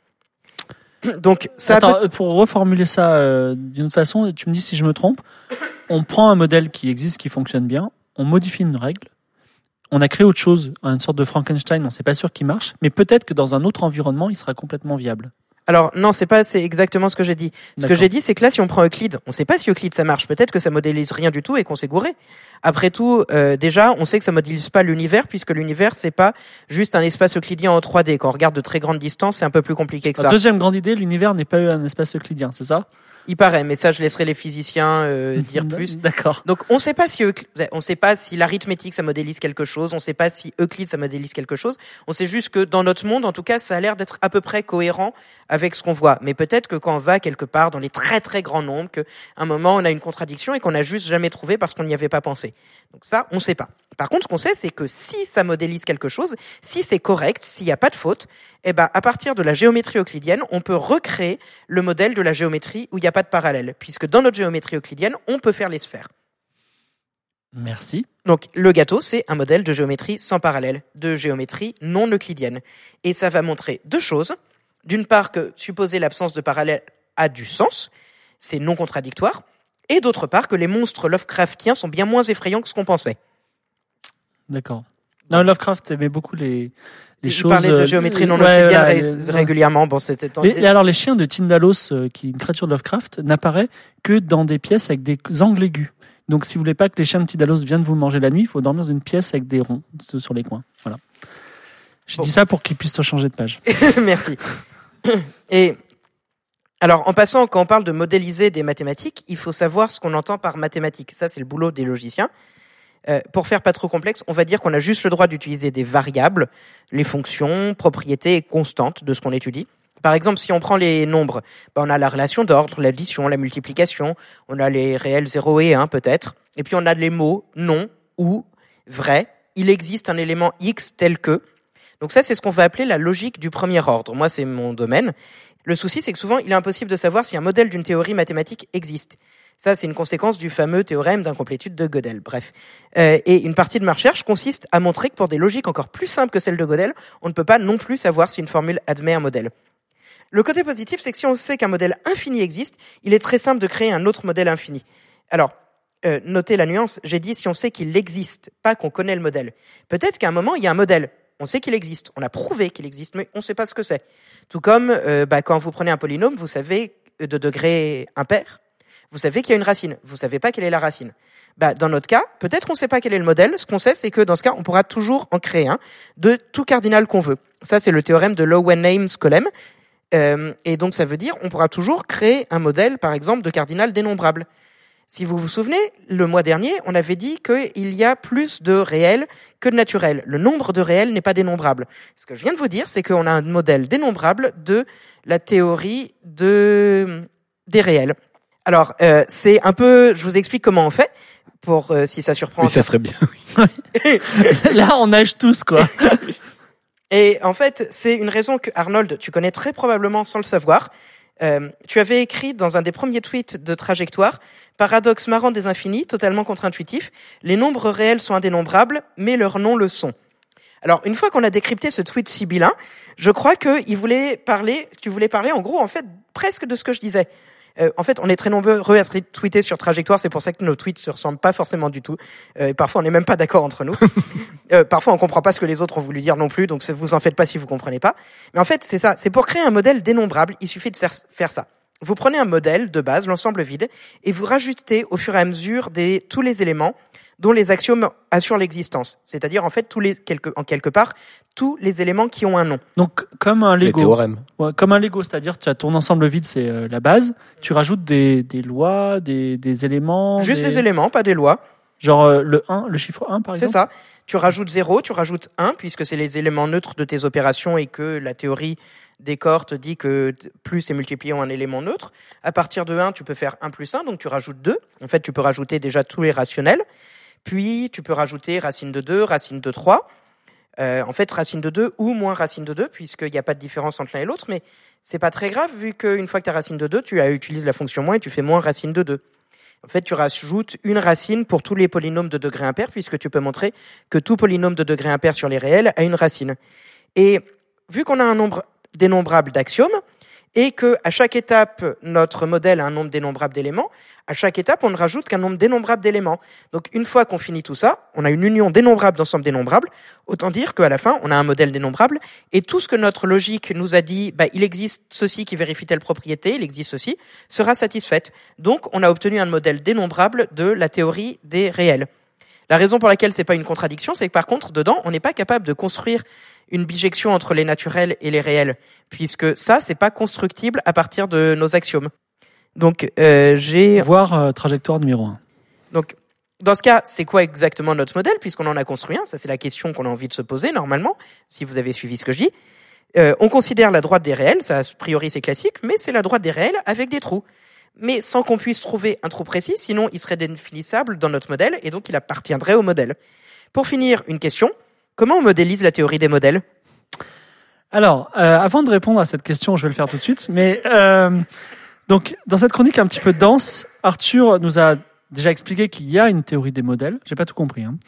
Donc, ça. Attends, peut... pour reformuler ça euh, d'une autre façon, tu me dis si je me trompe. On prend un modèle qui existe, qui fonctionne bien, on modifie une règle, on a créé autre chose, une sorte de Frankenstein, on ne sait pas sûr qu'il marche, mais peut-être que dans un autre environnement, il sera complètement viable. Alors non, c'est pas, c'est exactement ce que j'ai dit. Ce D'accord. que j'ai dit, c'est que là, si on prend Euclide, on sait pas si Euclide ça marche. Peut-être que ça modélise rien du tout et qu'on s'est gouré. Après tout, euh, déjà, on sait que ça modélise pas l'univers puisque l'univers c'est pas juste un espace euclidien en trois D. Quand on regarde de très grandes distances, c'est un peu plus compliqué que ça. La deuxième grande idée, l'univers n'est pas un espace euclidien, c'est ça ? Il paraît, mais ça, je laisserai les physiciens euh, dire plus. D'accord. Donc, on sait pas si Euclide, on sait pas si l'arithmétique ça modélise quelque chose, on sait pas si Euclide ça modélise quelque chose. On sait juste que dans notre monde, en tout cas, ça a l'air d'être à peu près cohérent avec ce qu'on voit. Mais peut-être que quand on va quelque part dans les très très grands nombres, qu'à un moment on a une contradiction et qu'on a juste jamais trouvé parce qu'on n'y avait pas pensé. Donc ça, on sait pas. Par contre, ce qu'on sait, c'est que si ça modélise quelque chose, si c'est correct, s'il n'y a pas de faute, eh ben, à partir de la géométrie euclidienne, on peut recréer le modèle de la géométrie où il n'y a pas de parallèle, puisque dans notre géométrie euclidienne, on peut faire les sphères. Merci. Donc, le gâteau, c'est un modèle de géométrie sans parallèle, de géométrie non euclidienne. Et ça va montrer deux choses. D'une part, que supposer l'absence de parallèle a du sens, c'est non contradictoire, et d'autre part, que les monstres Lovecraftiens sont bien moins effrayants que ce qu'on pensait. D'accord. Non, Lovecraft aimait beaucoup les, les Il choses. parlait de géométrie non ouais, euclidienne ouais, ré- ouais. régulièrement. Bon, c'était Mais, et alors, les chiens de Tyndalos, euh, qui est une créature de Lovecraft, n'apparaît que dans des pièces avec des angles aigus. Donc, si vous voulez pas que les chiens de Tyndalos viennent vous manger la nuit, il faut dormir dans une pièce avec des ronds sur les coins. Voilà. Je Bon. dis ça pour qu'ils puissent te changer de page. Merci. Et alors, en passant, quand on parle de modéliser des mathématiques, il faut savoir ce qu'on entend par mathématiques. Ça, c'est le boulot des logiciens. Euh, pour faire pas trop complexe, on va dire qu'on a juste le droit d'utiliser des variables, les fonctions, propriétés constantes de ce qu'on étudie. Par exemple, si on prend les nombres, ben on a la relation d'ordre, l'addition, la multiplication, on a les réels zéro et un peut-être, et puis on a les mots non, ou, vrai, il existe un élément x tel que. Donc ça, c'est ce qu'on va appeler la logique du premier ordre. Moi, c'est mon domaine. Le souci, c'est que souvent, il est impossible de savoir si un modèle d'une théorie mathématique existe. Ça, c'est une conséquence du fameux théorème d'incomplétude de Gödel. Bref. Euh, et une partie de ma recherche consiste à montrer que pour des logiques encore plus simples que celles de Gödel, on ne peut pas non plus savoir si une formule admet un modèle. Le côté positif, c'est que si on sait qu'un modèle infini existe, il est très simple de créer un autre modèle infini. Alors, euh, notez la nuance, j'ai dit si on sait qu'il existe, pas qu'on connaît le modèle. Peut-être qu'à un moment, il y a un modèle. On sait qu'il existe, on a prouvé qu'il existe, mais on ne sait pas ce que c'est. Tout comme euh, bah, quand vous prenez un polynôme, vous savez de degré impair, vous savez qu'il y a une racine, vous savez pas quelle est la racine. Bah, dans notre cas, peut-être qu'on sait pas quel est le modèle, ce qu'on sait, c'est que dans ce cas, on pourra toujours en créer un de tout cardinal qu'on veut. Ça, c'est le théorème de Loewen-Ames-Colem. Euh, et donc, ça veut dire on pourra toujours créer un modèle, par exemple, de cardinal dénombrable. Si vous vous souvenez, le mois dernier, on avait dit qu'il y a plus de réels que de naturels. Le nombre de réels n'est pas dénombrable. Ce que je viens de vous dire, c'est qu'on a un modèle dénombrable de la théorie de... des réels. Alors, euh, c'est un peu... Je vous explique comment on fait, pour euh, si ça surprend. Oui, ça serait bien. Là, on nage tous, quoi. Et en fait, c'est une raison que, Arnold, tu connais très probablement sans le savoir. Euh, tu avais écrit dans un des premiers tweets de Trajectoire, paradoxe marrant des infinis, totalement contre-intuitif, les nombres réels sont indénombrables, mais leurs noms le sont. Alors, une fois qu'on a décrypté ce tweet sibyllin, je crois que il voulait parler, tu voulais parler en gros, en fait, presque de ce que je disais. Euh, en fait, on est très nombreux à tweeter sur Trajectoire, c'est pour ça que nos tweets se ressemblent pas forcément du tout. Euh, parfois, on n'est même pas d'accord entre nous. euh, parfois, on comprend pas ce que les autres ont voulu dire non plus, donc vous en faites pas si vous comprenez pas. Mais en fait, c'est ça. C'est pour créer un modèle dénombrable, il suffit de faire ça. Vous prenez un modèle de base, l'ensemble vide, et vous rajoutez au fur et à mesure des, tous les éléments dont les axiomes assurent l'existence. C'est-à-dire, en fait, tous les, quelque, en quelque part, tous les éléments qui ont un nom. Donc, comme un Lego. Les théorèmes. Ouais, comme un Lego, c'est-à-dire, tu as ton ensemble vide, c'est euh, la base. Tu rajoutes des, des lois, des, des éléments. Juste des... des éléments, pas des lois. Genre euh, le un, le chiffre un, par exemple. C'est ça. Tu rajoutes zéro, tu rajoutes un, puisque c'est les éléments neutres de tes opérations et que la théorie des corps te dit que plus est multiplié en un élément neutre. À partir de un, tu peux faire un plus un, donc tu rajoutes deux. En fait, tu peux rajouter déjà tous les rationnels. Puis, tu peux rajouter racine de deux, racine de trois. Euh, en fait, racine de deux ou moins racine de deux, puisqu'il n'y a pas de différence entre l'un et l'autre. Mais c'est pas très grave, vu qu'une fois que tu as racine de deux, tu utilises la fonction moins et tu fais moins racine de deux. En fait, tu rajoutes une racine pour tous les polynômes de degré impair, puisque tu peux montrer que tout polynôme de degré impair sur les réels a une racine. Et vu qu'on a un nombre dénombrable d'axiomes, et que à chaque étape, notre modèle a un nombre dénombrable d'éléments, à chaque étape, on ne rajoute qu'un nombre dénombrable d'éléments. Donc, une fois qu'on finit tout ça, on a une union dénombrable d'ensembles dénombrables. Autant dire qu'à la fin, on a un modèle dénombrable. Et tout ce que notre logique nous a dit, bah, il existe ceci qui vérifie telle propriété, il existe ceci, sera satisfaite. Donc, on a obtenu un modèle dénombrable de la théorie des réels. La raison pour laquelle c'est pas une contradiction, c'est que par contre, dedans, on n'est pas capable de construire une bijection entre les naturels et les réels, puisque ça, c'est pas constructible à partir de nos axiomes. Donc, euh, j'ai... Voir euh, trajectoire numéro un. Donc, dans ce cas, c'est quoi exactement notre modèle, puisqu'on en a construit un? Ça, c'est la question qu'on a envie de se poser, normalement, si vous avez suivi ce que je dis. Euh, on considère la droite des réels, ça, a priori, c'est classique, mais c'est la droite des réels avec des trous. Mais sans qu'on puisse trouver un trou précis, sinon il serait définissable dans notre modèle, et donc il appartiendrait au modèle. Pour finir, une question. Comment on modélise la théorie des modèles? Alors, euh, avant de répondre à cette question, je vais le faire tout de suite. Mais euh, donc, dans cette chronique un petit peu dense, Arthur nous a déjà expliqué qu'il y a une théorie des modèles. J'ai pas tout compris. Hein.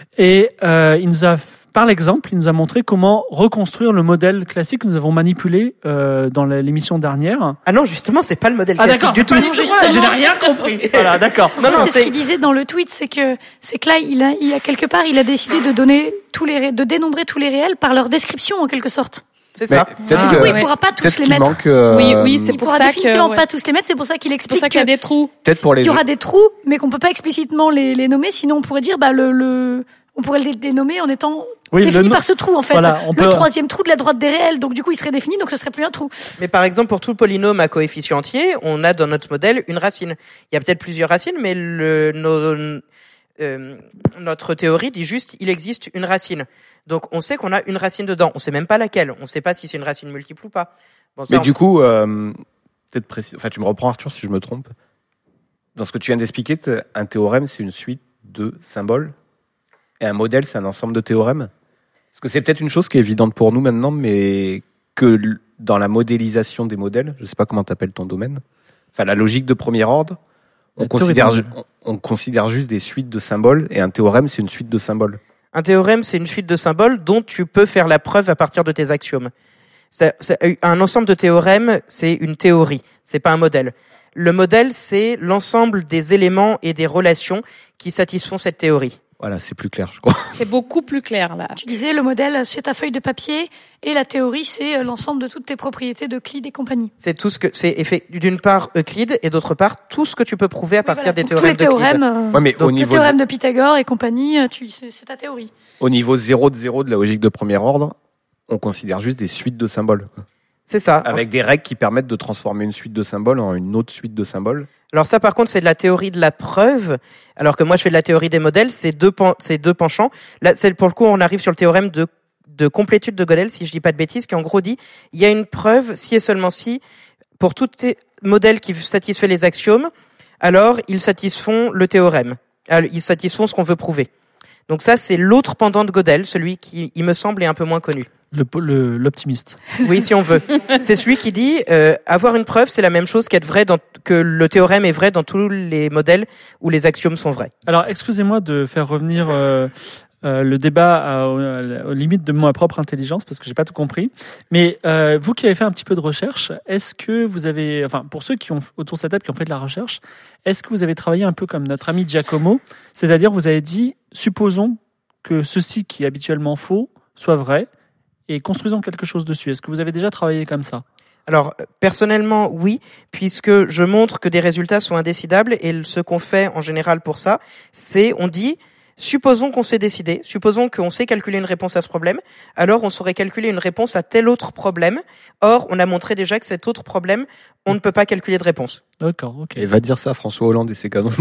Et euh, il nous a, par l'exemple, il nous a montré comment reconstruire le modèle classique que nous avons manipulé euh, dans l'émission dernière. Ah non, justement, c'est pas le modèle ah, classique. Ah d'accord, c'est pas du tout. Je n'ai rien compris. Voilà, d'accord. Non, non, c'est, c'est ce qu'il disait dans le tweet, c'est que c'est que là, il a, il a quelque part, il a décidé de donner tous les, de dénombrer tous les réels par leur description en quelque sorte. C'est ça. Mais, ah, du coup, il pourra pas tous les mettre. Manque, euh, oui, oui, c'est il pour pourra ça définitivement que, ouais. pas tous les mettre. C'est pour ça qu'il explique c'est pour ça qu'il y a des trous. Peut-être pour les. Il y aura des trous, mais qu'on peut pas explicitement les, les nommer. Sinon, on pourrait dire, bah le, le, on pourrait les dénommer en étant oui, défini le... par ce trou en fait. Voilà, le peut... troisième trou de la droite des réels. Donc du coup, il serait défini, donc ce serait plus un trou. Mais par exemple, pour tout polynôme à coefficient entier, on a dans notre modèle une racine. Il y a peut-être plusieurs racines, mais le, nos, euh, notre théorie dit juste, il existe une racine. Donc on sait qu'on a une racine dedans. On sait même pas laquelle. On sait pas si c'est une racine multiple ou pas. Bon, mais du coup, euh, peut-être précis. Enfin, tu me reprends Arthur si je me trompe. Dans ce que tu viens d'expliquer, un théorème c'est une suite de symboles et un modèle c'est un ensemble de théorèmes. Parce que c'est peut-être une chose qui est évidente pour nous maintenant, mais que dans la modélisation des modèles, je sais pas comment t'appelles ton domaine. Enfin, la logique de premier ordre, on considère, on, on considère juste des suites de symboles et un théorème c'est une suite de symboles. Un théorème, c'est une suite de symboles dont tu peux faire la preuve à partir de tes axiomes. C'est, c'est, un ensemble de théorèmes, c'est une théorie, c'est pas un modèle. Le modèle, c'est l'ensemble des éléments et des relations qui satisfont cette théorie. Voilà, c'est plus clair, je crois. C'est beaucoup plus clair, là. Tu disais, le modèle, c'est ta feuille de papier, et la théorie, c'est l'ensemble de toutes tes propriétés d'Euclide et compagnie. C'est tout ce que, c'est effet, d'une part Euclide, et d'autre part, tout ce que tu peux prouver à oui, partir voilà. des Donc, théorèmes d'Euclide. Tous les théorèmes, euh, ouais, mais donc, au niveau le théorème de Pythagore et compagnie, tu, c'est, c'est ta théorie. Au niveau zéro de zéro de la logique de premier ordre, on considère juste des suites de symboles. C'est ça. Avec des règles qui permettent de transformer une suite de symboles en une autre suite de symboles. Alors ça, par contre, c'est de la théorie de la preuve, alors que moi, je fais de la théorie des modèles. C'est deux, pen- c'est deux penchants. Là, c'est pour le coup, on arrive sur le théorème de, de complétude de Gödel, si je dis pas de bêtises, qui en gros dit, il y a une preuve si et seulement si, pour toutes tes, modèle qui satisfait les axiomes, alors ils satisfont le théorème. Alors, ils satisfont ce qu'on veut prouver. Donc ça, c'est l'autre pendant de Gödel, celui qui, il me semble, est un peu moins connu. Le, le, l'optimiste. Oui, si on veut. C'est celui qui dit euh, avoir une preuve, c'est la même chose qu'être vrai dans, que le théorème est vrai dans tous les modèles où les axiomes sont vrais. Alors, excusez-moi de faire revenir euh, euh, le débat à, à, aux limites de ma propre intelligence parce que j'ai pas tout compris. Mais euh, vous qui avez fait un petit peu de recherche, est-ce que vous avez, enfin, pour ceux qui ont autour de cette table qui ont fait de la recherche, est-ce que vous avez travaillé un peu comme notre ami Giacomo, c'est-à-dire vous avez dit, supposons que ceci qui est habituellement faux soit vrai. Et construisons quelque chose dessus. Est-ce que vous avez déjà travaillé comme ça ? Alors, personnellement, oui, puisque je montre que des résultats sont indécidables et ce qu'on fait en général pour ça, c'est, on dit, supposons qu'on sait décider, supposons qu'on sait calculer une réponse à ce problème, alors on saurait calculer une réponse à tel autre problème. Or, on a montré déjà que cet autre problème, on ne peut pas calculer de réponse. D'accord, ok. Et va dire ça à François Hollande et ses canons.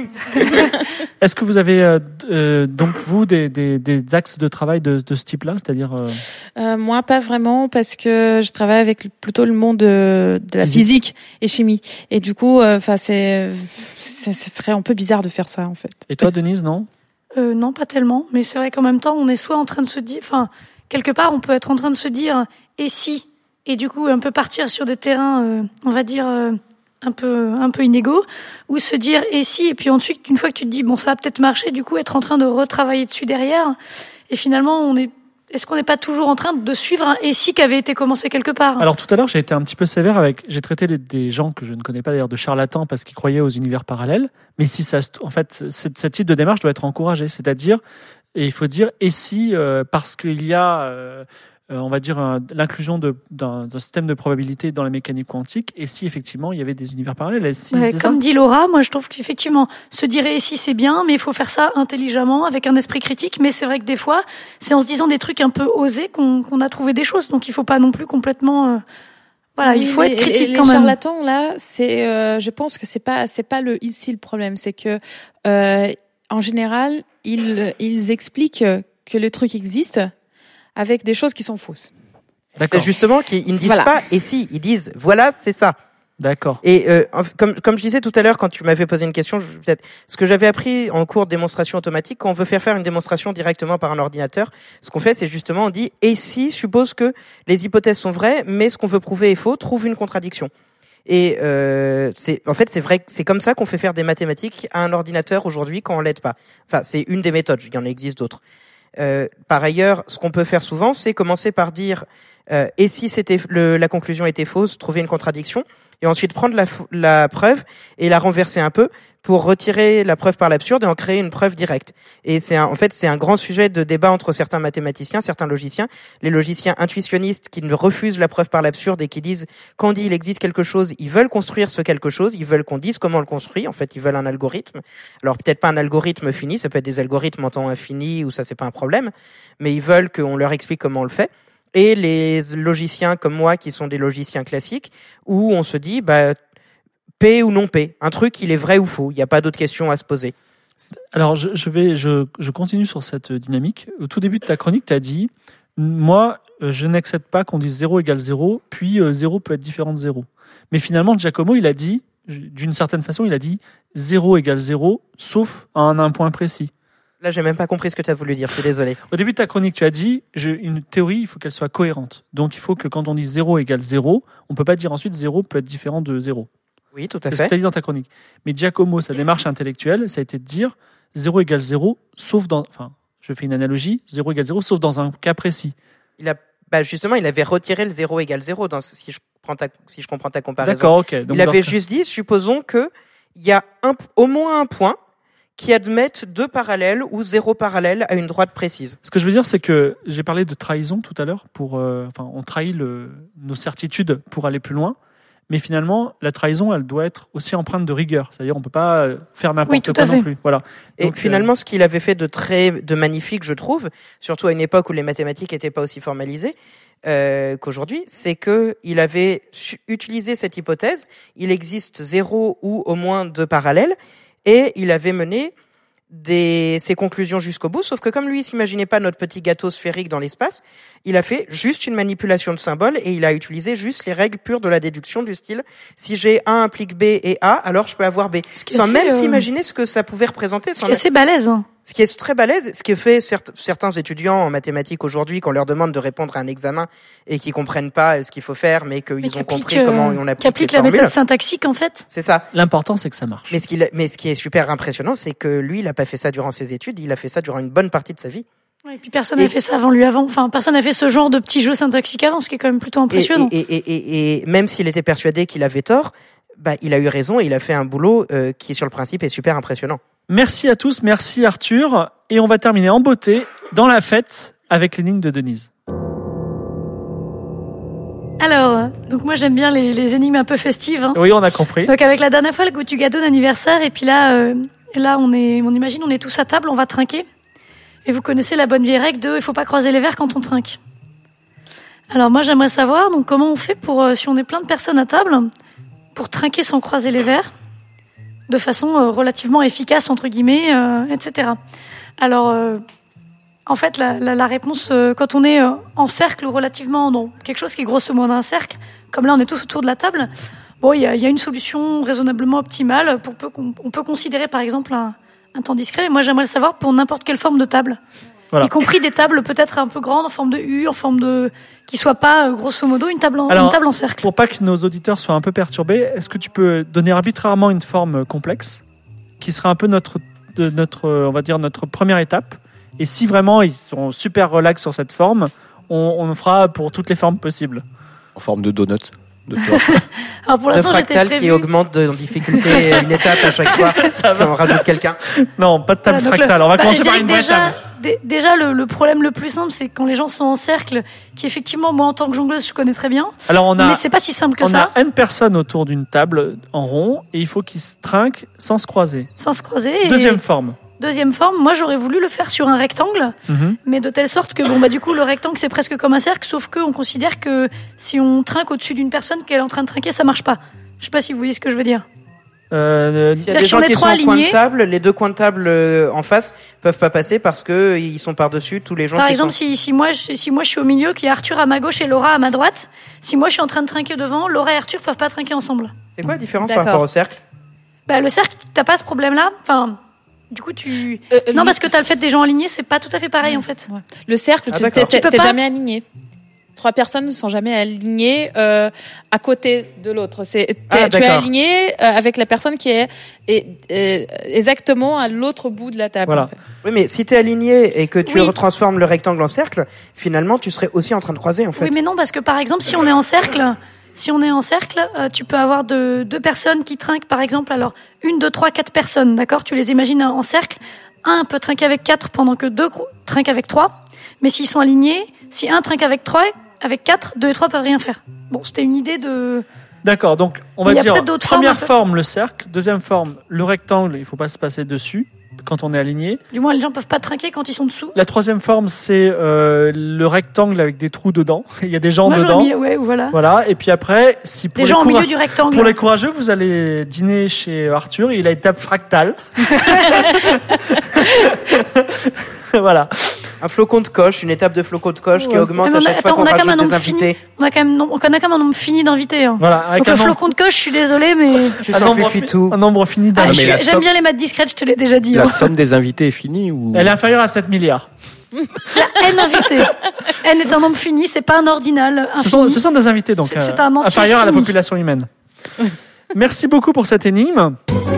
Est-ce que vous avez euh, euh, donc vous des, des, des axes de travail de, de ce type-là, c'est-à-dire euh... Euh, moi pas vraiment parce que je travaille avec plutôt le monde de, de la physique. physique et chimie et du coup, enfin euh, c'est, c'est, ce serait un peu bizarre de faire ça en fait. Et toi, Denise, non ? euh, Non, pas tellement. Mais c'est vrai qu'en même temps, on est soit en train de se dire, enfin quelque part, on peut être en train de se dire et si, et du coup un peu partir sur des terrains, euh, on va dire. Euh, un peu un peu inégaux, ou se dire et si, et puis ensuite une fois que tu te dis bon ça va peut-être marcher, du coup être en train de retravailler dessus derrière, et finalement on est est-ce qu'on n'est pas toujours en train de suivre un et si qui avait été commencé quelque part ? Alors tout à l'heure j'ai été un petit peu sévère avec, j'ai traité les, des gens que je ne connais pas d'ailleurs de charlatans parce qu'ils croyaient aux univers parallèles, mais si ça en fait ce, ce type de démarche doit être encouragé, c'est-à-dire et il faut dire et si euh, parce qu'il y a euh, Euh, on va dire un, l'inclusion de, d'un, d'un système de probabilité dans la mécanique quantique, et si effectivement il y avait des univers parallèles. Et si, ouais, comme ça dit Laura, moi je trouve qu'effectivement se dire et si c'est bien, mais il faut faire ça intelligemment, avec un esprit critique. Mais c'est vrai que des fois, c'est en se disant des trucs un peu osés qu'on, qu'on a trouvé des choses. Donc il faut pas non plus complètement. Euh, voilà, oui, il faut être critique les, quand les même. Les charlatans là, c'est, euh, je pense que c'est pas, c'est pas le ici le problème, c'est que euh, en général ils, ils expliquent que le truc existe. Avec des choses qui sont fausses. D'accord. C'est justement qu'ils ne disent voilà. pas et si, ils disent voilà, c'est ça. D'accord. Et euh, comme comme je disais tout à l'heure quand tu m'avais posé une question, je, peut-être ce que j'avais appris en cours de démonstration automatique, quand on veut faire faire une démonstration directement par un ordinateur, ce qu'on fait c'est justement on dit et si suppose que les hypothèses sont vraies, mais ce qu'on veut prouver est faux, trouve une contradiction. Et euh, c'est en fait c'est vrai, c'est comme ça qu'on fait faire des mathématiques à un ordinateur aujourd'hui quand on l'aide pas. Enfin, c'est une des méthodes, il y en existe d'autres. Euh, par ailleurs, ce qu'on peut faire souvent, c'est commencer par dire euh, et si c'était le, la conclusion était fausse, trouver une contradiction, et ensuite prendre la, la preuve et la renverser un peu pour retirer la preuve par l'absurde et en créer une preuve directe. Et c'est un, en fait c'est un grand sujet de débat entre certains mathématiciens, certains logiciens, les logiciens intuitionnistes qui ne refusent la preuve par l'absurde et qui disent quand on dit il existe quelque chose, ils veulent construire ce quelque chose, ils veulent qu'on dise comment on le construit. En fait, ils veulent un algorithme. Alors peut-être pas un algorithme fini, ça peut être des algorithmes en temps infini ou ça c'est pas un problème, mais ils veulent qu'on leur explique comment on le fait. Et les logiciens comme moi qui sont des logiciens classiques où on se dit bah P ou non P, un truc il est vrai ou faux, il n'y a pas d'autres questions à se poser. Alors je, je vais je, je continue sur cette dynamique. Au tout début de ta chronique, tu as dit moi je n'accepte pas qu'on dise zéro égale zéro, puis zéro peut être différent de zéro. Mais finalement Giacomo, il a dit d'une certaine façon, il a dit zéro égale zéro sauf à un, un point précis. Là, j'ai même pas compris ce que tu as voulu dire, je suis désolé. Au début de ta chronique, tu as dit, je, une théorie, il faut qu'elle soit cohérente. Donc, il faut que quand on dit zéro égale zéro, on peut pas dire ensuite zéro peut être différent de zéro. Oui, tout à fait. fait. C'est ce que tu as dit dans ta chronique. Mais Giacomo, sa démarche intellectuelle, ça a été de dire zéro égale zéro, sauf dans, enfin, je fais une analogie, zéro égale zéro, sauf dans un cas précis. Il a, bah, justement, il avait retiré le zéro égale zéro dans, si je prends ta, si je comprends ta comparaison. D'accord, ok. Donc, il avait juste dit, supposons que il y a un, au moins un point qui admettent deux parallèles ou zéro parallèle à une droite précise. Ce que je veux dire, c'est que j'ai parlé de trahison tout à l'heure. Pour, euh, enfin, on trahit le, nos certitudes pour aller plus loin. Mais finalement, la trahison, elle doit être aussi empreinte de rigueur. C'est-à-dire, on peut pas faire n'importe oui, quoi non plus. Voilà. Et donc, finalement, euh... ce qu'il avait fait de très, de magnifique, je trouve, surtout à une époque où les mathématiques n'étaient pas aussi formalisées euh, qu'aujourd'hui, c'est que il avait utilisé cette hypothèse. Il existe zéro ou au moins deux parallèles. Et il avait mené des ses conclusions jusqu'au bout, sauf que comme lui il s'imaginait pas notre petit gâteau sphérique dans l'espace, il a fait juste une manipulation de symboles et il a utilisé juste les règles pures de la déduction du style si j'ai A implique B et A, alors je peux avoir B, sans assez, même euh... s'imaginer ce que ça pouvait représenter. Ce qui est assez balèze. Hein. Ce qui est très balèze, ce qui fait certes, certains étudiants en mathématiques aujourd'hui, qu'on leur demande de répondre à un examen et qui comprennent pas ce qu'il faut faire, mais qu'ils mais ont compris euh, comment on applique, applique la méthode syntaxique en fait. C'est ça. L'important c'est que ça marche. Mais ce qui, mais ce qui est super impressionnant, c'est que lui, il a pas fait ça durant ses études, il a fait ça durant une bonne partie de sa vie. Ouais, et puis personne n'a fait ça avant lui avant. Enfin, personne n'a fait ce genre de petit jeu syntaxique avant, ce qui est quand même plutôt impressionnant. Et, et, et, et, et même s'il était persuadé qu'il avait tort, bah, il a eu raison et il a fait un boulot euh, qui, sur le principe, est super impressionnant. Merci à tous, merci Arthur. Et on va terminer en beauté, dans la fête, avec l'énigme de Denise. Alors, donc moi j'aime bien les, les énigmes un peu festives. Hein. Oui, on a compris. Donc avec la dernière fois, le goût du gâteau d'anniversaire, et puis là, euh, là on est, on imagine, on est tous à table, on va trinquer. Et vous connaissez la bonne vieille règle de, il faut pas croiser les verres quand on trinque. Alors moi j'aimerais savoir, donc comment on fait pour, euh, si on est plein de personnes à table, pour trinquer sans croiser les verres, de façon euh, relativement efficace entre guillemets, euh, et cetera. Alors, euh, en fait, la, la, la réponse, euh, quand on est euh, en cercle ou relativement dans quelque chose qui est grosso modo un cercle, comme là on est tous autour de la table, bon, il y a, y a une solution raisonnablement optimale. Pour peu qu'on on peut considérer par exemple un, un temps discret. Et moi, j'aimerais le savoir pour n'importe quelle forme de table, voilà. Y compris des tables peut-être un peu grandes, en forme de U, en forme de, qui soient pas euh, grosso modo une table en, Alors, une table en cercle. Pour pas que nos auditeurs soient un peu perturbés, est-ce que tu peux donner arbitrairement une forme complexe, qui sera un peu notre de notre, on va dire, notre première étape. Et si vraiment ils sont super relax sur cette forme, on, on fera pour toutes les formes possibles. En forme de donut. De Alors pour l'instant, le fractal qui augmente de difficulté une étape à chaque fois. Ça va. On rajoute quelqu'un. Non, pas de table voilà, fractale. Le, on va bah, commencer par une vraie déjà, table. D- déjà, le, le problème le plus simple, c'est quand les gens sont en cercle, qui effectivement, moi en tant que jongleuse, je connais très bien. Alors on a, mais c'est pas si simple que on ça. On a une personne autour d'une table en rond et il faut qu'ils se trinquent sans se croiser. Sans se croiser. Deuxième et... forme. Deuxième forme, moi j'aurais voulu le faire sur un rectangle, mm-hmm. mais de telle sorte que bon bah du coup le rectangle c'est presque comme un cercle, sauf que on considère que si on trinque au-dessus d'une personne qu'elle est en train de trinquer, ça marche pas. Je sais pas si vous voyez ce que je veux dire. Euh, S'il y a des gens qui sont en coin de table, les deux coins de table en face peuvent pas passer parce que ils sont par-dessus tous les gens. Par qui exemple, sont... si, si moi je, si moi je suis au milieu, qu'il y a Arthur à ma gauche et Laura à ma droite, si moi je suis en train de trinquer devant, Laura et Arthur peuvent pas trinquer ensemble. C'est quoi la différence D'accord. par rapport au cercle? Bah le cercle, t'as pas ce problème-là. Enfin. Du coup, tu euh, non lui... parce que t'as le fait des gens alignés, c'est pas tout à fait pareil ouais. en fait. Ouais. Le cercle, ah, tu t'es, t'es pas... jamais aligné. Trois personnes ne sont jamais alignées euh, à côté de l'autre. C'est ah, tu es aligné euh, avec la personne qui est, est, est exactement à l'autre bout de la table. Voilà. En fait. Oui, mais si t'es aligné et que tu oui. retransformes le rectangle en cercle, finalement, tu serais aussi en train de croiser en fait. Oui, mais non, parce que par exemple, si on est en cercle. Si on est en cercle, euh, tu peux avoir de, deux personnes qui trinquent, par exemple, alors une, deux, trois, quatre personnes, d'accord? Tu les imagines en cercle. Un peut trinquer avec quatre pendant que deux trinquent avec trois. Mais s'ils sont alignés, si un trinque avec trois, avec quatre, deux et trois peuvent rien faire. Bon, c'était une idée de... D'accord, donc on va dire première forme, le cercle. Deuxième forme, le rectangle, il faut pas se passer dessus quand on est aligné. Du moins, les gens peuvent pas trinquer quand ils sont dessous. La troisième forme, c'est euh, le rectangle avec des trous dedans. Il y a des gens Moi, dedans. Mis, ouais, voilà. Voilà. Et puis après, si pour des les gens coura- au milieu du rectangle. Pour les courageux, vous allez dîner chez Arthur. Il a une table fractale. Voilà. Un flocon de coche, une étape de flocon de coche ouais, qui augmente à chaque attends, fois qu'on rajoute des invités. On a quand même, on a quand même un nombre fini d'invités. Hein. Voilà. Donc le nombre... flocon de coche, je suis désolée, mais tu simplifies tout. Un nombre fini d'invités. Ah, j'aime somme... bien les maths discrètes, je te l'ai déjà dit. La hein. somme des invités est finie ou elle est inférieure à sept milliards. Il y a N invités. N est un nombre fini, c'est pas un ordinal. Ce sont, ce sont des invités, donc c'est, c'est un euh, inférieur fini. à la population humaine. Merci beaucoup pour cette énigme.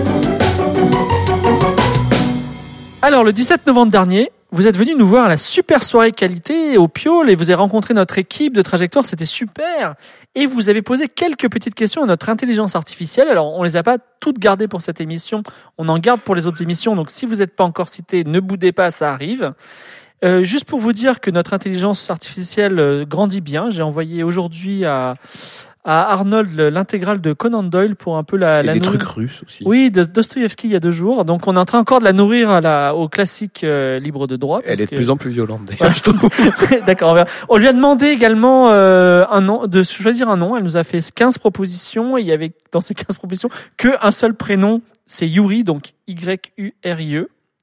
Alors, le dix-sept novembre dernier, vous êtes venu nous voir à la super soirée qualité au Piolle et vous avez rencontré notre équipe de Trajectoire, c'était super. Et vous avez posé quelques petites questions à notre intelligence artificielle. Alors, on les a pas toutes gardées pour cette émission, on en garde pour les autres émissions. Donc, si vous n'êtes pas encore cité, ne boudez pas, ça arrive. Euh, juste pour vous dire que notre intelligence artificielle euh, grandit bien. J'ai envoyé aujourd'hui à à Arnold l'intégrale de Conan Doyle pour un peu la, et la des nourrir. trucs russes aussi. Oui, de Dostoïevski il y a deux jours. Donc on est en train encore de la nourrir à la, au classique euh, libre de droit. Elle est que... de plus en plus violente d'ailleurs, je trouve. D'accord. On, verra. On lui a demandé également euh, un nom, de choisir un nom. Elle nous a fait quinze propositions et il y avait dans ces quinze propositions que un seul prénom, c'est Yuri, donc Y U R I E.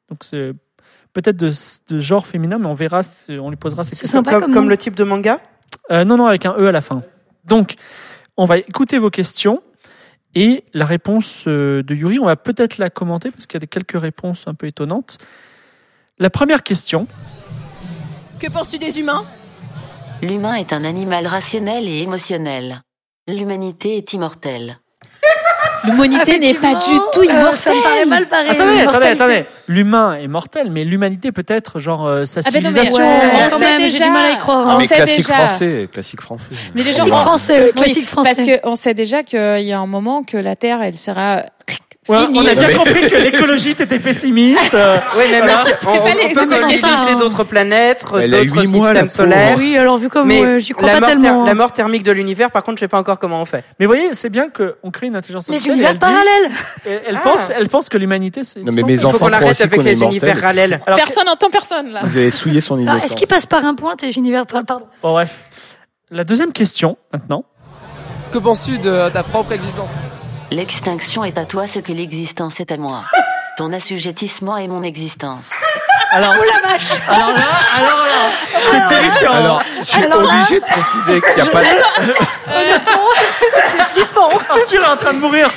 Donc c'est peut-être de, de genre féminin, mais on verra, on lui posera ces questions. Sympa comme, comme, comme le type de manga euh, Non, non, avec un E à la fin. Donc, on va écouter vos questions et la réponse de Yuri, on va peut-être la commenter parce qu'il y a quelques réponses un peu étonnantes. La première question. Que penses-tu des humains ? L'humain est un animal rationnel et émotionnel. L'humanité est immortelle. L'humanité n'est pas du tout immortelle. Euh, ça me paraît mal pareil. Attendez, attendez, attendez. L'humain est mortel, mais l'humanité peut-être, genre, euh, sa ah civilisation. Ben non, mais, ouais, on sait déjà. J'ai du mal à y croire. On mais sait classique déjà. français, classique français. Mais déjà, classique français, oui, classique français. Parce qu'on sait déjà qu'il y a un moment que la Terre, elle sera... Ouais, on a bien compris que l'écologiste était pessimiste. Euh, oui, mais voilà. même on, on, on peut coloniser hein. d'autres planètes, elle d'autres systèmes solaires. Oui, alors vu comme euh, j'y crois la pas mort tellement. Ter- la mort thermique de l'univers, par contre, je sais pas encore comment on fait. Mais vous voyez, c'est bien qu'on crée une intelligence artificielle. Les univers parallèles. Elle, elle ah. pense, elle pense que l'humanité. C'est non, mais mes enfants. Il faut qu'on arrête avec les univers parallèles. Personne n'entend personne là. Vous avez souillé son innocence. Est-ce qu'il passe par un point tes univers parallèles? Pardon. Bon, bref. La deuxième question maintenant. Que penses-tu de ta propre existence? L'extinction est à toi ce que l'existence est à moi. Ton assujettissement est mon existence. Alors, oh la vache. Alors là, alors là, c'est terrifiant. Alors, je suis alors obligé là, de préciser qu'il n'y a pas de... Honnêtement, c'est flippant. Arthur est en train de mourir.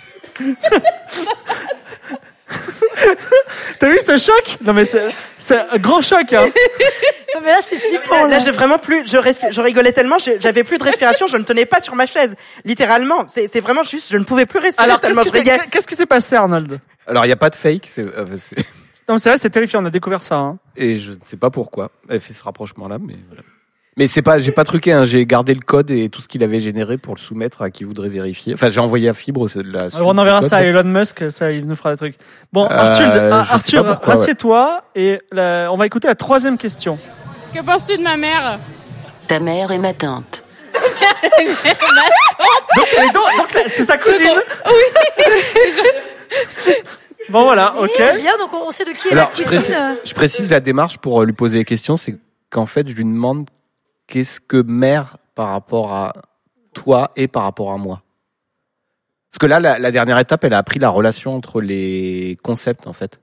T'as vu ce choc? Non mais c'est, c'est un grand choc, hein. Non mais là c'est flippant. Là, là, là j'ai vraiment plus, je, respi- je rigolais tellement, j'avais plus de respiration, je ne tenais pas sur ma chaise, littéralement. C'est, c'est vraiment juste, je ne pouvais plus respirer alors, tellement je rigolais. Qu'est-ce qui s'est passé, Arnold? Alors il y a pas de fake. C'est, euh, c'est... Non mais c'est vrai, c'est terrifiant, on a découvert ça. Hein. Et je ne sais pas pourquoi. Elle fait ce rapprochement-là, mais voilà. Mais c'est pas, j'ai pas truqué, hein. J'ai gardé le code et tout ce qu'il avait généré pour le soumettre à qui voudrait vérifier. Enfin, j'ai envoyé à Fibre, c'est de la. Alors on enverra ça à Elon Musk, ça, il nous fera des trucs. Bon, Arthur, euh, Arthur, pourquoi, rassieds-toi ouais. et la, on va écouter la troisième question. Que penses-tu de ma mère? Ta mère est ma tante. donc, donc, donc, c'est sa cousine. Oui. Bon voilà, ok. C'est bien, donc on sait de qui est Alors, la cousine. Je précise, je précise la démarche pour lui poser les questions, c'est qu'en fait, je lui demande qu'est-ce que mère par rapport à toi et par rapport à moi. Parce que là, la, la dernière étape, elle a appris la relation entre les concepts, en fait.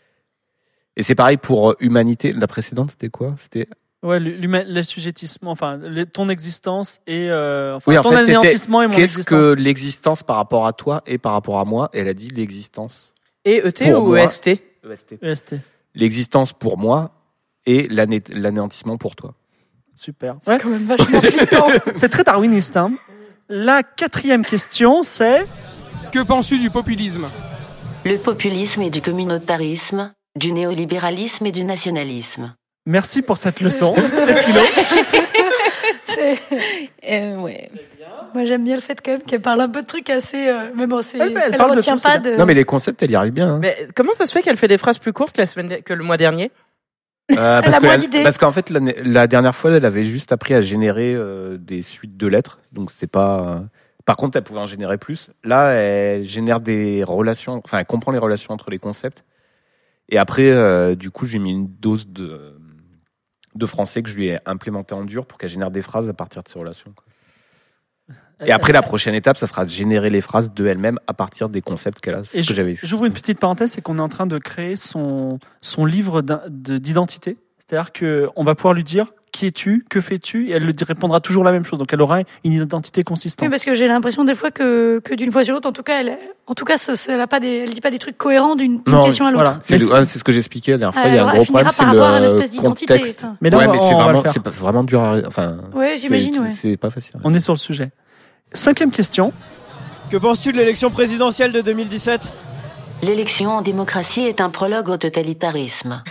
Et c'est pareil pour humanité. La précédente, c'était quoi? C'était ouais, l'assujettissement, enfin, les, ton existence et euh, enfin, oui, en ton fait, anéantissement et mon qu'est-ce existence. Qu'est-ce que l'existence par rapport à toi et par rapport à moi? Et elle a dit l'existence. Et E T ou E S T? E S T. E S T. L'existence pour moi et l'ané- l'anéantissement pour toi. Super. C'est ouais. quand même vachement flippant. C'est très darwiniste. Hein. La quatrième question, c'est... Que penses-tu du populisme? Le populisme et du communautarisme, du néolibéralisme et du nationalisme. Merci pour cette leçon. T'es philo. C'est... Euh, ouais. Moi, j'aime bien le fait quand même qu'elle parle un peu de trucs assez... Euh, mais bon, c'est... Elle, elle, elle retient pas de... Non, mais les concepts, elle y arrive bien. Hein. Mais comment ça se fait qu'elle fait des phrases plus courtes la semaine de... que le mois dernier? Euh, parce, elle a que moins la, d'idées. parce qu'en fait, la, la dernière fois, elle avait juste appris à générer euh, des suites de lettres. Donc, c'était pas. Euh... Par contre, elle pouvait en générer plus. Là, elle génère des relations. Enfin, elle comprend les relations entre les concepts. Et après, euh, du coup, j'ai mis une dose de, de français que je lui ai implémenté en dur pour qu'elle génère des phrases à partir de ces relations. Quoi. Et après, la prochaine étape, ça sera de générer les phrases de elle-même à partir des concepts qu'elle a. C'est et ce que j'avais. J'ouvre une petite parenthèse, c'est qu'on est en train de créer son, son livre d'identité. C'est-à-dire qu'on va pouvoir lui dire qui es-tu, que fais-tu, et elle lui répondra toujours la même chose. Donc elle aura une identité consistante. Oui, parce que j'ai l'impression des fois que, que d'une fois sur l'autre, en tout cas, elle, en tout cas, elle a pas des, elle dit pas des trucs cohérents d'une, d'une question à l'autre. Voilà. C'est, le, c'est ce que j'expliquais la dernière fois. Il y a un gros problème, c'est le une espèce d'identité. contexte. Mais là, ouais, mais c'est vraiment, c'est vraiment dur à, enfin. Ouais, j'imagine, c'est, ouais. C'est pas facile. On est sur le sujet. Cinquième question. Que penses-tu de l'élection présidentielle de deux mille dix-sept? L'élection en démocratie est un prologue au totalitarisme.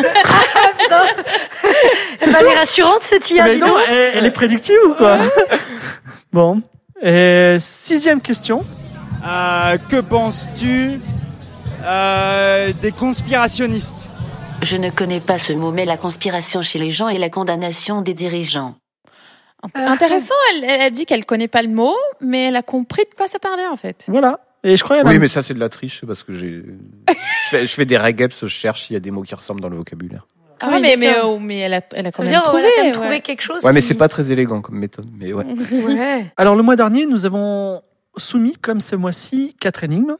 C'est pas les rassurante cette I A, mais non, elle, elle est prédictive ou quoi? Bon. Et sixième question. Euh, que penses-tu euh, des conspirationnistes? Je ne connais pas ce mot, mais la conspiration chez les gens et la condamnation des dirigeants. Intéressant, elle, elle dit qu'elle connaît pas le mot, mais elle a compris de quoi ça parlait en fait. Voilà. Et je crois oui, a... mais ça c'est de la triche parce que j'ai, je fais, je fais des regeps, je cherche s'il y a des mots qui ressemblent dans le vocabulaire. Ah oui, mais, mais, euh, mais elle a, elle a quand même dire, trouvé, elle a ouais. trouvé quelque chose. Ouais, qui... mais c'est pas très élégant comme méthode, mais ouais. ouais. Alors le mois dernier, nous avons soumis, comme ce mois-ci, quatre énigmes.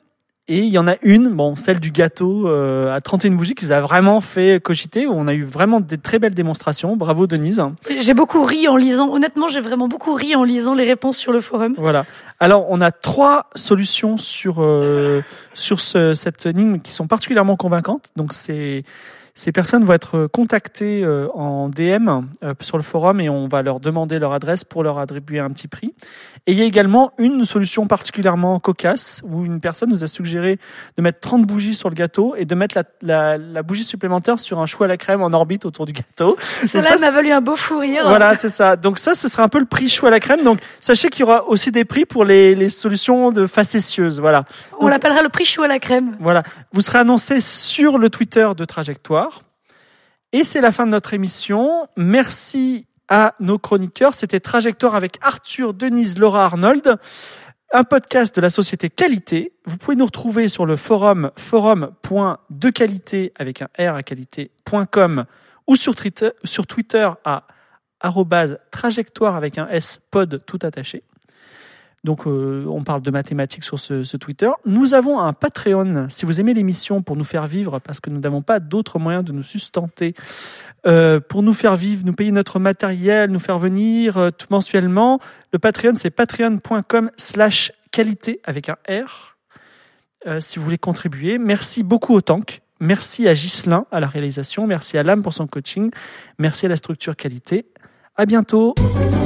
Et il y en a une, bon, celle du gâteau euh, à trente et une bougies qui nous a vraiment fait cogiter, où on a eu vraiment des très belles démonstrations. Bravo Denise. J'ai beaucoup ri en lisant, honnêtement j'ai vraiment beaucoup ri en lisant les réponses sur le forum. Voilà. Alors on a trois solutions sur euh, sur ce, cette énigme qui sont particulièrement convaincantes. Donc c'est Ces personnes vont être contactées euh, en D M euh, sur le forum et on va leur demander leur adresse pour leur attribuer un petit prix. Et il y a également une solution particulièrement cocasse où une personne nous a suggéré de mettre trente bougies sur le gâteau et de mettre la, la, la bougie supplémentaire sur un chou à la crème en orbite autour du gâteau. Celle-là m'a valu un beau fou rire. Voilà, c'est ça. Donc ça, ce sera un peu le prix chou à la crème. Donc sachez qu'il y aura aussi des prix pour les, les solutions de facétieuses. Voilà. On Donc, l'appellera le prix chou à la crème. Voilà. Vous serez annoncé sur le Twitter de Trajectoire. Et c'est la fin de notre émission. Merci à nos chroniqueurs. C'était Trajectoire avec Arthur, Denise, Laura, Arnold. Un podcast de la société Qualité. Vous pouvez nous retrouver sur le forum forum.dequalité avec un R à qualité point com ou sur Twitter, sur Twitter à arobase trajectoire avec un S pod tout attaché. Donc, euh, on parle de mathématiques sur ce, ce Twitter. Nous avons un Patreon. Si vous aimez l'émission pour nous faire vivre, parce que nous n'avons pas d'autres moyens de nous sustenter, euh, pour nous faire vivre, nous payer notre matériel, nous faire venir euh, tout mensuellement, le Patreon, c'est patreon.com slash qualité avec un R. Euh, si vous voulez contribuer, merci beaucoup au Tank. Merci à Ghislain à la réalisation. Merci à Lame pour son coaching. Merci à la structure Qualité. À bientôt.